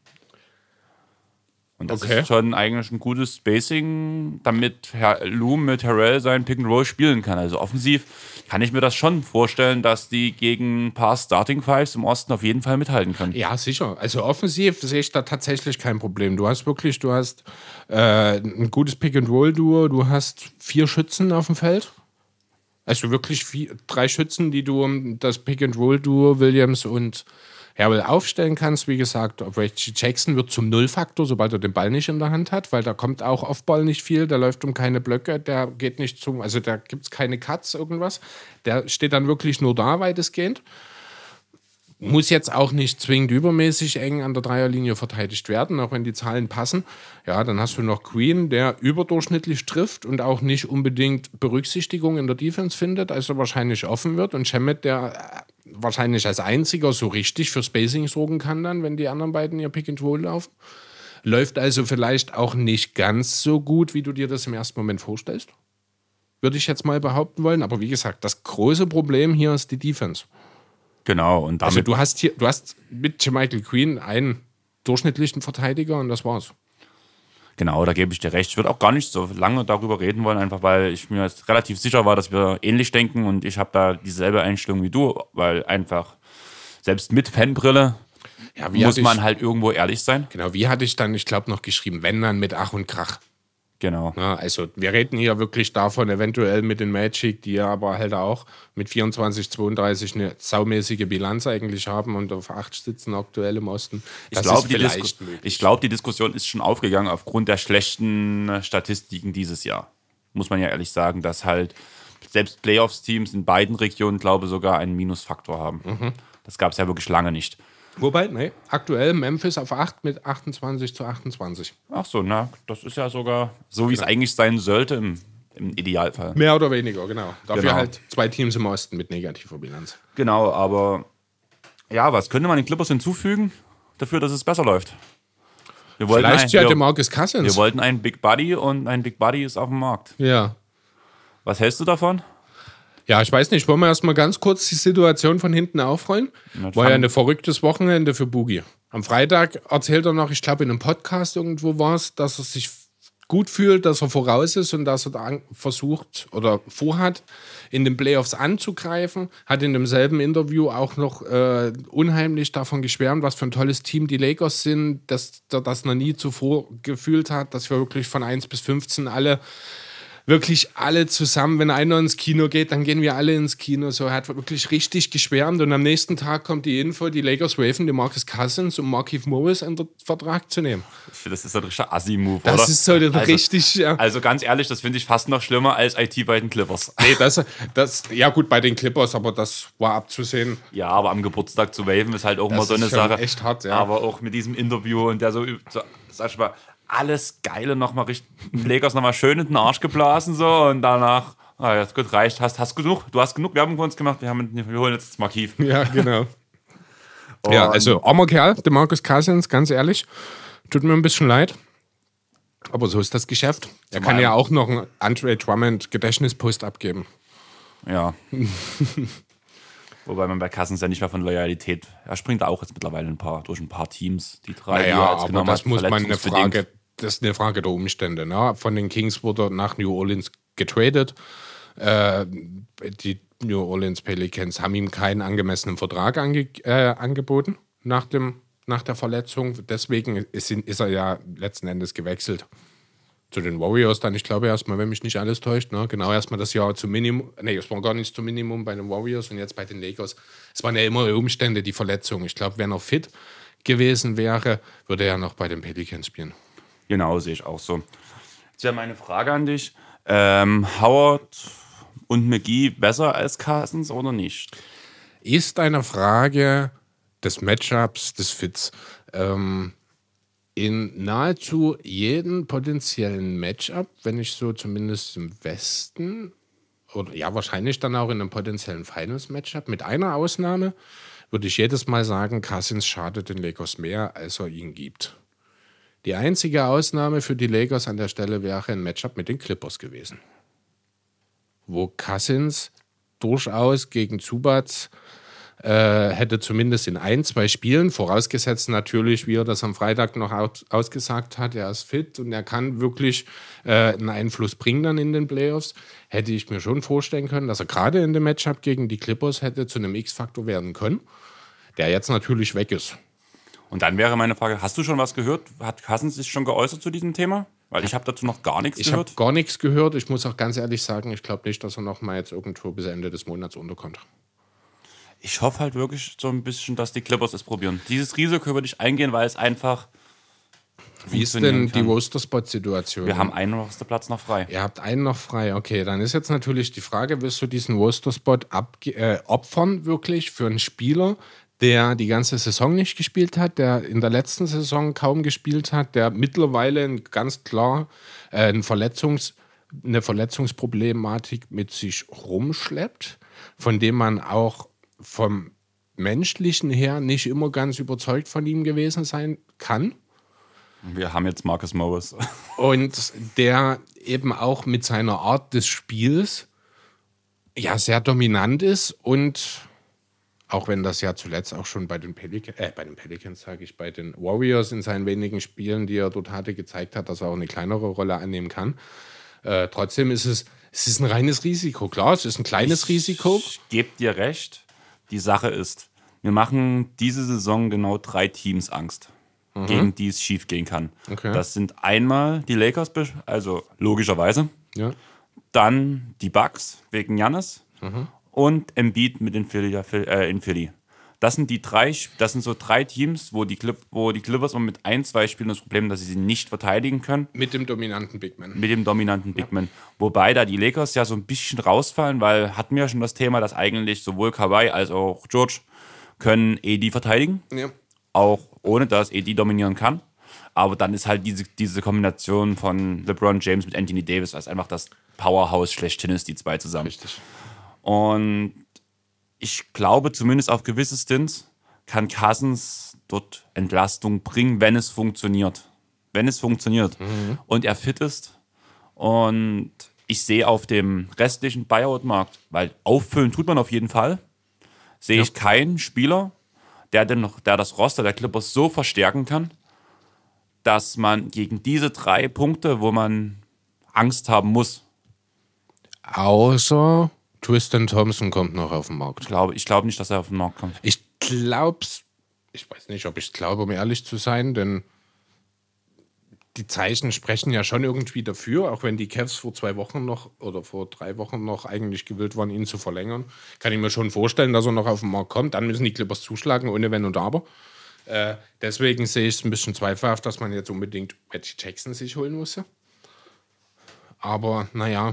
Und das ist schon eigentlich ein gutes Spacing, damit Lou mit Harrell sein Pick-and-Roll spielen kann. Also offensiv kann ich mir das schon vorstellen, dass die gegen ein paar Starting Fives im Osten auf jeden Fall mithalten können. Ja, sicher. Also offensiv sehe ich da tatsächlich kein Problem. Du hast ein gutes Pick-and-Roll-Duo, du hast 4 Schützen auf dem Feld. Also wirklich 3 Schützen, die du das Pick-and-Roll-Duo Williams und Harrell aufstellen kannst. Wie gesagt, Reggie Jackson wird zum Nullfaktor, sobald er den Ball nicht in der Hand hat, weil da kommt auch Off-Ball nicht viel, der läuft um keine Blöcke, der geht nicht also da gibt es keine Cuts, irgendwas. Der steht dann wirklich nur da, weitestgehend. Muss jetzt auch nicht zwingend übermäßig eng an der Dreierlinie verteidigt werden, auch wenn die Zahlen passen. Ja, dann hast du noch Green, der überdurchschnittlich trifft und auch nicht unbedingt Berücksichtigung in der Defense findet, also wahrscheinlich offen wird. Und Shamet, der wahrscheinlich als einziger so richtig für Spacing sorgen kann dann, wenn die anderen beiden ihr Pick-and-Roll laufen. Läuft also vielleicht auch nicht ganz so gut, wie du dir das im ersten Moment vorstellst. Würde ich jetzt mal behaupten wollen. Aber wie gesagt, das große Problem hier ist die Defense. Genau, und Also damit, du hast mit Jermichael Green einen durchschnittlichen Verteidiger und das war's. genau, da gebe ich dir recht. Ich würde auch gar nicht so lange darüber reden wollen, einfach weil ich mir jetzt relativ sicher war, dass wir ähnlich denken und ich habe da dieselbe Einstellung wie du, weil einfach selbst mit Fanbrille Ja, muss man halt irgendwo ehrlich sein. Genau, wie hatte ich dann, ich glaube, noch geschrieben, wenn dann mit Ach und Krach. Genau. Ja, also wir reden hier wirklich davon, eventuell mit den Magic, die ja aber halt auch mit 24, 32 eine saumäßige Bilanz eigentlich haben und auf 8 sitzen aktuell im Osten. Ich glaube, die Diskussion ist schon aufgegangen aufgrund der schlechten Statistiken dieses Jahr. Muss man ja ehrlich sagen, dass halt selbst Playoffs-Teams in beiden Regionen, glaube ich, sogar einen Minusfaktor haben. Das gab es ja wirklich lange nicht. Wobei, nee, aktuell Memphis auf 8 mit 28-28. Ach so, na, das ist ja sogar so, wie es eigentlich sein sollte im Idealfall. Mehr oder weniger, genau. Dafür Genau. halt 2 Teams im Osten mit negativer Bilanz. Genau, aber ja, was könnte man den Clippers hinzufügen dafür, dass es besser läuft? Wir wollten Vielleicht ja DeMarcus Cousins. Wir wollten einen Big Buddy und ein Big Buddy ist auf dem Markt. Ja. Was hältst du davon? Ja, ich weiß nicht, wollen wir erstmal ganz kurz die Situation von hinten aufrollen? War ja ein verrücktes Wochenende für Boogie. Am Freitag erzählt er noch, ich glaube in einem Podcast irgendwo war es, dass er sich gut fühlt, dass er voraus ist und dass er versucht oder vorhat, in den Playoffs anzugreifen. Hat in demselben Interview auch noch unheimlich davon geschwärmt, was für ein tolles Team die Lakers sind, dass er das noch nie zuvor gefühlt hat, dass wir wirklich von 1 bis 15 wirklich alle zusammen, wenn einer ins Kino geht, dann gehen wir alle ins Kino. So, er hat wirklich richtig geschwärmt und am nächsten Tag kommt die Info, die Lakers waven DeMarcus Cousins, um Markieff Morris einen Vertrag zu nehmen. Das ist so ein richtiger Assi-Move, oder? Das ist so richtig, ja. Also ganz ehrlich, das finde ich fast noch schlimmer als IT bei den Clippers. Nee, ja gut, bei den Clippers, aber das war abzusehen. Ja, aber am Geburtstag zu waven ist halt auch immer so eine ist schon Sache. echt hart, ja. Aber auch mit diesem Interview und der so sag ich mal, alles Geile nochmal richtig, Lakers nochmal schön in den Arsch geblasen so und danach, jetzt gut, reicht, hast genug, du hast genug Werbung für uns gemacht, wir holen jetzt das Markiv. Ja, genau. Ja, also armer Kerl, DeMarcus Cousins, ganz ehrlich, tut mir ein bisschen leid, aber so ist das Geschäft. Er kann ja auch noch einen Andre Drummond Gedächtnispost abgeben. Ja. Wobei man bei Cousins ja nicht mehr von Loyalität, er springt auch jetzt mittlerweile durch ein paar Teams, die 3, die er Naja, jetzt aber genommen das hat, muss man verletzungsbedingt. das ist eine Frage der Umstände. Ne? Von den Kings wurde er nach New Orleans getradet. Die New Orleans Pelicans haben ihm keinen angemessenen Vertrag angeboten nach der Verletzung. Deswegen ist er ja letzten Endes gewechselt zu den Warriors dann. Ich glaube erstmal, wenn mich nicht alles täuscht, ne? Genau, erstmal das Jahr zum Minimum. Nee, es war gar nicht zum Minimum bei den Warriors und jetzt bei den Lakers. Es waren ja immer Umstände, die Verletzung. Ich glaube, wenn er fit gewesen wäre, würde er ja noch bei den Pelicans spielen. Genau, sehe ich auch so. Jetzt wäre meine Frage an dich. Howard und McGee besser als Cousins oder nicht? Ist eine Frage des Matchups, des Fits. In nahezu jedem potenziellen Matchup, wenn ich so zumindest im Westen oder ja wahrscheinlich dann auch in einem potenziellen Finals-Matchup, mit einer Ausnahme, würde ich jedes Mal sagen, Cousins schadet den Lakers mehr, als er ihn gibt. Die einzige Ausnahme für die Lakers an der Stelle wäre ein Matchup mit den Clippers gewesen, wo Cousins durchaus gegen Zubats hätte zumindest in 1, 2 Spielen, vorausgesetzt natürlich, wie er das am Freitag noch ausgesagt hat, er ist fit und er kann wirklich einen Einfluss bringen dann in den Playoffs, hätte ich mir schon vorstellen können, dass er gerade in dem Matchup gegen die Clippers hätte zu einem X-Faktor werden können, der jetzt natürlich weg ist. Und dann wäre meine Frage, hast du schon was gehört? Hat Cousins sich schon geäußert zu diesem Thema? Weil ich habe dazu noch gar nichts Ich gehört. habe gar nichts gehört. Ich muss auch ganz ehrlich sagen, ich glaube nicht, dass er noch mal jetzt irgendwo bis Ende des Monats unterkommt. Ich hoffe halt wirklich so ein bisschen, dass die Clippers es probieren. Dieses Risiko würde ich eingehen, weil es einfach Wie ist denn die Roster-Spot-Situation? Wir haben einen Rosterplatz noch frei. Ihr habt einen noch frei. Okay, dann ist jetzt natürlich die Frage, willst du diesen Roster-Spot opfern wirklich für einen Spieler, der die ganze Saison nicht gespielt hat, der in der letzten Saison kaum gespielt hat, der mittlerweile ganz klar eine Verletzungsproblematik mit sich rumschleppt, von dem man auch vom Menschlichen her nicht immer ganz überzeugt von ihm gewesen sein kann. Wir haben jetzt Marcus Morris. Und der eben auch mit seiner Art des Spiels ja sehr dominant ist und Auch wenn das ja zuletzt auch schon bei den bei den Warriors in seinen wenigen Spielen, die er dort hatte, gezeigt hat, dass er auch eine kleinere Rolle annehmen kann. Trotzdem ist es ist ein reines Risiko. Klar, es ist ein kleines Risiko. Ich gebe dir recht. Die Sache ist, wir machen diese Saison genau 3 Teams Angst, gegen die es schief gehen kann. Okay. Das sind einmal die Lakers, also logischerweise, Ja. dann die Bucks wegen Giannis und Embiid mit in Philly. Das sind so 3 Teams, wo die Clippers mit 1-2 Spielen das Problem haben, dass sie nicht verteidigen können. Mit dem dominanten Big Man. Big Man. Wobei da die Lakers ja so ein bisschen rausfallen, weil hatten wir ja schon das Thema, dass eigentlich sowohl Kawhi als auch George können AD verteidigen. Ja. Auch ohne, dass AD dominieren kann. Aber dann ist halt diese Kombination von LeBron James mit Anthony Davis, was einfach das Powerhouse schlechthin ist, die zwei zusammen. Richtig. Und ich glaube, zumindest auf gewisse Stints kann Cousins dort Entlastung bringen, wenn es funktioniert. Und er fit ist. Und ich sehe auf dem restlichen Buyout-Markt, weil auffüllen tut man auf jeden Fall, sehe ich keinen Spieler, der das Roster der Clippers so verstärken kann, dass man gegen diese 3 Punkte, wo man Angst haben muss. Außer Tristan Thompson kommt noch auf den Markt. Ich glaube nicht, dass er auf den Markt kommt. Ich weiß nicht, ob ich es glaube, um ehrlich zu sein, denn die Zeichen sprechen ja schon irgendwie dafür, auch wenn die Cavs vor 2 Wochen noch oder vor 3 Wochen noch eigentlich gewillt waren, ihn zu verlängern. Kann ich mir schon vorstellen, dass er noch auf den Markt kommt. Dann müssen die Clippers zuschlagen, ohne Wenn und Aber. Deswegen sehe ich es ein bisschen zweifelhaft, dass man jetzt unbedingt Reggie Jackson sich holen musste. Aber naja,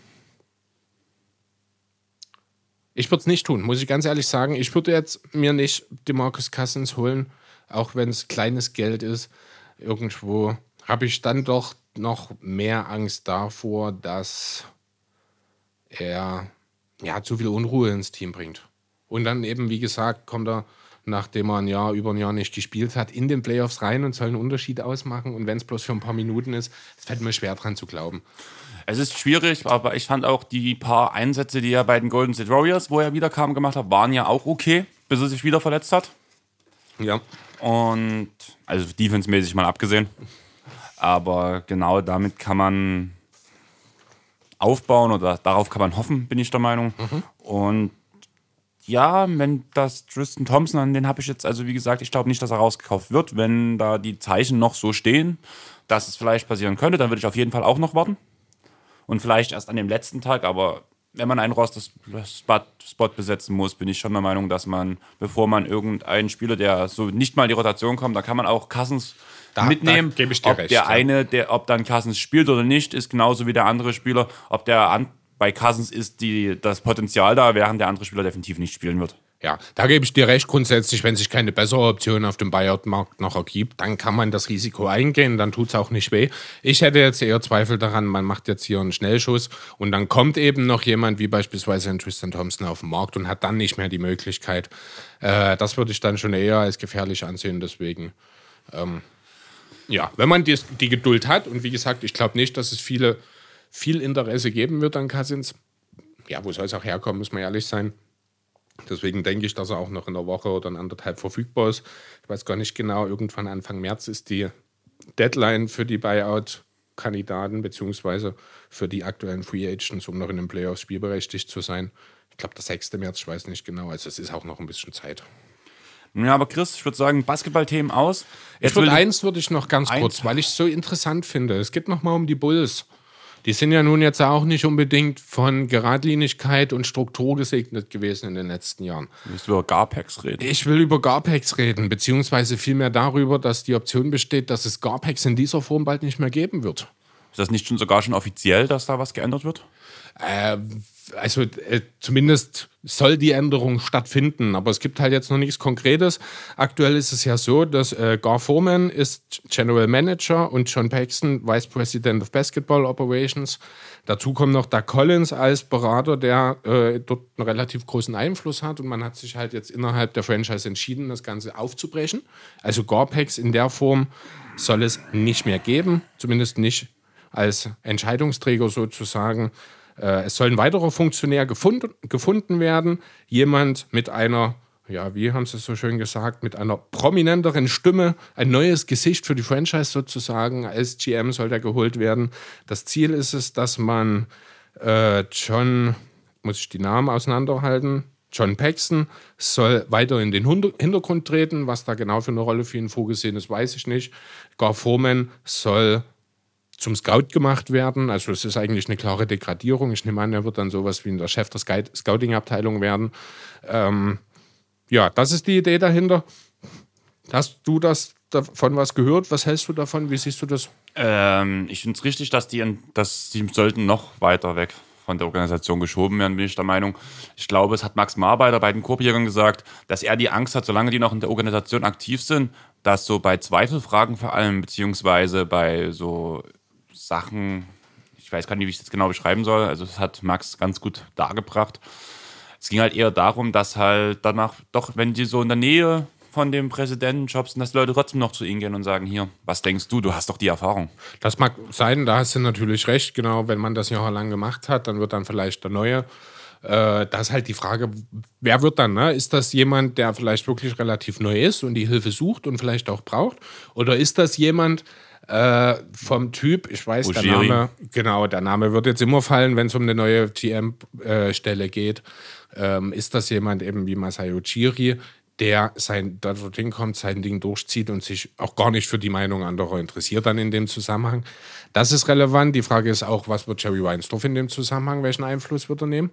ich würde es nicht tun, muss ich ganz ehrlich sagen. Ich würde jetzt mir nicht DeMarcus Cousins holen, auch wenn es kleines Geld ist. Irgendwo habe ich dann doch noch mehr Angst davor, dass er zu viel Unruhe ins Team bringt. Und dann eben, wie gesagt, kommt er, nachdem er über ein Jahr nicht gespielt hat, in den Playoffs rein und soll einen Unterschied ausmachen. Und wenn es bloß für ein paar Minuten ist, es fällt mir schwer dran zu glauben. Es ist schwierig, aber ich fand auch die paar Einsätze, die er bei den Golden State Warriors, wo er wiederkam, gemacht hat, waren ja auch okay, bis er sich wieder verletzt hat. Ja. Und, also defensemäßig mal abgesehen. Aber genau damit kann man aufbauen oder darauf kann man hoffen, bin ich der Meinung. Und ja, wenn das Tristan Thompson, an den habe ich jetzt, also wie gesagt, ich glaube nicht, dass er rausgekauft wird. Wenn da die Zeichen noch so stehen, dass es vielleicht passieren könnte, dann würde ich auf jeden Fall auch noch warten. Und vielleicht erst an dem letzten Tag, aber wenn man einen Roster-Spot besetzen muss, bin ich schon der Meinung, dass man, bevor man irgendeinen Spieler, der so nicht mal in die Rotation kommt, da kann man auch Cousins mitnehmen. Da gebe ich dir ob recht. Ob dann Cousins spielt oder nicht, ist genauso wie der andere Spieler. Ob bei Cousins ist das Potenzial da, während der andere Spieler definitiv nicht spielen wird. Ja, da gebe ich dir recht. Grundsätzlich, wenn sich keine bessere Option auf dem Buyout-Markt noch ergibt, dann kann man das Risiko eingehen, dann tut es auch nicht weh. Ich hätte jetzt eher Zweifel daran, man macht jetzt hier einen Schnellschuss und dann kommt eben noch jemand wie beispielsweise ein Tristan Thompson auf den Markt und hat dann nicht mehr die Möglichkeit. Das würde ich dann schon eher als gefährlich ansehen. Deswegen, wenn man die Geduld hat und wie gesagt, ich glaube nicht, dass es viel Interesse geben wird an Cousins. Ja, wo soll es auch herkommen, muss man ehrlich sein. Deswegen denke ich, dass er auch noch in einer Woche oder in 1,5 verfügbar ist. Ich weiß gar nicht genau, irgendwann Anfang März ist die Deadline für die Buyout-Kandidaten beziehungsweise für die aktuellen Free Agents, um noch in den Playoffs spielberechtigt zu sein. Ich glaube, der 6. März, ich weiß nicht genau. Also es ist auch noch ein bisschen Zeit. Ja, aber Chris, ich würde sagen, Basketballthemen aus. Eins würde ich noch ganz kurz, weil ich es so interessant finde. Es geht nochmal um die Bulls. Die sind ja nun jetzt auch nicht unbedingt von Geradlinigkeit und Struktur gesegnet gewesen in den letzten Jahren. Du willst über Garpex reden? Ich will über Garpex reden, beziehungsweise vielmehr darüber, dass die Option besteht, dass es Garpex in dieser Form bald nicht mehr geben wird. Ist das nicht sogar schon offiziell, dass da was geändert wird? Zumindest soll die Änderung stattfinden, aber es gibt halt jetzt noch nichts Konkretes. Aktuell ist es ja so, dass Gar Forman ist General Manager und John Paxson Vice President of Basketball Operations. Dazu kommt noch Doug Collins als Berater, der dort einen relativ großen Einfluss hat und man hat sich halt jetzt innerhalb der Franchise entschieden, das Ganze aufzubrechen. Also Garpex in der Form soll es nicht mehr geben, zumindest nicht als Entscheidungsträger sozusagen. Es soll ein weiterer Funktionär gefunden werden, jemand mit einer ja, wie haben sie es so schön gesagt, mit einer prominenteren Stimme, ein neues Gesicht für die Franchise sozusagen. Als GM soll der geholt werden. Das Ziel ist es, dass man muss ich die Namen auseinanderhalten, John Paxson soll weiter in den Hintergrund treten. Was da genau für eine Rolle für ihn vorgesehen ist, weiß ich nicht. Gar Foreman soll zum Scout gemacht werden. Also es ist eigentlich eine klare Degradierung. Ich nehme an, er wird dann sowas wie der Chef der Scouting-Abteilung werden. Ja, das ist die Idee dahinter. Hast du davon was gehört? Was hältst du davon? Wie siehst du das? Ich finde es richtig, dass die sollten noch weiter weg von der Organisation geschoben werden, bin ich der Meinung. Ich glaube, es hat Max Marbeiter bei den Korbjägern gesagt, dass er die Angst hat, solange die noch in der Organisation aktiv sind, dass so bei Zweifelfragen vor allem, beziehungsweise bei so Sachen, ich weiß gar nicht, wie ich das genau beschreiben soll, also das hat Max ganz gut dargebracht. Es ging halt eher darum, dass halt danach doch, wenn die so in der Nähe von dem Präsidenten Jobs sind, dass die Leute trotzdem noch zu ihnen gehen und sagen, hier, was denkst du, du hast doch die Erfahrung. Das mag sein, da hast du natürlich recht, genau, wenn man das jahrelang gemacht hat, dann wird dann vielleicht der Neue. Da ist halt die Frage, wer wird dann, ne? Ist das jemand, der vielleicht wirklich relativ neu ist und die Hilfe sucht und vielleicht auch braucht? Oder ist das jemand vom Typ, ich weiß, Ujiri. der Name wird jetzt immer fallen, wenn es um eine neue GM-Stelle geht. Ist das jemand eben wie Masai Ujiri, der dorthin kommt, sein Ding durchzieht und sich auch gar nicht für die Meinung anderer interessiert dann in dem Zusammenhang? Das ist relevant. Die Frage ist auch, was wird Jerry Reinsdorf in dem Zusammenhang, welchen Einfluss wird er nehmen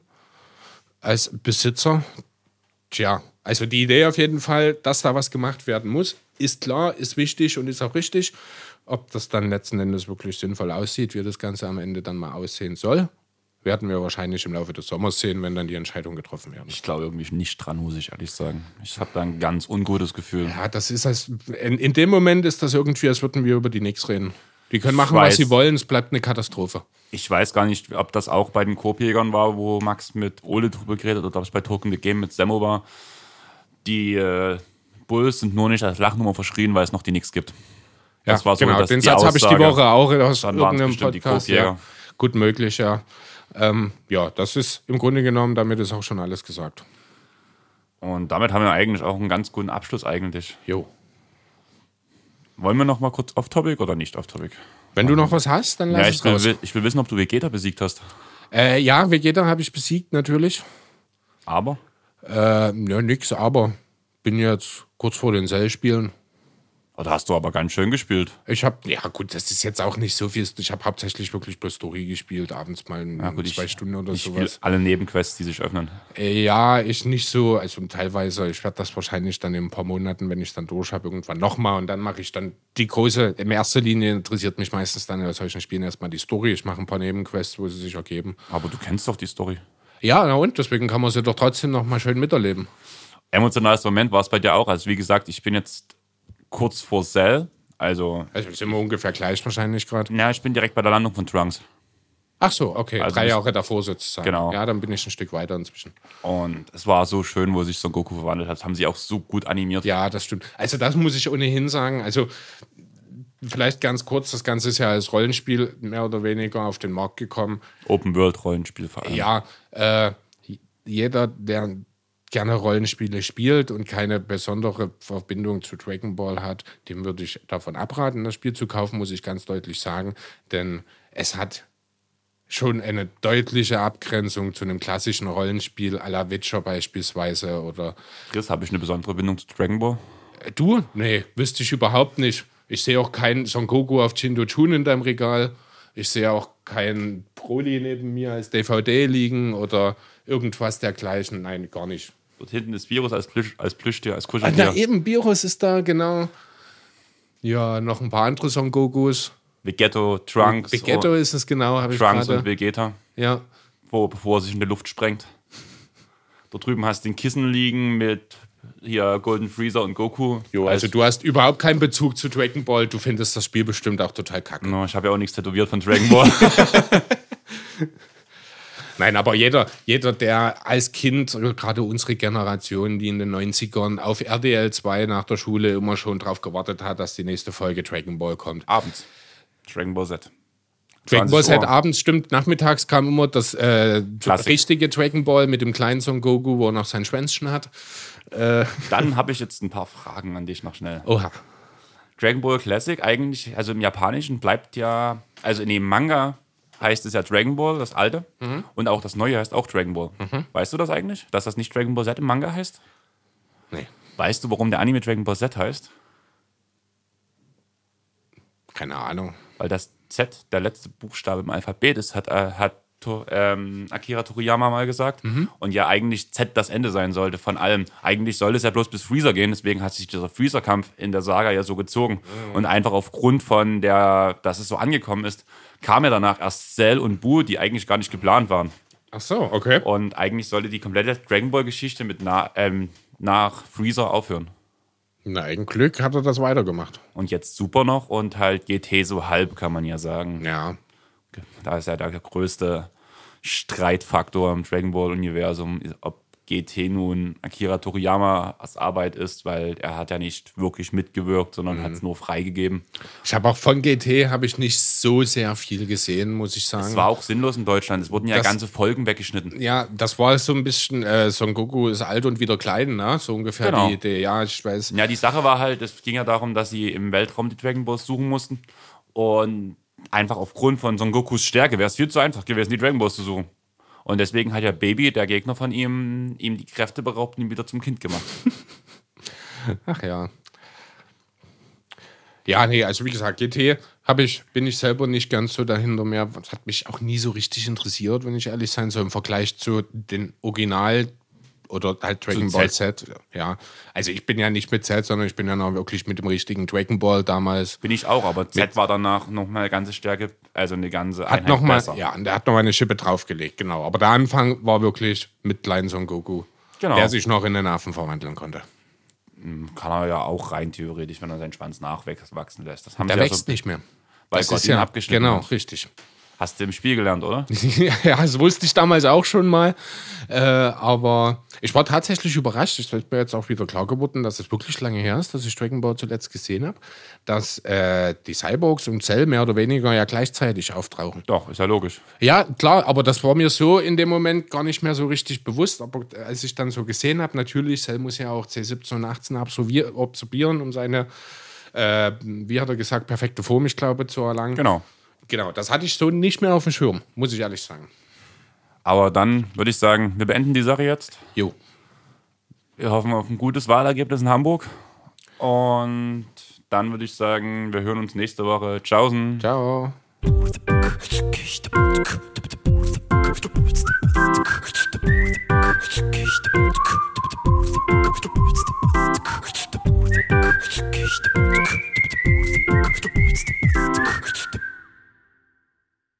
als Besitzer? Tja, also die Idee auf jeden Fall, dass da was gemacht werden muss, ist klar, ist wichtig und ist auch richtig. Ob das dann letzten Endes wirklich sinnvoll aussieht, wie das Ganze am Ende dann mal aussehen soll, werden wir wahrscheinlich im Laufe des Sommers sehen, wenn dann die Entscheidungen getroffen werden. Ich glaube irgendwie nicht dran, muss ich ehrlich sagen. Ich habe da ein ganz ungutes Gefühl. Ja, das ist in dem Moment ist das irgendwie, als würden wir über die Knicks reden. Die können machen, was sie wollen, es bleibt eine Katastrophe. Ich weiß gar nicht, ob das auch bei den Korbjägern war, wo Max mit Ole drüber geredet hat, oder ob es bei Token the Game mit Semmo war. Die Bulls sind nur nicht als Lachnummer verschrien, weil es noch die Knicks gibt. Ja, das war so, genau, den Satz habe ich die Woche auch aus irgendeinem Podcast. Ja, gut möglich, ja. Ja, das ist im Grunde genommen, damit ist auch schon alles gesagt. Und damit haben wir eigentlich auch einen ganz guten Abschluss eigentlich. Jo. Wollen wir noch mal kurz off-topic oder nicht off-topic? Wenn du noch was hast, dann lass es raus. Ich will wissen, ob du Vegeta besiegt hast. Ja, Vegeta habe ich besiegt, natürlich. Aber? Ja, nix, aber bin jetzt kurz vor den Cell-Spielen. Da hast du aber ganz schön gespielt. Ich habe, ja gut, das ist jetzt auch nicht so viel. Ich habe hauptsächlich wirklich bloß Story gespielt, abends mal 2 Stunden oder ich sowas. Alle Nebenquests, die sich öffnen. Ja, ich nicht so, also teilweise, ich werde das wahrscheinlich dann in ein paar Monaten, wenn ich es dann durch habe, irgendwann nochmal und dann mache ich dann die große, in erster Linie interessiert mich meistens dann in solchen Spielen erstmal die Story. Ich mache ein paar Nebenquests, wo sie sich ergeben. Aber du kennst doch die Story. Ja, na und, deswegen kann man sie doch trotzdem nochmal schön miterleben. Emotionales Moment war es bei dir auch. Also wie gesagt, ich bin jetzt kurz vor Cell. Also sind wir ungefähr gleich wahrscheinlich gerade. Ja, ich bin direkt bei der Landung von Trunks. Ach so, okay. Also 3 Jahre davor sozusagen. Genau. Ja, dann bin ich ein Stück weiter inzwischen. Und es war so schön, wo sich Son Goku verwandelt hat. Das haben sie auch so gut animiert. Ja, das stimmt. Also das muss ich ohnehin sagen. Also vielleicht ganz kurz, das Ganze ist ja als Rollenspiel mehr oder weniger auf den Markt gekommen. Open-World-Rollenspiel vor allem. Ja, jeder, der gerne Rollenspiele spielt und keine besondere Verbindung zu Dragon Ball hat, dem würde ich davon abraten, das Spiel zu kaufen, muss ich ganz deutlich sagen. Denn es hat schon eine deutliche Abgrenzung zu einem klassischen Rollenspiel à la Witcher beispielsweise. Oder Chris, habe ich eine besondere Bindung zu Dragon Ball? Du? Nee, wüsste ich überhaupt nicht. Ich sehe auch keinen Son Goku auf Jindo-Chun in deinem Regal. Ich sehe auch keinen Broly neben mir als DVD liegen oder irgendwas dergleichen. Nein, gar nicht. Dort hinten ist Virus als Plüschtier, als Kuscheltier. Na eben, Virus ist da, genau. Ja, noch ein paar andere Son Gokus. Vegetto, Trunks. Vegetto ist es genau, habe ich gerade. Trunks und Vegeta. Ja. Bevor er sich in die Luft sprengt. Dort drüben hast du den Kissen liegen mit hier Golden Freezer und Goku. Jo, also du hast überhaupt keinen Bezug zu Dragon Ball. Du findest das Spiel bestimmt auch total kacke. No, ich habe ja auch nichts tätowiert von Dragon Ball. Nein, aber jeder, der als Kind, gerade unsere Generation, die in den 90ern auf RTL 2 nach der Schule immer schon drauf gewartet hat, dass die nächste Folge Dragon Ball kommt. Abends. Dragon Ball Z. Dragon Ball 20 Z Uhr. abends, stimmt, nachmittags kam immer das richtige Dragon Ball mit dem kleinen Son Goku, wo er noch sein Schwänzchen hat. Dann habe ich jetzt ein paar Fragen an dich noch schnell. Oha. Dragon Ball Classic eigentlich, also im Japanischen bleibt ja, also in dem Manga heißt es ja Dragon Ball, das alte, und auch das neue heißt auch Dragon Ball. Weißt du das eigentlich, dass das nicht Dragon Ball Z im Manga heißt? Nee, Weißt du, warum der Anime Dragon Ball Z heißt? keine Ahnung. Weil das Z der letzte Buchstabe im Alphabet ist, hat Akira Toriyama mal gesagt. Und ja eigentlich Z das Ende sein sollte von allem. Eigentlich sollte es ja bloß bis Freezer gehen, deswegen hat sich dieser Freezer-Kampf in der Saga ja so gezogen. Und einfach aufgrund von dass es so angekommen ist, kam ja danach erst Cell und Buu, die eigentlich gar nicht geplant waren. Ach so, okay. Und eigentlich sollte die komplette Dragon Ball-Geschichte nach Freezer aufhören. Na, ein Glück hat er das weitergemacht. Und jetzt Super noch und halt GT so halb, kann man ja sagen. Ja. Da ist ja der größte Streitfaktor im Dragon Ball-Universum, ob GT nun Akira Toriyamas Arbeit ist, weil er hat ja nicht wirklich mitgewirkt, sondern hat es nur freigegeben. Ich habe auch von GT habe ich nicht so sehr viel gesehen, muss ich sagen. Es war auch sinnlos in Deutschland. Es wurden ja ganze Folgen weggeschnitten. Ja, das war so ein bisschen, Son Goku ist alt und wieder klein, ne? So ungefähr Genau. die Idee. Ja, ich weiß. Ja, die Sache war halt, es ging ja darum, dass sie im Weltraum die Dragon Balls suchen mussten. Und einfach aufgrund von Son Gokus Stärke wäre es viel zu einfach gewesen, die Dragon Balls zu suchen. Und deswegen hat ja Baby, der Gegner von ihm die Kräfte beraubt und ihn wieder zum Kind gemacht. Ach ja. Ja, nee, also wie gesagt, GT bin ich selber nicht ganz so dahinter mehr. Das hat mich auch nie so richtig interessiert, wenn ich ehrlich sein soll, im Vergleich zu den Original oder halt Dragon Ball Z. Ja, also ich bin ja nicht mit Z, sondern ich bin ja noch wirklich mit dem richtigen Dragon Ball damals. Bin ich auch, aber Z war danach nochmal eine ganze Stärke, also eine ganze Hat Einheit noch mal, besser. ja, und der hat noch mal eine Schippe draufgelegt, genau. Aber der Anfang war wirklich mit kleinen Son Goku, Genau. der sich noch in den Affen verwandeln konnte. Kann er ja auch rein theoretisch, wenn er seinen Schwanz nachwachsen lässt. Das haben Der sie wächst ja nicht mehr. weil Das Gott ist ihn ja abgeschnitten genau, hat. richtig. Hast du im Spiel gelernt, oder? Ja, das wusste ich damals auch schon mal. Aber ich war tatsächlich überrascht. Es ist mir jetzt auch wieder klar geworden, dass es wirklich lange her ist, dass ich Dragon Ball zuletzt gesehen habe, dass die Cyborgs und Cell mehr oder weniger ja gleichzeitig auftauchen. Doch, ist ja logisch. Ja, klar, aber das war mir so in dem Moment gar nicht mehr so richtig bewusst. Aber als ich dann so gesehen habe, natürlich, Cell muss ja auch C17 und 18 absorbieren, um seine, wie hat er gesagt, perfekte Form, ich glaube, zu erlangen. Genau, das hatte ich so nicht mehr auf dem Schirm, muss ich ehrlich sagen. Aber dann würde ich sagen, wir beenden die Sache jetzt. Jo. Wir hoffen auf ein gutes Wahlergebnis in Hamburg. Und dann würde ich sagen, wir hören uns nächste Woche. Tschaußen. Ciao. Kichte